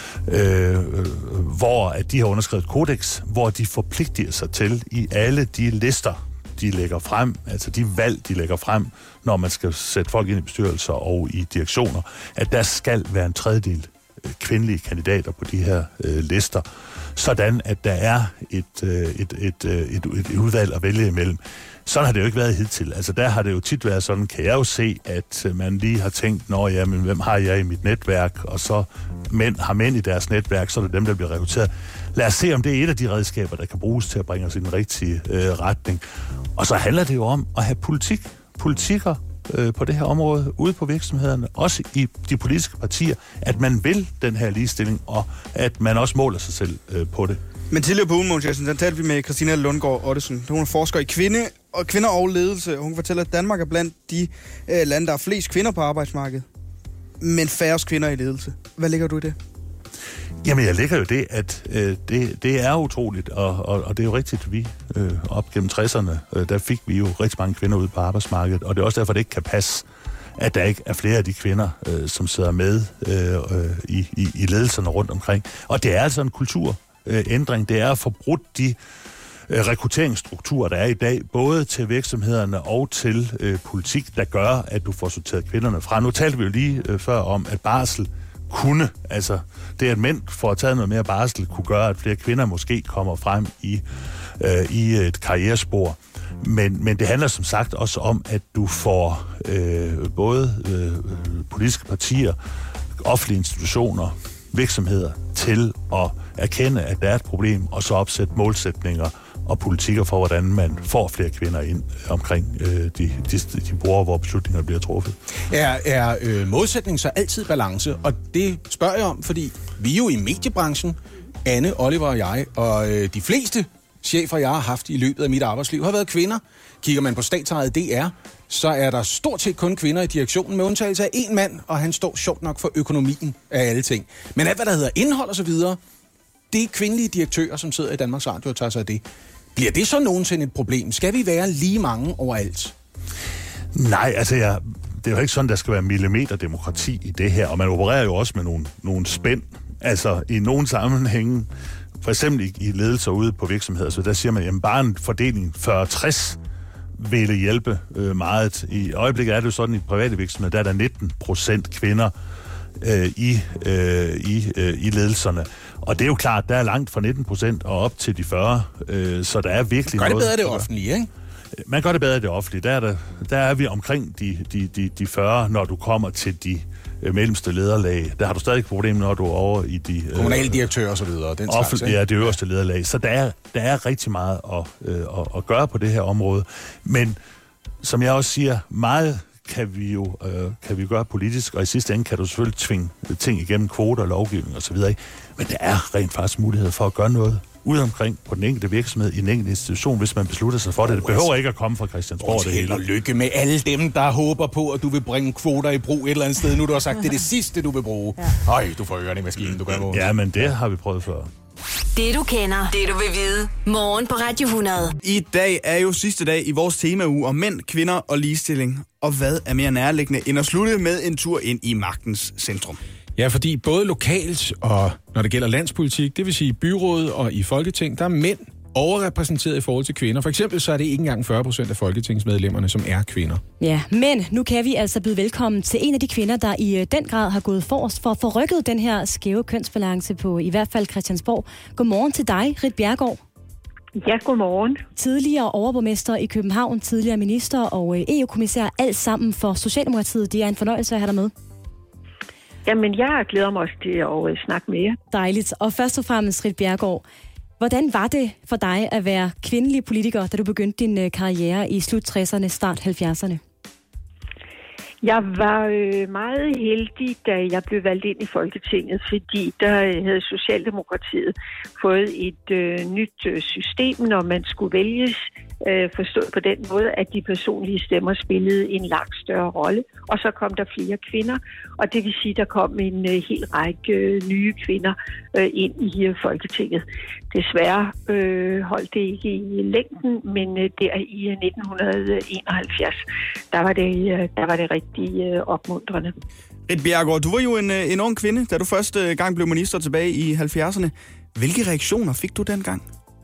øh, øh, hvor at de har underskrevet et kodex, hvor de forpligter sig til i alle de lister, de lægger frem, altså de valg, de lægger frem, når man skal sætte folk ind i bestyrelser og i direktioner, at der skal være en tredjedel kvindelige kandidater på de her øh, lister, sådan at der er et, øh, et, et, øh, et, et, et udvalg at vælge imellem. Sådan har det jo ikke været hidtil. Altså der har det jo tit været sådan, kan jeg jo se, at man lige har tænkt, nå ja, men hvem har jeg i mit netværk, og så mænd, har mænd i deres netværk, så er det dem, der bliver rekrutteret. Lad os se, om det er et af de redskaber, der kan bruges til at bringe os i den rigtige øh, retning. Og så handler det jo om at have politik, politikker, på det her område, ude på virksomhederne, også i de politiske partier, at man vil den her ligestilling, og at man også måler sig selv øh, på det. Men tidligere på ugen, Mogens Jensen, der talte vi med Christina Lundgaard Ottesen. Hun er forsker i kvinde og kvinder og ledelse. Hun fortæller, at Danmark er blandt de øh, lande, der er flest kvinder på arbejdsmarkedet, men færrest kvinder i ledelse. Hvad ligger du i det? Jamen, jeg lægger jo det, at øh, det, det er utroligt, og, og, og det er jo rigtigt, vi øh, op gennem tresserne, øh, der fik vi jo rigtig mange kvinder ud på arbejdsmarkedet, og det er også derfor, det ikke kan passe, at der ikke er flere af de kvinder, øh, som sidder med øh, øh, i, i, i ledelserne rundt omkring. Og det er altså en kulturændring, øh, det er at få brudt de øh, rekrutteringsstrukturer, der er i dag, både til virksomhederne og til øh, politik, der gør, at du får sorteret kvinderne fra. Nu talte vi jo lige øh, før om, at barsel kunne, altså det at mænd får taget noget mere barsel, kunne gøre, at flere kvinder måske kommer frem i, øh, i et karrierespor. Men, men det handler som sagt også om, at du får øh, både øh, politiske partier, offentlige institutioner, virksomheder til at erkende, at der er et problem, og så opsætte målsætninger og politikker for, hvordan man får flere kvinder ind omkring øh, de, de, de bruger, hvor beslutninger bliver truffet. Er, er øh, modsætning så altid balance? Og det spørger jeg om, fordi vi er jo i mediebranchen, Anne, Oliver og jeg, og øh, de fleste chefer, jeg har haft i løbet af mit arbejdsliv, har været kvinder. Kigger man på statsejet D R, så er der stort set kun kvinder i direktionen, med undtagelse af en mand, og han står sjovt nok for økonomien af alle ting. Men alt, hvad der hedder indhold og så videre, det er kvindelige direktører, som sidder i Danmarks Radio og tager sig af det. Bliver det så nogensinde et problem? Skal vi være lige mange overalt? Nej, altså jeg, det er jo ikke sådan, der skal være millimeterdemokrati i det her, og man opererer jo også med nogle, nogle spænd. Altså i nogle sammenhænge, for eksempel i, i ledelser ude på virksomheder, så der siger man, jamen bare en fordeling fyrre tres ville hjælpe øh, meget. I øjeblikket er det jo sådan, i private virksomheder, der er der nitten procent kvinder øh, i, øh, i, øh, i ledelserne. Og det er jo klart, der er langt fra nitten procent og op til de fyrre, øh, så der er virkelig noget... Gør det bedre noget, det offentlige, ikke? Man gør det bedre i det offentlige. Der er, der, der er vi omkring de, de, de, de fyrre, når du kommer til de øh, mellemste lederlag. Der har du stadig et problem, når du er over i de... Øh, kommunaldirektører og så videre. Den slags, ja, det øverste lederlag. Så der er, der er rigtig meget at, øh, at, at gøre på det her område. Men som jeg også siger, meget kan vi jo øh, kan vi gøre politisk, og i sidste ende kan du selvfølgelig tvinge ting igennem kvoter, lovgivning og så videre. Men der er rent faktisk mulighed for at gøre noget ude omkring på den enkelte virksomhed, i den enkelte institution, hvis man beslutter sig for det. Det behøver ikke at komme fra Christiansborg. Det hele. Og lykke med alle dem, der håber på, at du vil bringe kvoter i brug et eller andet sted. Nu du har sagt, det er det sidste, du vil bruge. Ja. Øj, du får ørerne i maskinen, du gør noget. Ja, men det har vi prøvet før. Det du kender, det du vil vide. Morgen på Radio hundrede. I dag er jo sidste dag i vores temauge om mænd, kvinder og ligestilling. Og hvad er mere nærliggende end at slutte med en tur ind i magtens centrum? Ja, fordi både lokalt og når det gælder landspolitik, det vil sige byråd og i Folketing, der er mænd overrepræsenteret i forhold til kvinder. For eksempel så er det ikke engang fyrre procent af folketingsmedlemmerne, som er kvinder. Ja, men nu kan vi altså byde velkommen til en af de kvinder, der i den grad har gået forrest for at få rykket den her skæve kønsbalance på i hvert fald Christiansborg. Godmorgen til dig, Ritt Bjerregaard. Ja, godmorgen. Tidligere overborgmester i København, tidligere minister og E U-kommissær, alt sammen for Socialdemokratiet. Det er en fornøjelse at have dig med. Jamen, jeg glæder mig også til at snakke med jer. Dejligt. Og først og fremmest, Ritt Bjerregaard, hvordan var det for dig at være kvindelig politiker, da du begyndte din karriere i slut tresserne, start halvfjerdserne? Jeg var øh, meget heldig, da jeg blev valgt ind i Folketinget, fordi der havde Socialdemokratiet fået et øh, nyt øh, system, når man skulle vælges, øh, forstået på den måde, at de personlige stemmer spillede en langt større rolle. Og så kom der flere kvinder, og det vil sige, at der kom en øh, hel række øh, nye kvinder øh, ind i øh, Folketinget. Desværre øh, holdt det ikke i længden, men øh, der i nitten enoghalvfjerds, der var det, øh, der var det rigtig øh, opmuntrende. Ritt Bjerregaard, du var jo en, en ung kvinde, da du første gang blev minister tilbage i halvfjerdserne. Hvilke reaktioner fik du dengang?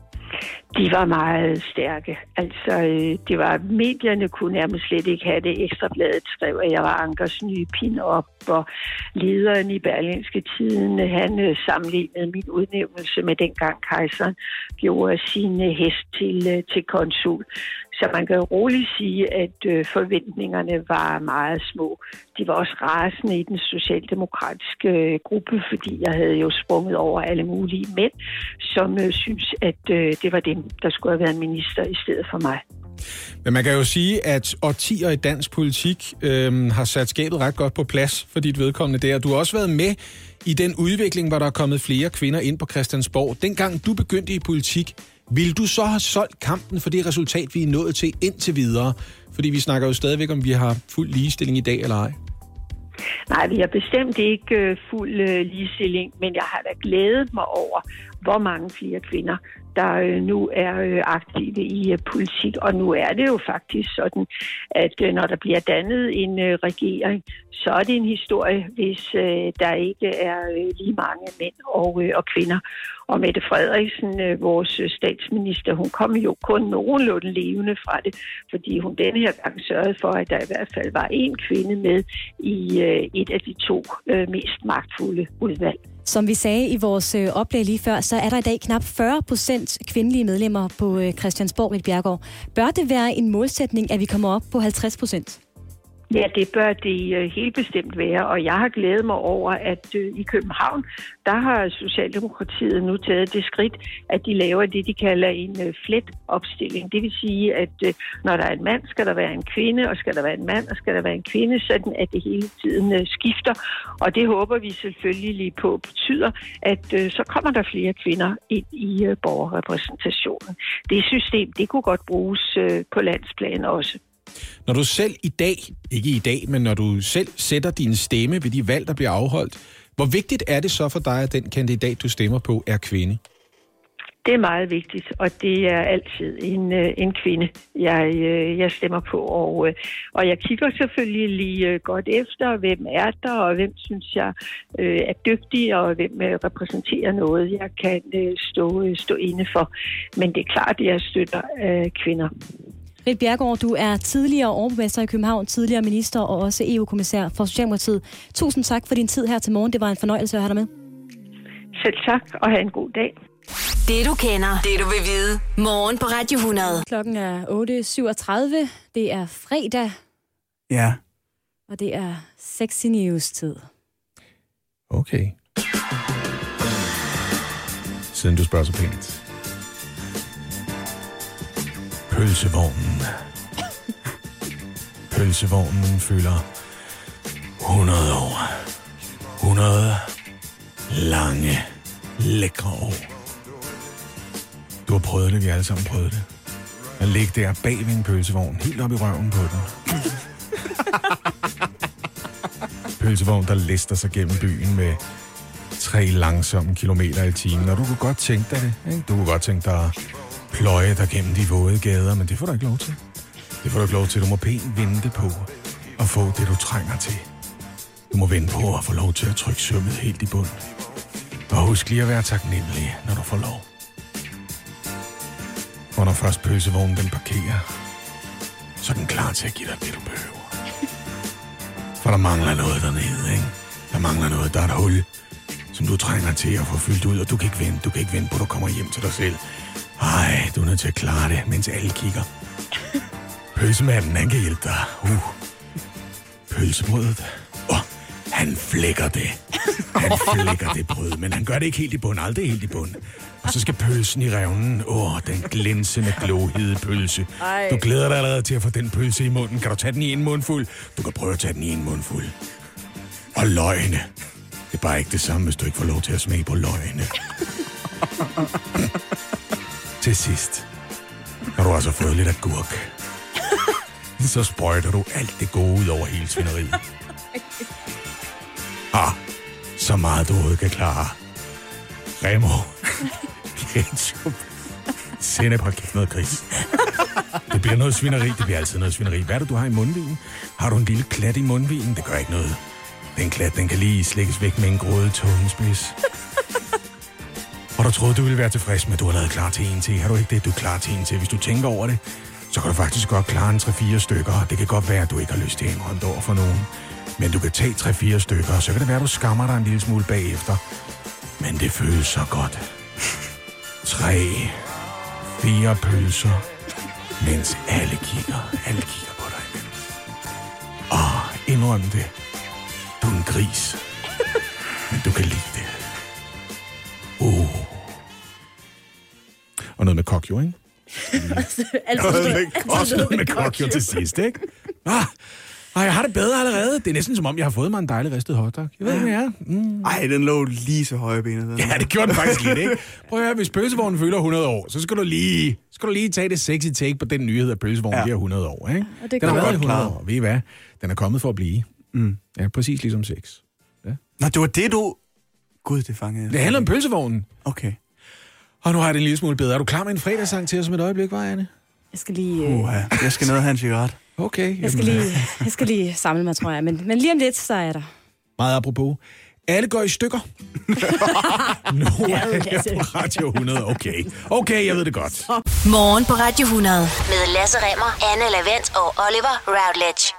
De var meget stærke. Altså, det var, medierne kunne nærmest slet ikke have det. Ekstrabladet skrev, at jeg var Ankers nye pin-up, og lederen i Berlingske Tiden, han sammenlignede min udnævnelse med dengang kejseren gjorde sin hest til, til konsul. Så man kan roligt sige, at forventningerne var meget små. De var også rasende i den socialdemokratiske gruppe, fordi jeg havde jo sprunget over alle mulige mænd, som øh, synes, at øh, det var dem, der skulle have været minister i stedet for mig. Men man kan jo sige, at årtier i dansk politik øh, har sat skabet ret godt på plads for dit vedkommende der. Du har også været med i den udvikling, hvor der er kommet flere kvinder ind på Christiansborg. Dengang du begyndte i politik, vil du så have solgt kampen for det resultat, vi er nået til indtil videre? Fordi vi snakker jo stadigvæk om, vi har fuld ligestilling i dag, eller ej? Nej, vi har bestemt ikke fuld ligestilling, men jeg har da glædet mig over, hvor mange flere kvinder, der nu er aktive i politik. Og nu er det jo faktisk sådan, at når der bliver dannet en regering, så er det en historie, hvis der ikke er lige mange mænd og, og kvinder. Og Mette Frederiksen, vores statsminister, hun kom jo kun nogenlunde levende fra det, fordi hun denne her gang sørgede for, at der i hvert fald var en kvinde med i et af de to mest magtfulde udvalg. Som vi sagde i vores oplæg lige før, så er der i dag knap fyrre procent kvindelige medlemmer på Christiansborg, Ritt Bjerregaard. Bør det være en målsætning, at vi kommer op på halvtreds procent? Ja, det bør det helt bestemt være, og jeg har glædet mig over, at øh, i København, der har Socialdemokratiet nu taget det skridt, at de laver det, de kalder en øh, flet-opstilling. Det vil sige, at øh, når der er en mand, skal der være en kvinde, og skal der være en mand, og skal der være en kvinde, sådan at det hele tiden øh, skifter. Og det håber vi selvfølgelig lige på betyder, at øh, så kommer der flere kvinder ind i øh, borgerrepræsentationen. Det system, det kunne godt bruges øh, på landsplan også. Når du selv i dag, ikke i dag, men når du selv sætter din stemme ved de valg, der bliver afholdt, hvor vigtigt er det så for dig, at den kandidat, du stemmer på, er kvinde? Det er meget vigtigt, og det er altid en, en kvinde, jeg, jeg stemmer på. Og, og jeg kigger selvfølgelig lige godt efter, hvem er der, og hvem synes jeg er dygtig, og hvem repræsenterer noget, jeg kan stå, stå inde for. Men det er klart, at jeg støtter kvinder. Ritt Bjerregaard, du er tidligere overborgmester i København, tidligere minister og også E U-kommissær for Socialdemokratiet. Tusind tak for din tid her til morgen. Det var en fornøjelse at have dig med. Selv tak, og have en god dag. Det du kender, det du vil vide. Morgen på Radio hundrede. Klokken er otte syvogtredive. Det er fredag. Ja. Og det er Sexy News-tid. Okay. Siden du spørger så pænt. Pølsevognen. Pølsevognen fylder hundrede år. hundrede lange, lækre år. Du har prøvet det, vi har alle sammen prøvet det. At ligge der bag ved en pølsevogn, helt op i røven på den. Pølsevogn, der lister sig gennem byen med tre langsomme kilometer i timen. Og du kunne godt tænke dig det, ikke? Du kunne godt tænke dig at pløje dig gennem de våde gader, men det får du ikke lov til. Det får du ikke lov til. Du må pænt vente på at få det, du trænger til. Du må vente på at få lov til at trykke sømmet helt i bund. Og husk lige at være taknemmelig, når du får lov. For når først pølsevognen den parkerer, så er den klar til at give dig det, du behøver. For der mangler noget dernede, ikke? Der mangler noget, der er et hul, som du trænger til at få fyldt ud, og du kan ikke vente, du kan ikke vente på, at du kommer hjem til dig selv. Ej, du er nødt til at klare det, mens alle kigger. Pølsemanden, han kan hjælpe dig. Uh. Pølsebrødet. Åh, oh, han flækker det. Han flækker det brød, men han gør det ikke helt i bund, aldrig helt i bund. Og så skal pølsen i revnen. Åh, oh, den glinsende, glohede pølse. Ej. Du glæder dig allerede til at få den pølse i munden. Kan du tage den i en mundfuld? Du kan prøve at tage den i en mundfuld. Og løgne. Det er bare ikke det samme, hvis du ikke får lov til at smage på løgne. Til sidst, når du også har fået lidt agurk, så sprøjter du alt det gode ud over hele svineriet. Ah, så meget du overhovedet kan klare. Remo, ketchup, sennep, hold kæft, noget gris. Det bliver noget svineri, det bliver altid noget svineri. Hvad er det, du har i mundvinen? Har du en lille klat i mundvinen? Det gør ikke noget. Den klat, den kan lige slækkes væk med en grådet tungespids. Og du troede, du ville være tilfreds med, at du har lavet klar til en til. Har du ikke det, du er klar til en til? Hvis du tænker over det, så kan du faktisk godt klare en tre fire stykker. Det kan godt være, at du ikke har lyst til at indrømme over for nogen. Men du kan tage tre fire stykker, og så kan det være, at du skammer dig en lille smule bagefter. Men det føles så godt. Tre, fire pølser, mens alle kigger. Alle kigger på dig. Og indrøm det. Du er en gris. Men du kan lide det. Uh. Og noget med kokjo, ikke? Også noget med kokjo til sidst, ikke? Ah, ej, jeg har det bedre allerede. Det er næsten som om, jeg har fået mig en dejlig ristet hotdog. Jeg ved ikke, hvad jeg er. Mm. Ej, den lå lige så høje benet. Den. Ja, det gjorde den faktisk lidt, ikke? Prøv at høre, hvis pølsevognen fylder hundrede år, så skal du lige, skal du lige tage det sexy take på den nyhed, at pølsevognen ja. bliver hundrede år, ikke? Og det den har været hundrede klar. år. Ved I hvad? Den er kommet for at blive. Mm. Ja, præcis ligesom sex. Ja. Nå, det var det, du... Gud, det fangede. Det handler om pølsevognen. Okay. Og nu har jeg det en lille smule bedre. Er du klar med en fredagssang til os om et øjeblik, var Anne? Jeg skal lige... Øh... Uh, jeg skal ned og have en cigaret. Okay. Jeg skal, lige, jeg skal lige samle mig, tror jeg. Men, men lige om lidt, så er der. Meget apropos. Alle går i stykker. Nu er jeg på Radio hundrede. Okay. Okay, jeg ved det godt. Morgen på Radio hundrede. Med Lasse Remmer, Anne Lavent og Oliver Routledge.